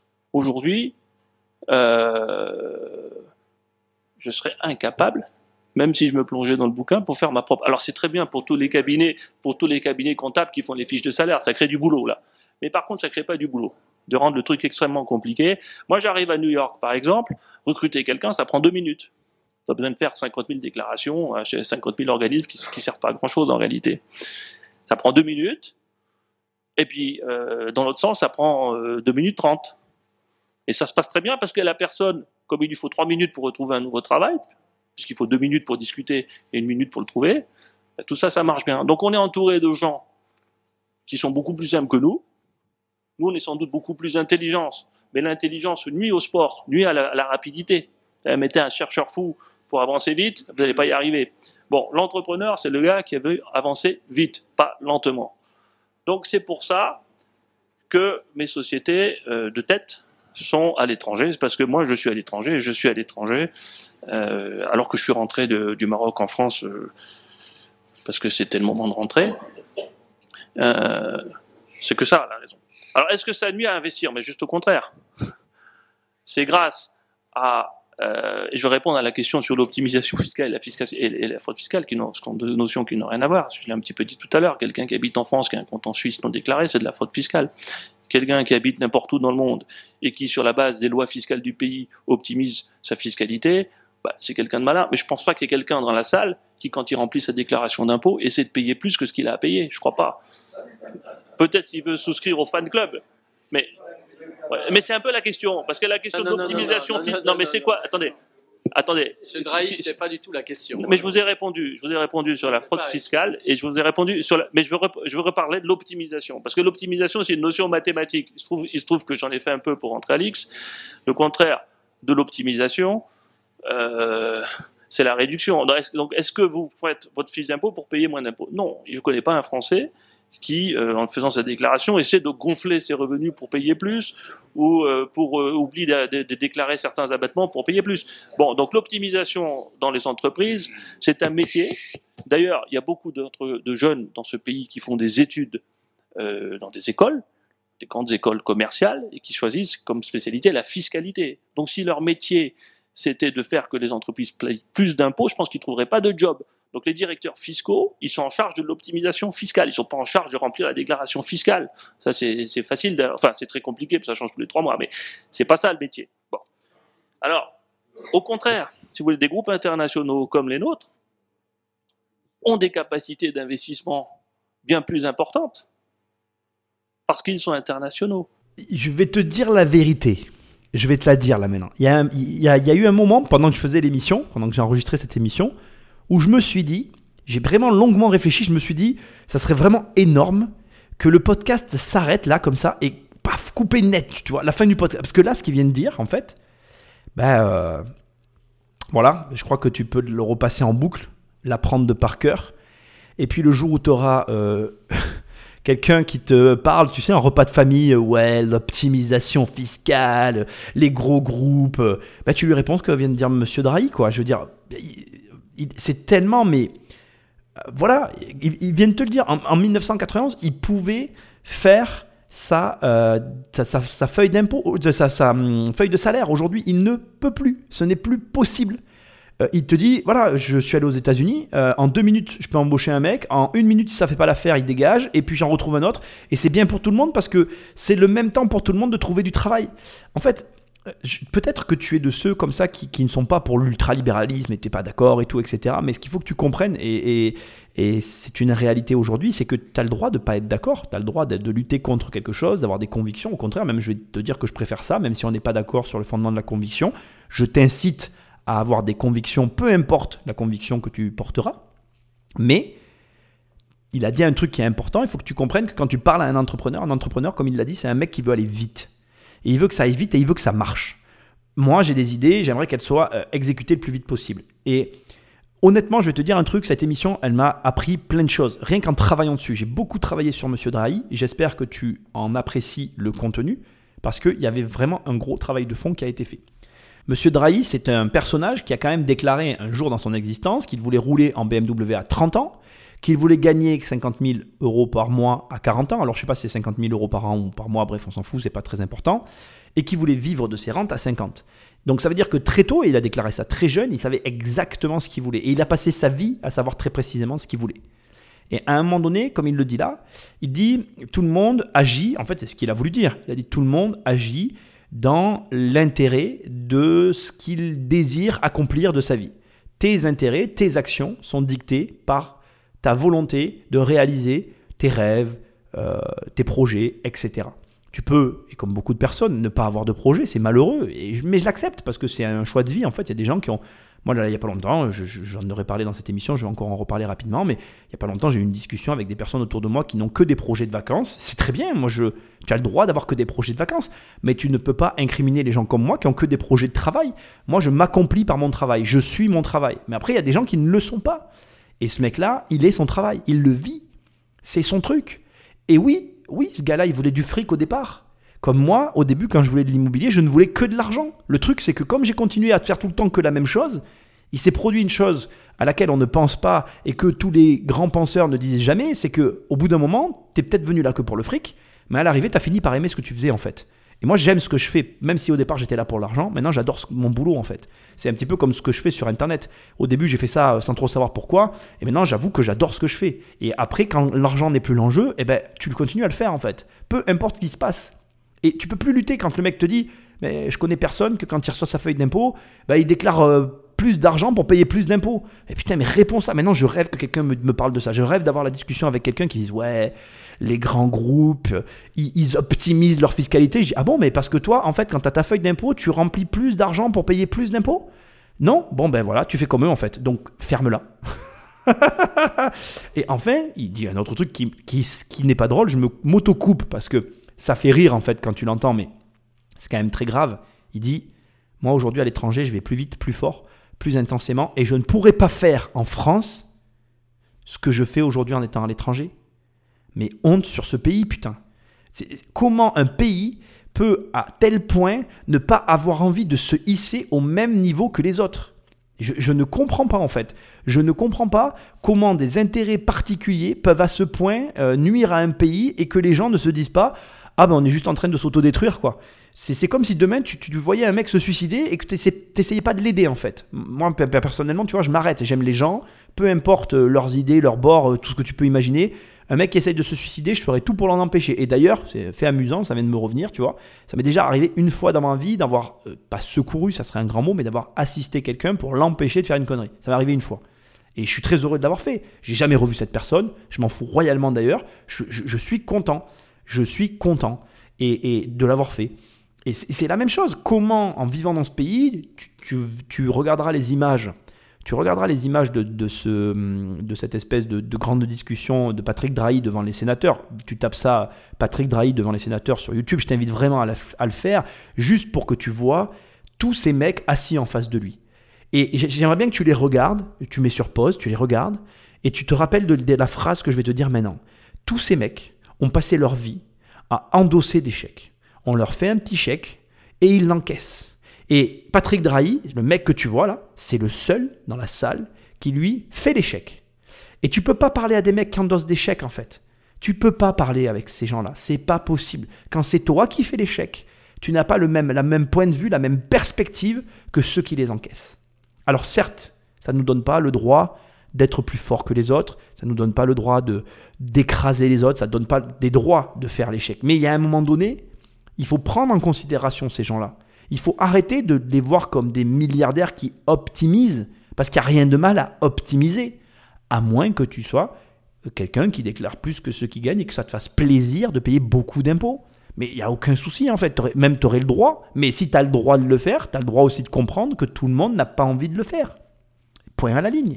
Aujourd'hui, je serais incapable même si je me plongeais dans le bouquin, pour faire ma propre. Alors c'est très bien pour tous les cabinets comptables qui font les fiches de salaire, ça crée du boulot là. Mais par contre, ça crée pas du boulot. De rendre le truc extrêmement compliqué. Moi, j'arrive à New York, par exemple, recruter quelqu'un, ça prend 2 minutes. Pas besoin de faire 50 000 déclarations chez 50 000 organismes qui servent pas à grand chose en réalité. Ça prend 2 minutes. Et puis, dans l'autre sens, ça prend 2 minutes 30. Et ça se passe très bien parce que la personne, comme il lui faut 3 minutes pour retrouver un nouveau travail, puisqu'il faut 2 minutes pour discuter et 1 minute pour le trouver, tout ça, ça marche bien. Donc on est entouré de gens qui sont beaucoup plus simples que nous. Nous, on est sans doute beaucoup plus intelligents. Mais l'intelligence nuit au sport, nuit à la rapidité. Mettez un chercheur fou pour avancer vite, vous n'allez pas y arriver. Bon, l'entrepreneur, c'est le gars qui veut avancer vite, pas lentement. Donc c'est pour ça que mes sociétés de tête sont à l'étranger. C'est parce que moi, je suis à l'étranger, alors que je suis rentré du Maroc en France parce que c'était le moment de rentrer. C'est que ça, la raison. Alors, est-ce que ça nuit à investir? Mais juste au contraire. C'est grâce à... et je vais répondre à la question sur l'optimisation fiscale et la fraude fiscale, qui sont deux notions qui n'ont rien à voir. Je l'ai un petit peu dit tout à l'heure. Quelqu'un qui habite en France, qui a un compte en Suisse non déclaré, c'est de la fraude fiscale. Quelqu'un qui habite n'importe où dans le monde et qui, sur la base des lois fiscales du pays, optimise sa fiscalité, c'est quelqu'un de malin. Mais je ne pense pas qu'il y ait quelqu'un dans la salle qui, quand il remplit sa déclaration d'impôt, essaie de payer plus que ce qu'il a à payer. Je ne crois pas. Peut-être s'il veut souscrire au fan club, mais c'est un peu la question, parce que la question de l'optimisation fiscale. Non, mais c'est quoi? Attendez. Monsieur Drahi, c'est pas du tout la question. Mais je vous ai répondu sur la fraude fiscale et je vous ai répondu sur mais je veux reparler de l'optimisation, parce que l'optimisation, c'est une notion mathématique. Il se trouve que j'en ai fait un peu pour rentrer à l'X. Le contraire de l'optimisation, c'est la réduction. Donc, est-ce que vous faites votre fiche d'impôt pour payer moins d'impôts? Non, je ne connais pas un Français qui, en faisant sa déclaration, essaie de gonfler ses revenus pour payer plus ou oublie de déclarer certains abattements pour payer plus. Bon, donc l'optimisation dans les entreprises, c'est un métier. D'ailleurs, il y a beaucoup de jeunes dans ce pays qui font des études dans des écoles, des grandes écoles commerciales, et qui choisissent comme spécialité la fiscalité. Donc si leur métier, c'était de faire que les entreprises payent plus d'impôts, je pense qu'ils ne trouveraient pas de job. Donc les directeurs fiscaux, ils sont en charge de l'optimisation fiscale. Ils ne sont pas en charge de remplir la déclaration fiscale. Ça, c'est facile. Enfin, c'est très compliqué, parce que ça change tous les 3 mois, mais c'est pas ça le métier. Bon. Alors, au contraire, si vous voulez, des groupes internationaux comme les nôtres ont des capacités d'investissement bien plus importantes parce qu'ils sont internationaux. Je vais te dire la vérité. Je vais te la dire là maintenant. Il y a eu un moment, pendant que je faisais l'émission, pendant que j'ai enregistré cette émission, où je me suis dit, j'ai vraiment longuement réfléchi, je me suis dit, ça serait vraiment énorme que le podcast s'arrête là, comme ça, et paf, coupé net, tu vois, la fin du podcast. Parce que là, ce qu'il vient de dire, en fait, voilà, je crois que tu peux le repasser en boucle, l'apprendre de par cœur, et puis le jour où tu auras quelqu'un qui te parle, tu sais, un repas de famille, ouais, l'optimisation fiscale, les gros groupes, tu lui réponds ce que vient de dire Monsieur Drahi, quoi. Je veux dire... c'est tellement, mais voilà, ils viennent te le dire. En 1991, il pouvait faire sa feuille d'impôt, sa feuille de salaire. Aujourd'hui, il ne peut plus. Ce n'est plus possible. Il te dit, voilà, je suis allé aux États-Unis. En 2 minutes, je peux embaucher un mec. En 1 minute, si ça fait pas l'affaire, il dégage. Et puis j'en retrouve un autre. Et c'est bien pour tout le monde parce que c'est le même temps pour tout le monde de trouver du travail. En fait. Peut-être que tu es de ceux comme ça qui ne sont pas pour l'ultralibéralisme et tu n'es pas d'accord et tout, etc. Mais ce qu'il faut que tu comprennes, et c'est une réalité aujourd'hui, c'est que tu as le droit de ne pas être d'accord, tu as le droit de lutter contre quelque chose, d'avoir des convictions. Au contraire, même je vais te dire que je préfère ça, même si on n'est pas d'accord sur le fondement de la conviction. Je t'incite à avoir des convictions, peu importe la conviction que tu porteras. Mais il a dit un truc qui est important, il faut que tu comprennes que quand tu parles à un entrepreneur, comme il l'a dit, c'est un mec qui veut aller vite. Et il veut que ça aille vite et il veut que ça marche. Moi, j'ai des idées, j'aimerais qu'elles soient exécutées le plus vite possible. Et honnêtement, je vais te dire un truc, cette émission, elle m'a appris plein de choses. Rien qu'en travaillant dessus. J'ai beaucoup travaillé sur Monsieur Drahi et j'espère que tu en apprécies le contenu parce qu'il y avait vraiment un gros travail de fond qui a été fait. Monsieur Drahi, c'est un personnage qui a quand même déclaré un jour dans son existence qu'il voulait rouler en BMW à 30 ans, qu'il voulait gagner 50 000 euros par mois à 40 ans. Alors, je ne sais pas si c'est 50 000 euros par an ou par mois, bref, on s'en fout, ce n'est pas très important. Et qu'il voulait vivre de ses rentes à 50. Donc ça veut dire que très tôt, et il a déclaré ça très jeune, il savait exactement ce qu'il voulait. Et il a passé sa vie à savoir très précisément ce qu'il voulait. Et à un moment donné, comme il le dit là, il dit tout le monde agit, en fait c'est ce qu'il a voulu dire, il a dit tout le monde agit dans l'intérêt de ce qu'il désire accomplir de sa vie. Tes intérêts, tes actions sont dictés par ta volonté de réaliser tes rêves, tes projets, etc. Tu peux, et comme beaucoup de personnes, ne pas avoir de projet, c'est malheureux, mais je l'accepte parce que c'est un choix de vie. En fait, il y a des gens qui ont... Moi, là, il n'y a pas longtemps, j'en aurais parlé dans cette émission, je vais encore en reparler rapidement, mais il n'y a pas longtemps, j'ai eu une discussion avec des personnes autour de moi qui n'ont que des projets de vacances. C'est très bien, tu as le droit d'avoir que des projets de vacances, mais tu ne peux pas incriminer les gens comme moi qui ont que des projets de travail. Moi, je m'accomplis par mon travail, je suis mon travail. Mais après, il y a des gens qui ne le sont pas. Et ce mec-là, il est son travail, il le vit, c'est son truc. Et oui, ce gars-là, il voulait du fric au départ. Comme moi, au début, quand je voulais de l'immobilier, je ne voulais que de l'argent. Le truc, c'est que comme j'ai continué à faire tout le temps que la même chose, il s'est produit une chose à laquelle on ne pense pas et que tous les grands penseurs ne disent jamais, c'est qu'au bout d'un moment, tu es peut-être venu là que pour le fric, mais à l'arrivée, tu as fini par aimer ce que tu faisais en fait. Et moi, j'aime ce que je fais, même si au départ, j'étais là pour l'argent. Maintenant, j'adore mon boulot en fait. C'est un petit peu comme ce que je fais sur Internet. Au début, j'ai fait ça sans trop savoir pourquoi. Et maintenant, j'avoue que j'adore ce que je fais. Et après, quand l'argent n'est plus l'enjeu, tu le continues à le faire en fait. Peu importe ce qui se passe. Et tu peux plus lutter quand le mec te dit « mais je connais personne que quand il reçoit sa feuille d'impôt, il déclare plus d'argent pour payer plus d'impôts. » Et putain, mais réponds ça. Maintenant, je rêve que quelqu'un me parle de ça. Je rêve d'avoir la discussion avec quelqu'un qui dise « ouais, les grands groupes, ils optimisent leur fiscalité. » Je dis « ah bon, mais parce que toi, en fait, quand tu as ta feuille d'impôt, tu remplis plus d'argent pour payer plus d'impôts ? Non ? Bon, ben voilà, tu fais comme eux en fait. Donc, ferme-la. » Et enfin, il dit un autre truc qui n'est pas drôle. Je m'auto-coupe parce que ça fait rire en fait quand tu l'entends, mais c'est quand même très grave. Il dit « moi aujourd'hui à l'étranger, je vais plus vite, plus fort, plus intensément et je ne pourrais pas faire en France ce que je fais aujourd'hui en étant à l'étranger. » Mais honte sur ce pays, putain. Comment un pays peut à tel point ne pas avoir envie de se hisser au même niveau que les autres ? Je ne comprends pas en fait. Je ne comprends pas comment des intérêts particuliers peuvent à ce point nuire à un pays et que les gens ne se disent pas « ah ben on est juste en train de s'autodétruire quoi ». C'est comme si demain tu voyais un mec se suicider et que tu n'essayais pas de l'aider en fait. Moi personnellement, tu vois, je m'arrête. J'aime les gens, peu importe leurs idées, leurs bords, tout ce que tu peux imaginer. Un mec qui essaye de se suicider, je ferai tout pour l'en empêcher. Et d'ailleurs, c'est fait amusant, ça vient de me revenir, tu vois. Ça m'est déjà arrivé une fois dans ma vie d'avoir, pas secouru, ça serait un grand mot, mais d'avoir assisté quelqu'un pour l'empêcher de faire une connerie. Ça m'est arrivé une fois. Et je suis très heureux de l'avoir fait. J'ai jamais revu cette personne, je m'en fous royalement d'ailleurs. Je suis content. Je suis content et de l'avoir fait. Et c'est la même chose. Comment, en vivant dans ce pays, tu regarderas les images. Tu regarderas les images de cette espèce de grande discussion de Patrick Drahi devant les sénateurs. Tu tapes ça, Patrick Drahi devant les sénateurs sur YouTube. Je t'invite vraiment à le faire, juste pour que tu vois tous ces mecs assis en face de lui. Et j'aimerais bien que tu les regardes, tu mets sur pause, tu les regardes, et tu te rappelles de la phrase que je vais te dire maintenant. Tous ces mecs ont passé leur vie à endosser des chèques. On leur fait un petit chèque et ils l'encaissent. Et Patrick Drahi, le mec que tu vois là, c'est le seul dans la salle qui lui fait les chèques. Et tu peux pas parler à des mecs qui endossent des chèques en fait. Tu peux pas parler avec ces gens-là, c'est pas possible. Quand c'est toi qui fais les chèques, tu n'as pas la même point de vue, la même perspective que ceux qui les encaissent. Alors certes, ça ne nous donne pas le droit d'être plus fort que les autres, ça ne nous donne pas le droit d'écraser les autres, ça ne donne pas des droits de faire les chèques. Mais il y a un moment donné, il faut prendre en considération ces gens-là. Il faut arrêter de les voir comme des milliardaires qui optimisent, parce qu'il n'y a rien de mal à optimiser, à moins que tu sois quelqu'un qui déclare plus que ceux qui gagnent et que ça te fasse plaisir de payer beaucoup d'impôts. Mais il n'y a aucun souci en fait, même tu aurais le droit, mais si tu as le droit de le faire, tu as le droit aussi de comprendre que tout le monde n'a pas envie de le faire. Point à la ligne.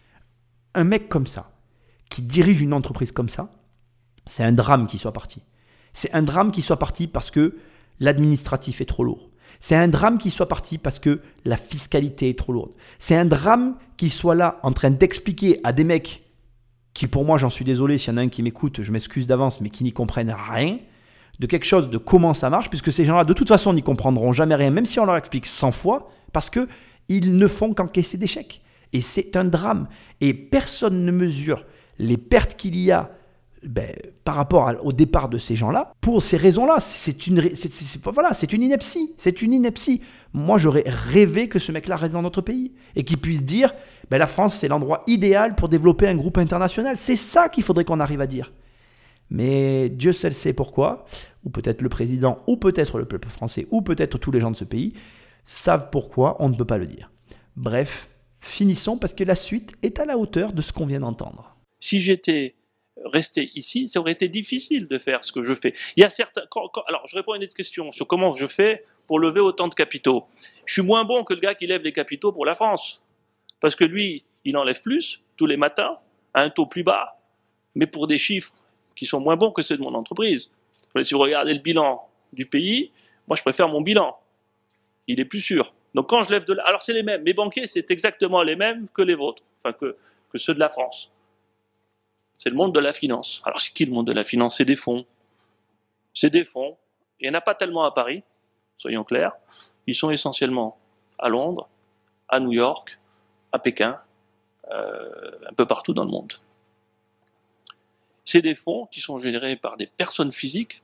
Un mec comme ça, qui dirige une entreprise comme ça, c'est un drame qu'il soit parti. C'est un drame qu'il soit parti parce que l'administratif est trop lourd. C'est un drame qu'il soit parti parce que la fiscalité est trop lourde. C'est un drame qu'il soit là en train d'expliquer à des mecs qui, pour moi, j'en suis désolé, s'il y en a un qui m'écoute, je m'excuse d'avance, mais qui n'y comprennent rien, de quelque chose de comment ça marche, puisque ces gens-là, de toute façon, n'y comprendront jamais rien, même si on leur explique 100 fois, parce qu'ils ne font qu'encaisser des chèques. Et c'est un drame. Et personne ne mesure les pertes qu'il y a par rapport au départ de ces gens-là, pour ces raisons-là, c'est une ineptie. C'est une ineptie. Moi, j'aurais rêvé que ce mec-là reste dans notre pays et qu'il puisse dire la France, c'est l'endroit idéal pour développer un groupe international. C'est ça qu'il faudrait qu'on arrive à dire. Mais Dieu seul sait pourquoi, ou peut-être le président, ou peut-être le peuple français, ou peut-être tous les gens de ce pays savent pourquoi on ne peut pas le dire. Bref, finissons parce que la suite est à la hauteur de ce qu'on vient d'entendre. Si j'étais resté ici, ça aurait été difficile de faire ce que je fais. Il y a certains. Alors, je réponds à une autre question sur comment je fais pour lever autant de capitaux. Je suis moins bon que le gars qui lève les capitaux pour la France. Parce que lui, il enlève plus tous les matins, à un taux plus bas, mais pour des chiffres qui sont moins bons que ceux de mon entreprise. Si vous regardez le bilan du pays, moi je préfère mon bilan. Il est plus sûr. Donc quand je lève de alors c'est les mêmes. Mes banquiers, c'est exactement les mêmes que les vôtres, enfin que ceux de la France. C'est le monde de la finance. Alors c'est qui le monde de la finance? C'est des fonds. C'est des fonds. Il n'y en a pas tellement à Paris, soyons clairs. Ils sont essentiellement à Londres, à New York, à Pékin, un peu partout dans le monde. C'est des fonds qui sont générés par des personnes physiques,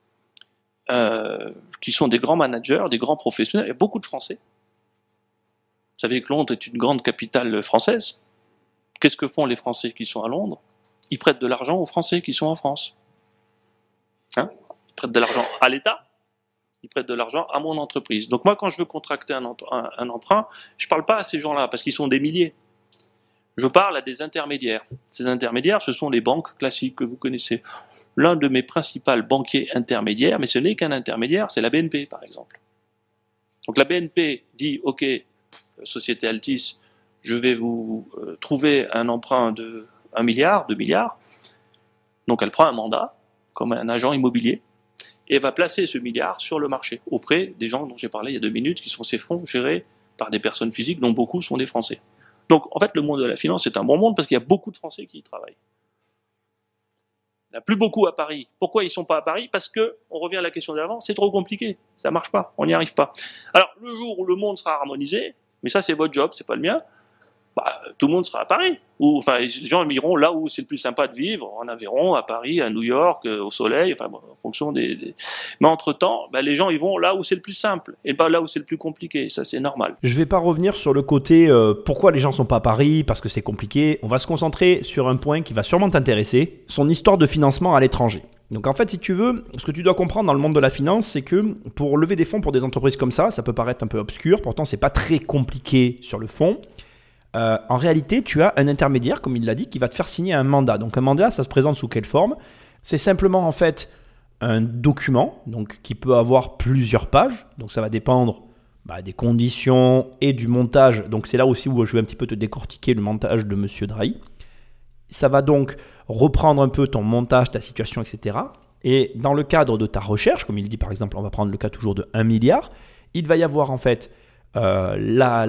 qui sont des grands managers, des grands professionnels. Il y a beaucoup de Français. Vous savez que Londres est une grande capitale française. Qu'est-ce que font les Français qui sont à Londres? Ils prêtent de l'argent aux Français qui sont en France. Ils prêtent de l'argent à l'État, ils prêtent de l'argent à mon entreprise. Donc moi, quand je veux contracter un emprunt, je ne parle pas à ces gens-là, parce qu'ils sont des milliers. Je parle à des intermédiaires. Ces intermédiaires, ce sont les banques classiques que vous connaissez. L'un de mes principaux banquiers intermédiaires, mais ce n'est qu'un intermédiaire, c'est la BNP, par exemple. Donc la BNP dit, OK, Société Altis, je vais vous trouver un emprunt de 1 milliard, 2 milliards. Donc elle prend un mandat, comme un agent immobilier, et va placer ce milliard sur le marché, auprès des gens dont j'ai parlé il y a 2 minutes, qui sont ces fonds gérés par des personnes physiques, dont beaucoup sont des Français. Donc en fait, le monde de la finance, c'est un bon monde, parce qu'il y a beaucoup de Français qui y travaillent. Il n'y en a plus beaucoup à Paris. Pourquoi ils ne sont pas à Paris? Parce que, on revient à la question d'avant, c'est trop compliqué, ça ne marche pas, on n'y arrive pas. Alors, le jour où le monde sera harmonisé, mais ça c'est votre job, c'est pas le mien, tout le monde sera à Paris. Enfin, les gens iront là où c'est le plus sympa de vivre, en Aveyron, à Paris, à New York, au soleil, enfin, en fonction des... Mais entre-temps, les gens ils vont là où c'est le plus simple, et pas là où c'est le plus compliqué, ça c'est normal. Je ne vais pas revenir sur le côté pourquoi les gens ne sont pas à Paris, parce que c'est compliqué. On va se concentrer sur un point qui va sûrement t'intéresser, son histoire de financement à l'étranger. Donc en fait, si tu veux, ce que tu dois comprendre dans le monde de la finance, c'est que pour lever des fonds pour des entreprises comme ça peut paraître un peu obscur, pourtant c'est pas très compliqué sur le fond. En réalité, tu as un intermédiaire, comme il l'a dit, qui va te faire signer un mandat. Donc un mandat, ça se présente sous quelle forme? C'est simplement en fait un document, donc qui peut avoir plusieurs pages. Donc ça va dépendre des conditions et du montage. Donc c'est là aussi où je vais un petit peu te décortiquer le montage de Monsieur Drahi. Ça va donc reprendre un peu ton montage, ta situation, etc. Et dans le cadre de ta recherche, comme il dit par exemple, on va prendre le cas toujours de 1 milliard, il va y avoir en fait la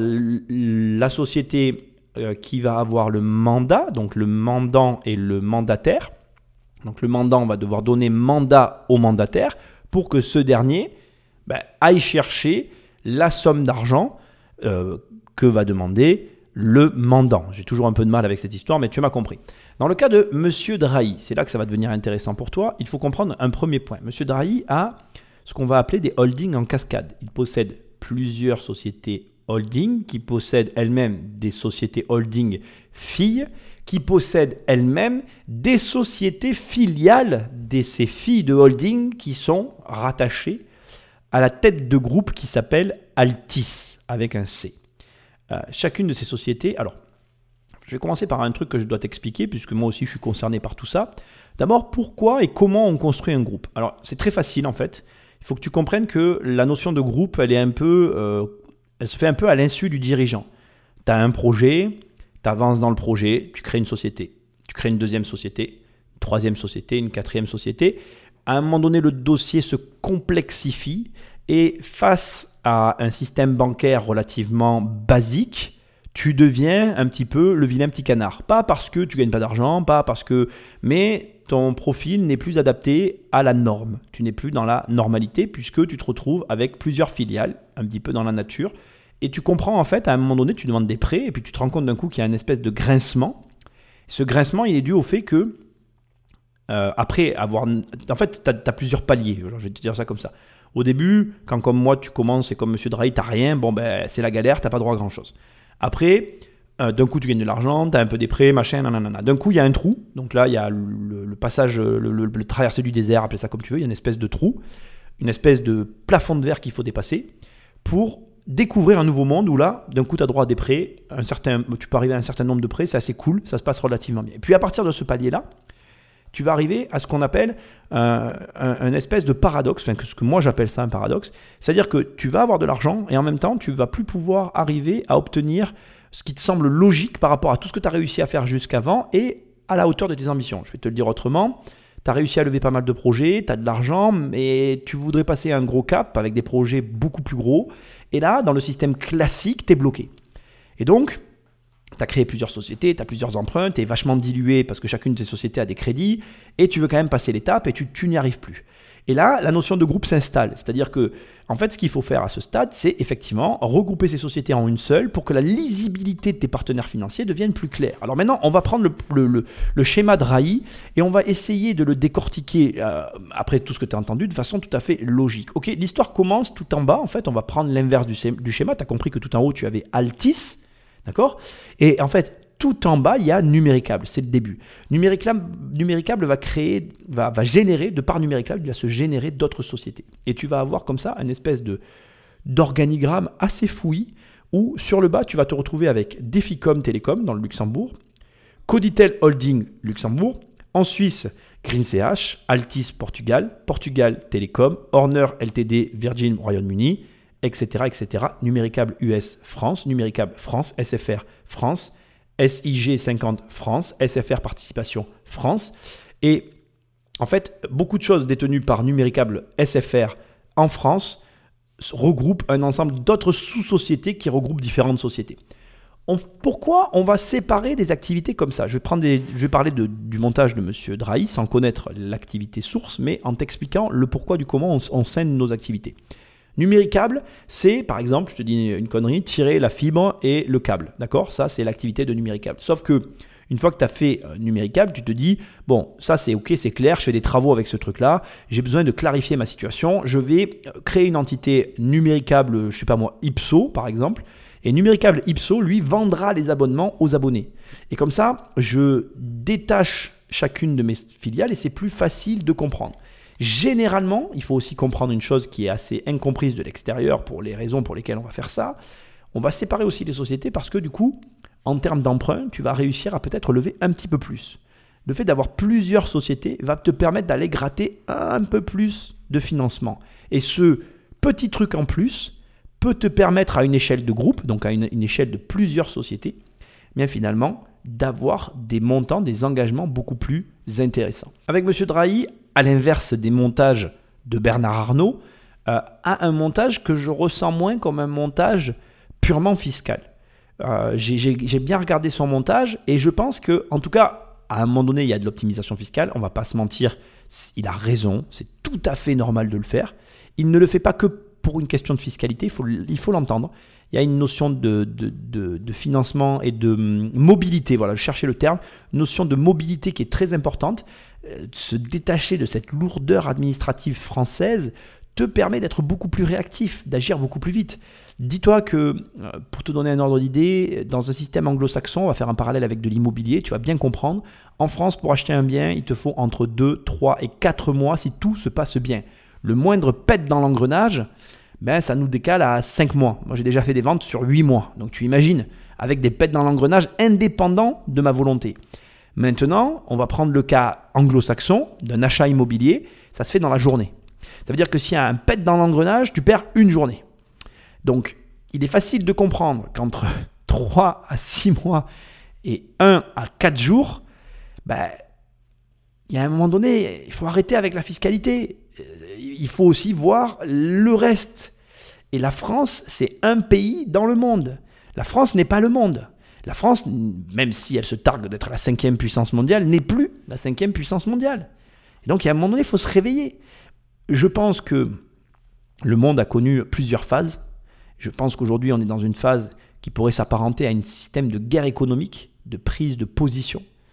société qui va avoir le mandat, donc le mandant et le mandataire. Donc le mandant va devoir donner mandat au mandataire pour que ce dernier aille chercher la somme d'argent que va demander le mandant. J'ai toujours un peu de mal avec cette histoire, mais tu m'as compris. Dans le cas de Monsieur Drahi, c'est là que ça va devenir intéressant pour toi, il faut comprendre un premier point. Monsieur Drahi a ce qu'on va appeler des holdings en cascade. Il possède plusieurs sociétés holding qui possèdent elles-mêmes des sociétés holding filles qui possèdent elles-mêmes des sociétés filiales de ces filles de holding qui sont rattachées à la tête de groupe qui s'appelle Altis avec un C. Chacune de ces sociétés, alors je vais commencer par un truc que je dois t'expliquer puisque moi aussi je suis concerné par tout ça. D'abord, pourquoi et comment on construit un groupe? Alors c'est très facile en fait. Il faut que tu comprennes que la notion de groupe, elle se fait un peu à l'insu du dirigeant. Tu as un projet, tu avances dans le projet, tu crées une société. Tu crées une deuxième société, une troisième société, une quatrième société. À un moment donné, le dossier se complexifie et face à un système bancaire relativement basique, tu deviens un petit peu le vilain petit canard. Pas parce que tu ne gagnes pas d'argent, pas parce que... mais ton profil n'est plus adapté à la norme. Tu n'es plus dans la normalité puisque tu te retrouves avec plusieurs filiales, un petit peu dans la nature. Et tu comprends en fait, à un moment donné, tu demandes des prêts et puis tu te rends compte d'un coup qu'il y a une espèce de grincement. Ce grincement, il est dû au fait que Après avoir... En fait, tu as plusieurs paliers, je vais te dire ça comme ça. Au début, quand comme moi, tu commences et comme M. Drahi, tu n'as rien, bon, ben, c'est la galère, tu n'as pas droit à grand-chose. Après, d'un coup, tu gagnes de l'argent, tu as un peu des prêts, machin, nanana. D'un coup, il y a un trou. Donc là, il y a le passage, le traversée du désert, appelle ça comme tu veux. Il y a une espèce de trou, une espèce de plafond de verre qu'il faut dépasser pour découvrir un nouveau monde où là, d'un coup, tu as droit à des prêts. Tu peux arriver à un certain nombre de prêts, c'est assez cool, ça se passe relativement bien. Et puis à partir de ce palier-là, tu vas arriver à ce qu'on appelle un espèce de paradoxe, enfin, ce que moi j'appelle ça un paradoxe. C'est-à-dire que tu vas avoir de l'argent et en même temps, tu ne vas plus pouvoir arriver à obtenir ce qui te semble logique par rapport à tout ce que tu as réussi à faire jusqu'avant et à la hauteur de tes ambitions. Je vais te le dire autrement. Tu as réussi à lever pas mal de projets, tu as de l'argent, mais tu voudrais passer un gros cap avec des projets beaucoup plus gros. Et là, dans le système classique, tu es bloqué. Et donc, tu as créé plusieurs sociétés, tu as plusieurs emprunts, tu es vachement dilué parce que chacune de tes sociétés a des crédits et tu veux quand même passer l'étape et tu n'y arrives plus. Et là, la notion de groupe s'installe. C'est-à-dire que, en fait, ce qu'il faut faire à ce stade, c'est effectivement regrouper ces sociétés en une seule pour que la lisibilité de tes partenaires financiers devienne plus claire. Alors maintenant, on va prendre le schéma Drahi et on va essayer de le décortiquer, après tout ce que tu as entendu, de façon tout à fait logique. Ok, l'histoire commence tout en bas. En fait, on va prendre l'inverse du schéma. Tu as compris que tout en haut, tu avais Altis. D'accord ? Et en fait, tout en bas, il y a Numéricable, c'est le début. Numéricable va générer, de par Numéricable, il va se générer d'autres sociétés. Et tu vas avoir comme ça une espèce d'organigramme assez fouillis où sur le bas, tu vas te retrouver avec Deficom Télécom dans le Luxembourg, Coditel Holding Luxembourg, en Suisse, GreenCH, Altis Portugal, Portugal Télécom, Horner Ltd Virgin Royaume-Uni, etc., etc. Numéricable US France, Numéricable France, SFR France, SIG 50 France, SFR Participation France. Et en fait, beaucoup de choses détenues par Numéricable SFR en France regroupent un ensemble d'autres sous-sociétés qui regroupent différentes sociétés. Pourquoi on va séparer des activités comme ça ? Je vais parler du montage de M. Drahi sans connaître l'activité source, mais en t'expliquant le pourquoi du comment on scinde nos activités. Numéricable, c'est, par exemple, je te dis une connerie, tirer la fibre et le câble. D'accord ? Ça, c'est l'activité de Numéricable. Sauf que, une fois que tu as fait Numéricable, tu te dis, bon, ça c'est ok, c'est clair, je fais des travaux avec ce truc-là, j'ai besoin de clarifier ma situation, je vais créer une entité Numéricable, je sais pas moi, Ipso, par exemple, et Numéricable Ipso, lui, vendra les abonnements aux abonnés. Et comme ça, je détache chacune de mes filiales et c'est plus facile de comprendre. Généralement, il faut aussi comprendre une chose qui est assez incomprise de l'extérieur pour les raisons pour lesquelles on va faire ça. On va séparer aussi les sociétés parce que du coup, en termes d'emprunt, tu vas réussir à peut-être lever un petit peu plus. Le fait d'avoir plusieurs sociétés va te permettre d'aller gratter un peu plus de financement. Et ce petit truc en plus peut te permettre à une échelle de groupe, donc à une échelle de plusieurs sociétés, bien finalement, d'avoir des montants, des engagements beaucoup plus intéressants. Avec M. Drahi, à l'inverse des montages de Bernard Arnault, a un montage que je ressens moins comme un montage purement fiscal. J'ai bien regardé son montage et je pense que, en tout cas, à un moment donné, il y a de l'optimisation fiscale. On ne va pas se mentir, il a raison, c'est tout à fait normal de le faire. Il ne le fait pas que pour une question de fiscalité, il faut l'entendre. Il y a une notion de financement et de mobilité, voilà, je cherchais le terme, une notion de mobilité qui est très importante. Se détacher de cette lourdeur administrative française te permet d'être beaucoup plus réactif, d'agir beaucoup plus vite. Dis-toi que, pour te donner un ordre d'idée, dans un système anglo-saxon, on va faire un parallèle avec de l'immobilier, tu vas bien comprendre, en France, pour acheter un bien, il te faut entre 2, 3 et 4 mois si tout se passe bien. Le moindre pète dans l'engrenage, ça nous décale à 5 mois. Moi, j'ai déjà fait des ventes sur 8 mois. Donc, tu imagines, avec des pètes dans l'engrenage indépendants de ma volonté. Maintenant, on va prendre le cas anglo-saxon d'un achat immobilier. Ça se fait dans la journée. Ça veut dire que s'il y a un pète dans l'engrenage, tu perds une journée. Donc, il est facile de comprendre qu'entre 3 à 6 mois et 1 à 4 jours, il y a un moment donné, il faut arrêter avec la fiscalité. Il faut aussi voir le reste. Et la France, c'est un pays dans le monde. La France n'est pas le monde. La France, même si elle se targue d'être la 5e puissance mondiale, n'est plus la 5e puissance mondiale. Et donc, il y a un moment donné, il faut se réveiller. Je pense que le monde a connu plusieurs phases. Je pense qu'aujourd'hui, on est dans une phase qui pourrait s'apparenter à un système de guerre économique, de prise de position.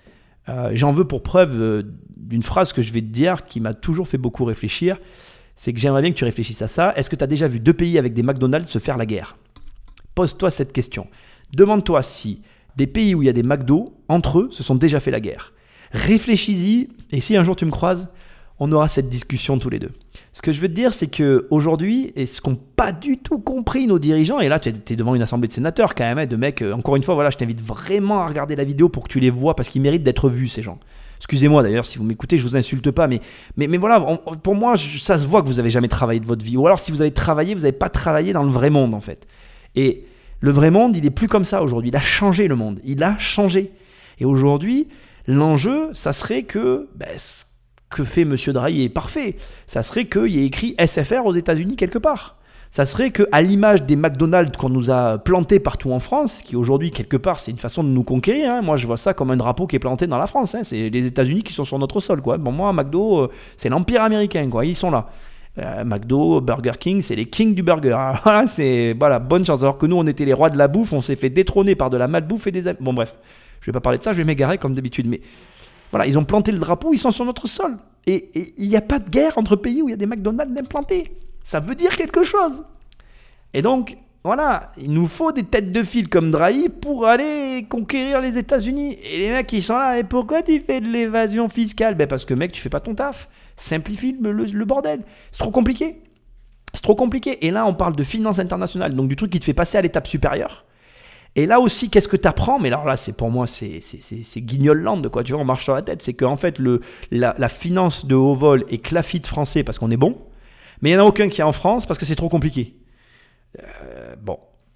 J'en veux pour preuve d'une phrase que je vais te dire qui m'a toujours fait beaucoup réfléchir. C'est que j'aimerais bien que tu réfléchisses à ça. Est-ce que tu as déjà vu 2 pays avec des McDonald's se faire la guerre ? Pose-toi cette question. Demande-toi si des pays où il y a des McDo, entre eux, se sont déjà fait la guerre. Réfléchis-y, et si un jour tu me croises, on aura cette discussion tous les deux. Ce que je veux te dire, c'est qu'aujourd'hui, et ce qu'ont pas du tout compris nos dirigeants, et là tu es devant une assemblée de sénateurs quand même, de mecs, encore une fois, voilà, je t'invite vraiment à regarder la vidéo pour que tu les vois, parce qu'ils méritent d'être vus, ces gens. Excusez-moi d'ailleurs, si vous m'écoutez, je vous insulte pas, mais voilà, pour moi, ça se voit que vous avez jamais travaillé de votre vie, ou alors si vous avez travaillé, vous n'avez pas travaillé dans le vrai monde en fait. Et le vrai monde, il est plus comme ça aujourd'hui, il a changé le monde, il a changé. Et aujourd'hui, l'enjeu, ça serait que, ce que fait M. Drahi est parfait, ça serait qu'il y ait écrit SFR aux États-Unis quelque part. Ça serait qu'à l'image des McDonald's qu'on nous a plantés partout en France, qui aujourd'hui, quelque part, c'est une façon de nous conquérir. Hein. Moi, je vois ça comme un drapeau qui est planté dans la France. Hein. C'est les États-Unis qui sont sur notre sol. Quoi. Bon, moi, McDo, c'est l'empire américain. Quoi. Ils sont là. McDo, Burger King, c'est les kings du burger. Alors, voilà, c'est bonne chance. Alors que nous, on était les rois de la bouffe, on s'est fait détrôner par de la malbouffe et des... Bon, bref, je vais pas parler de ça, je vais m'égarer comme d'habitude. Mais voilà, ils ont planté le drapeau, ils sont sur notre sol. Et il n'y a pas de guerre entre pays où il y a des McDonald's implantés. Ça veut dire quelque chose. Et donc, voilà, il nous faut des têtes de file comme Drahi pour aller conquérir les États-Unis. Et les mecs, ils sont là, et pourquoi tu fais de l'évasion fiscale ? Parce que mec, tu fais pas ton taf. Simplifie le bordel. C'est trop compliqué. C'est trop compliqué. Et là, on parle de finance internationale, donc du truc qui te fait passer à l'étape supérieure. Et là aussi, qu'est-ce que tu apprends ? Mais alors là, pour moi, c'est guignol-land, quoi. Tu vois, on marche sur la tête. C'est qu'en fait, la finance de haut vol est clafite français parce qu'on est bon, mais il n'y en a aucun qui est en France parce que c'est trop compliqué. Bon,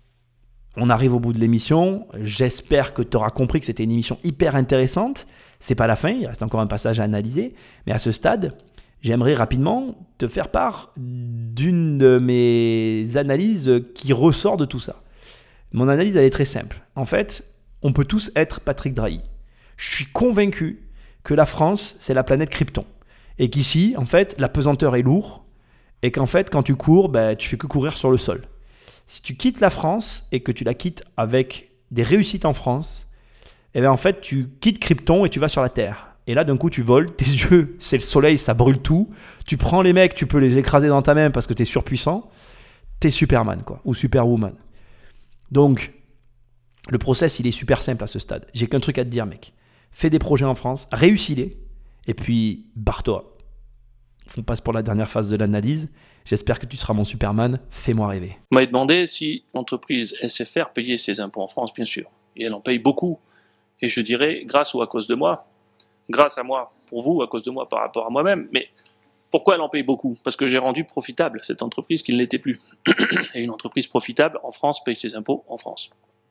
on arrive au bout de l'émission. J'espère que tu auras compris que c'était une émission hyper intéressante. C'est pas la fin, il reste encore un passage à analyser. Mais à ce stade, j'aimerais rapidement te faire part d'une de mes analyses qui ressort de tout ça. Mon analyse, elle est très simple. En fait, on peut tous être Patrick Drahi. Je suis convaincu que la France, c'est la planète Krypton. Et qu'ici, en fait, la pesanteur est lourde. Et qu'en fait, quand tu cours, tu fais que courir sur le sol. Si tu quittes la France et que tu la quittes avec des réussites en France, en fait, tu quittes Krypton et tu vas sur la Terre. Et là, d'un coup, tu voles, tes yeux, c'est le soleil, ça brûle tout. Tu prends les mecs, tu peux les écraser dans ta main parce que tu es surpuissant. Tu es Superman, quoi, ou Superwoman. Donc, le process, il est super simple à ce stade. J'ai qu'un truc à te dire, mec. Fais des projets en France, réussis-les, et puis barre-toi. On passe pour la dernière phase de l'analyse. J'espère que tu seras mon Superman. Fais-moi rêver. On m'a demandé si l'entreprise SFR payait ses impôts en France, bien sûr. Et elle en paye beaucoup. Et je dirais, grâce ou à cause de moi. Grâce à moi, pour vous, à cause de moi par rapport à moi-même. Mais pourquoi elle en paye beaucoup ? Parce que j'ai rendu profitable cette entreprise qui ne l'était plus. Et une entreprise profitable en France paye ses impôts en France.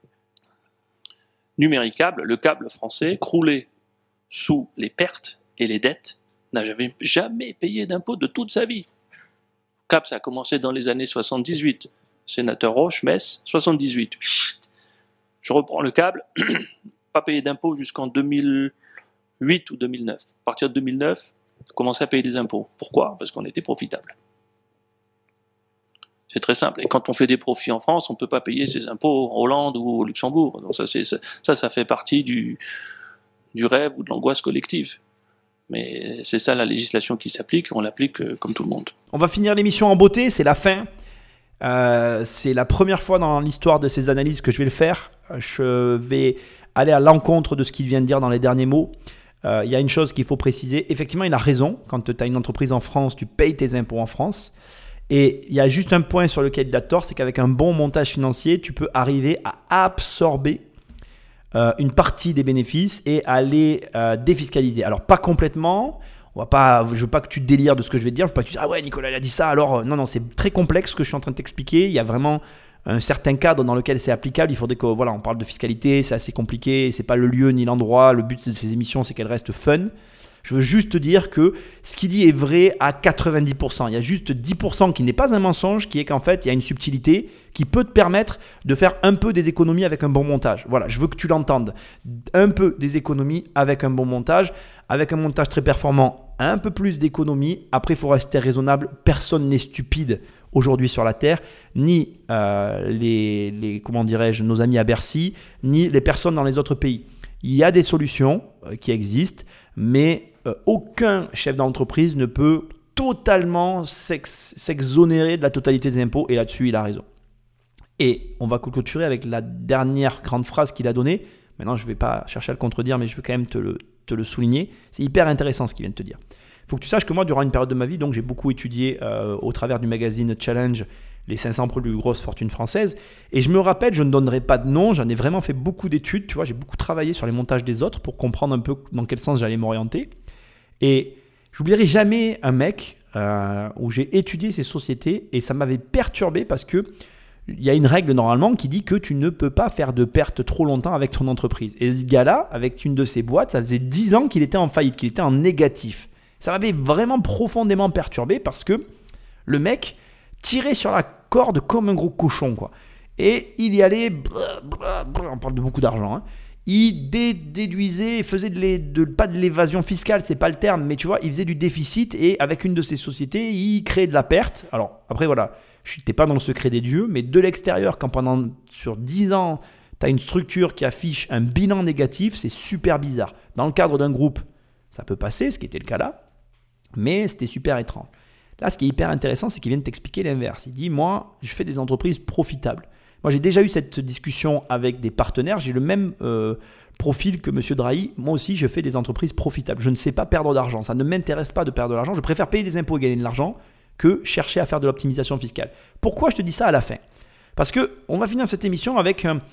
Numéricable, le câble français, croulé sous les pertes et les dettes, n'a jamais payé d'impôts de toute sa vie. Cap, ça a commencé dans les années 78. Sénateur Roche, Metz, 78. Je reprends le câble, pas payé d'impôts jusqu'en 2008 ou 2009. À partir de 2009, commencer à payer des impôts. Pourquoi ? Parce qu'on était profitable. C'est très simple. Et quand on fait des profits en France, on ne peut pas payer ses impôts en Hollande ou au Luxembourg. Donc ça fait partie du rêve ou de l'angoisse collective. Mais c'est ça la législation qui s'applique, on l'applique comme tout le monde. On va finir l'émission en beauté, c'est la fin. C'est la première fois dans l'histoire de ces analyses que je vais le faire. Je vais aller à l'encontre de ce qu'il vient de dire dans les derniers mots. Il y a une chose qu'il faut préciser. Effectivement, il a raison. Quand tu as une entreprise en France, tu payes tes impôts en France. Et il y a juste un point sur lequel il a tort, c'est qu'avec un bon montage financier, tu peux arriver à absorber une partie des bénéfices et à les défiscaliser. Alors, pas complètement. Je ne veux pas que tu te délires de ce que je vais te dire. Je ne veux pas que tu dises « Ah ouais, Nicolas, il a dit ça. » Alors, non, c'est très complexe ce que je suis en train de t'expliquer. Il y a vraiment un certain cadre dans lequel c'est applicable. Il faudrait on parle de fiscalité. C'est assez compliqué. Ce n'est pas le lieu ni l'endroit. Le but de ces émissions, c'est qu'elles restent fun. Je veux juste te dire que ce qu'il dit est vrai à 90%. Il y a juste 10% qui n'est pas un mensonge, qui est qu'en fait, il y a une subtilité qui peut te permettre de faire un peu des économies avec un bon montage. Voilà, je veux que tu l'entendes. Un peu des économies avec un bon montage. Avec un montage très performant, un peu plus d'économies. Après, il faut rester raisonnable. Personne n'est stupide aujourd'hui sur la Terre, ni nos amis à Bercy, ni les personnes dans les autres pays. Il y a des solutions qui existent, mais aucun chef d'entreprise ne peut totalement s'exonérer de la totalité des impôts, et là-dessus, il a raison. Et on va clôturer avec la dernière grande phrase qu'il a donnée. Maintenant, je ne vais pas chercher à le contredire, mais je veux quand même te le souligner. C'est hyper intéressant ce qu'il vient de te dire. Il faut que tu saches que moi, durant une période de ma vie, donc j'ai beaucoup étudié au travers du magazine Challenge les 500 plus grosses fortunes françaises. Et je me rappelle, je ne donnerai pas de nom, j'en ai vraiment fait beaucoup d'études. Tu vois, j'ai beaucoup travaillé sur les montages des autres pour comprendre un peu dans quel sens j'allais m'orienter. Et j'oublierai jamais un mec où j'ai étudié ces sociétés et ça m'avait perturbé parce que il y a une règle normalement qui dit que tu ne peux pas faire de pertes trop longtemps avec ton entreprise. Et ce gars-là, avec une de ses boîtes, ça faisait 10 ans qu'il était en faillite, qu'il était en négatif. Ça m'avait vraiment profondément perturbé parce que le mec tirait sur la corde comme un gros cochon, quoi. Et il y allait, on parle de beaucoup d'argent, hein. Il déduisait, il faisait pas de l'évasion fiscale, c'est pas le terme, mais tu vois, il faisait du déficit et avec une de ses sociétés, il créait de la perte. Alors après, voilà, je n'étais pas dans le secret des dieux, mais de l'extérieur, quand sur 10 ans, tu as une structure qui affiche un bilan négatif, c'est super bizarre. Dans le cadre d'un groupe, ça peut passer, ce qui était le cas là, mais c'était super étrange. Là, ce qui est hyper intéressant, c'est qu'il vient de t'expliquer l'inverse. Il dit, moi, je fais des entreprises profitables. Moi, j'ai déjà eu cette discussion avec des partenaires. J'ai le même profil que M. Drahi. Moi aussi, je fais des entreprises profitables. Je ne sais pas perdre d'argent. Ça ne m'intéresse pas de perdre de l'argent. Je préfère payer des impôts et gagner de l'argent que chercher à faire de l'optimisation fiscale. Pourquoi je te dis ça à la fin ? Parce qu'on va finir cette émission avec un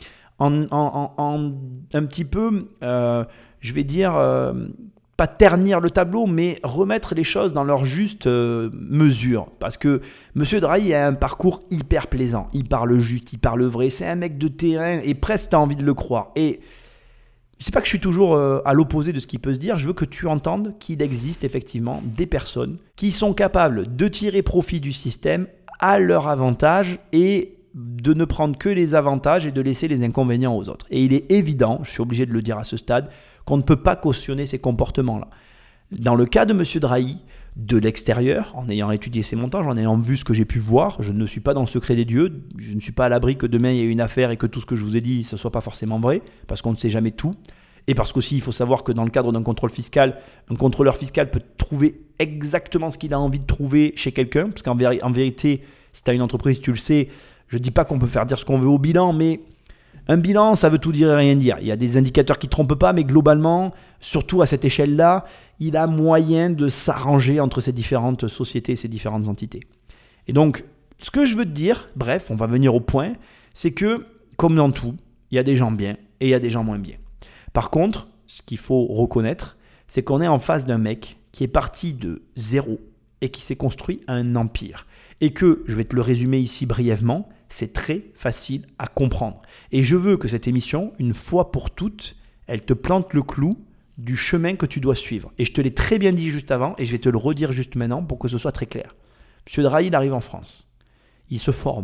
petit peu, je vais dire, pas ternir le tableau, mais remettre les choses dans leur juste mesure. Parce que M. Drahi a un parcours hyper plaisant. Il parle juste, il parle vrai. C'est un mec de terrain et presque tu as envie de le croire. Et je ne sais pas que je suis toujours à l'opposé de ce qu'il peut se dire. Je veux que tu entendes qu'il existe effectivement des personnes qui sont capables de tirer profit du système à leur avantage et de ne prendre que les avantages et de laisser les inconvénients aux autres. Et il est évident, je suis obligé de le dire à ce stade, qu'on ne peut pas cautionner ces comportements-là. Dans le cas de M. Drahi, de l'extérieur, en ayant étudié ses montages, en ayant vu ce que j'ai pu voir, je ne suis pas dans le secret des dieux, je ne suis pas à l'abri que demain il y ait une affaire et que tout ce que je vous ai dit, ce ne soit pas forcément vrai, parce qu'on ne sait jamais tout. Et parce qu'aussi, il faut savoir que dans le cadre d'un contrôle fiscal, un contrôleur fiscal peut trouver exactement ce qu'il a envie de trouver chez quelqu'un, parce qu'en vérité, si tu as une entreprise, tu le sais, je ne dis pas qu'on peut faire dire ce qu'on veut au bilan, mais un bilan, ça veut tout dire et rien dire. Il y a des indicateurs qui ne trompent pas, mais globalement, surtout à cette échelle-là, il a moyen de s'arranger entre ces différentes sociétés, ces différentes entités. Et donc, ce que je veux te dire, bref, on va venir au point, c'est que, comme dans tout, il y a des gens bien et il y a des gens moins bien. Par contre, ce qu'il faut reconnaître, c'est qu'on est en face d'un mec qui est parti de zéro et qui s'est construit un empire. Et que, je vais te le résumer ici brièvement, c'est très facile à comprendre. Et je veux que cette émission, une fois pour toutes, elle te plante le clou du chemin que tu dois suivre. Et je te l'ai très bien dit juste avant et je vais te le redire juste maintenant pour que ce soit très clair. M. Drahi, il arrive en France. Il se forme.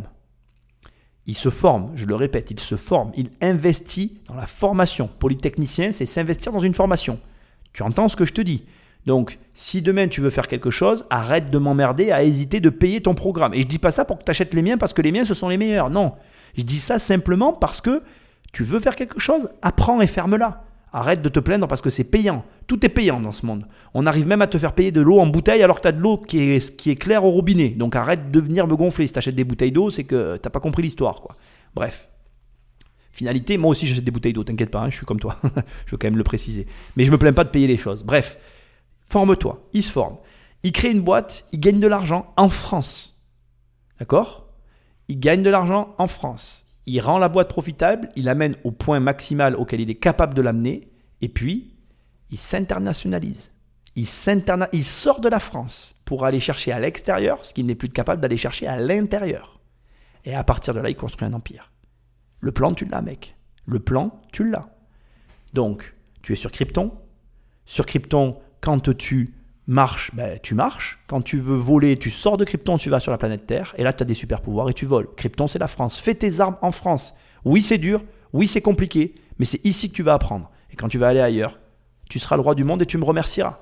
Il se forme, je le répète, il se forme. Il investit dans la formation. Polytechnicien, c'est s'investir dans une formation. Tu entends ce que je te dis ? Donc, si demain tu veux faire quelque chose, arrête de m'emmerder à hésiter de payer ton programme. Et je ne dis pas ça pour que tu achètes les miens parce que les miens, ce sont les meilleurs. Non, je dis ça simplement parce que tu veux faire quelque chose, apprends et ferme-la. Arrête de te plaindre parce que c'est payant. Tout est payant dans ce monde. On arrive même à te faire payer de l'eau en bouteille alors que tu as de l'eau qui est claire au robinet. Donc arrête de venir me gonfler. Si tu achètes des bouteilles d'eau, c'est que tu n'as pas compris l'histoire, quoi. Bref. Finalité, moi aussi j'achète des bouteilles d'eau, t'inquiète pas, hein, je suis comme toi. Je veux quand même le préciser. Mais je ne me plains pas de payer les choses. Bref. Forme-toi, il se forme. Il crée une boîte, il gagne de l'argent en France. D'accord ? Il gagne de l'argent en France. Il rend la boîte profitable, il l'amène au point maximal auquel il est capable de l'amener. Et puis, il s'internationalise. Il sort de la France pour aller chercher à l'extérieur ce qu'il n'est plus capable d'aller chercher à l'intérieur. Et à partir de là, il construit un empire. Le plan, tu l'as, mec. Le plan, tu l'as. Donc, tu es sur Krypton. Sur Krypton, quand tu marches, tu marches. Quand tu veux voler, tu sors de Krypton, tu vas sur la planète Terre. Et là, tu as des super pouvoirs et tu voles. Krypton, c'est la France. Fais tes armes en France. Oui, c'est dur. Oui, c'est compliqué. Mais c'est ici que tu vas apprendre. Et quand tu vas aller ailleurs, tu seras le roi du monde et tu me remercieras.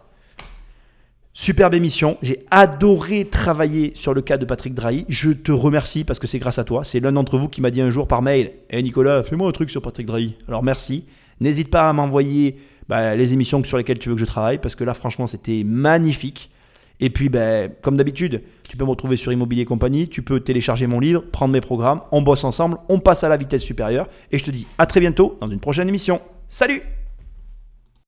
Superbe émission. J'ai adoré travailler sur le cas de Patrick Drahi. Je te remercie parce que c'est grâce à toi. C'est l'un d'entre vous qui m'a dit un jour par mail « Hey Nicolas, fais-moi un truc sur Patrick Drahi. » Alors merci. N'hésite pas à m'envoyer les émissions sur lesquelles tu veux que je travaille, parce que là, franchement, c'était magnifique. Et puis, comme d'habitude, tu peux me retrouver sur Immobilier Compagnie, tu peux télécharger mon livre, prendre mes programmes, on bosse ensemble, on passe à la vitesse supérieure. Et je te dis à très bientôt dans une prochaine émission. Salut!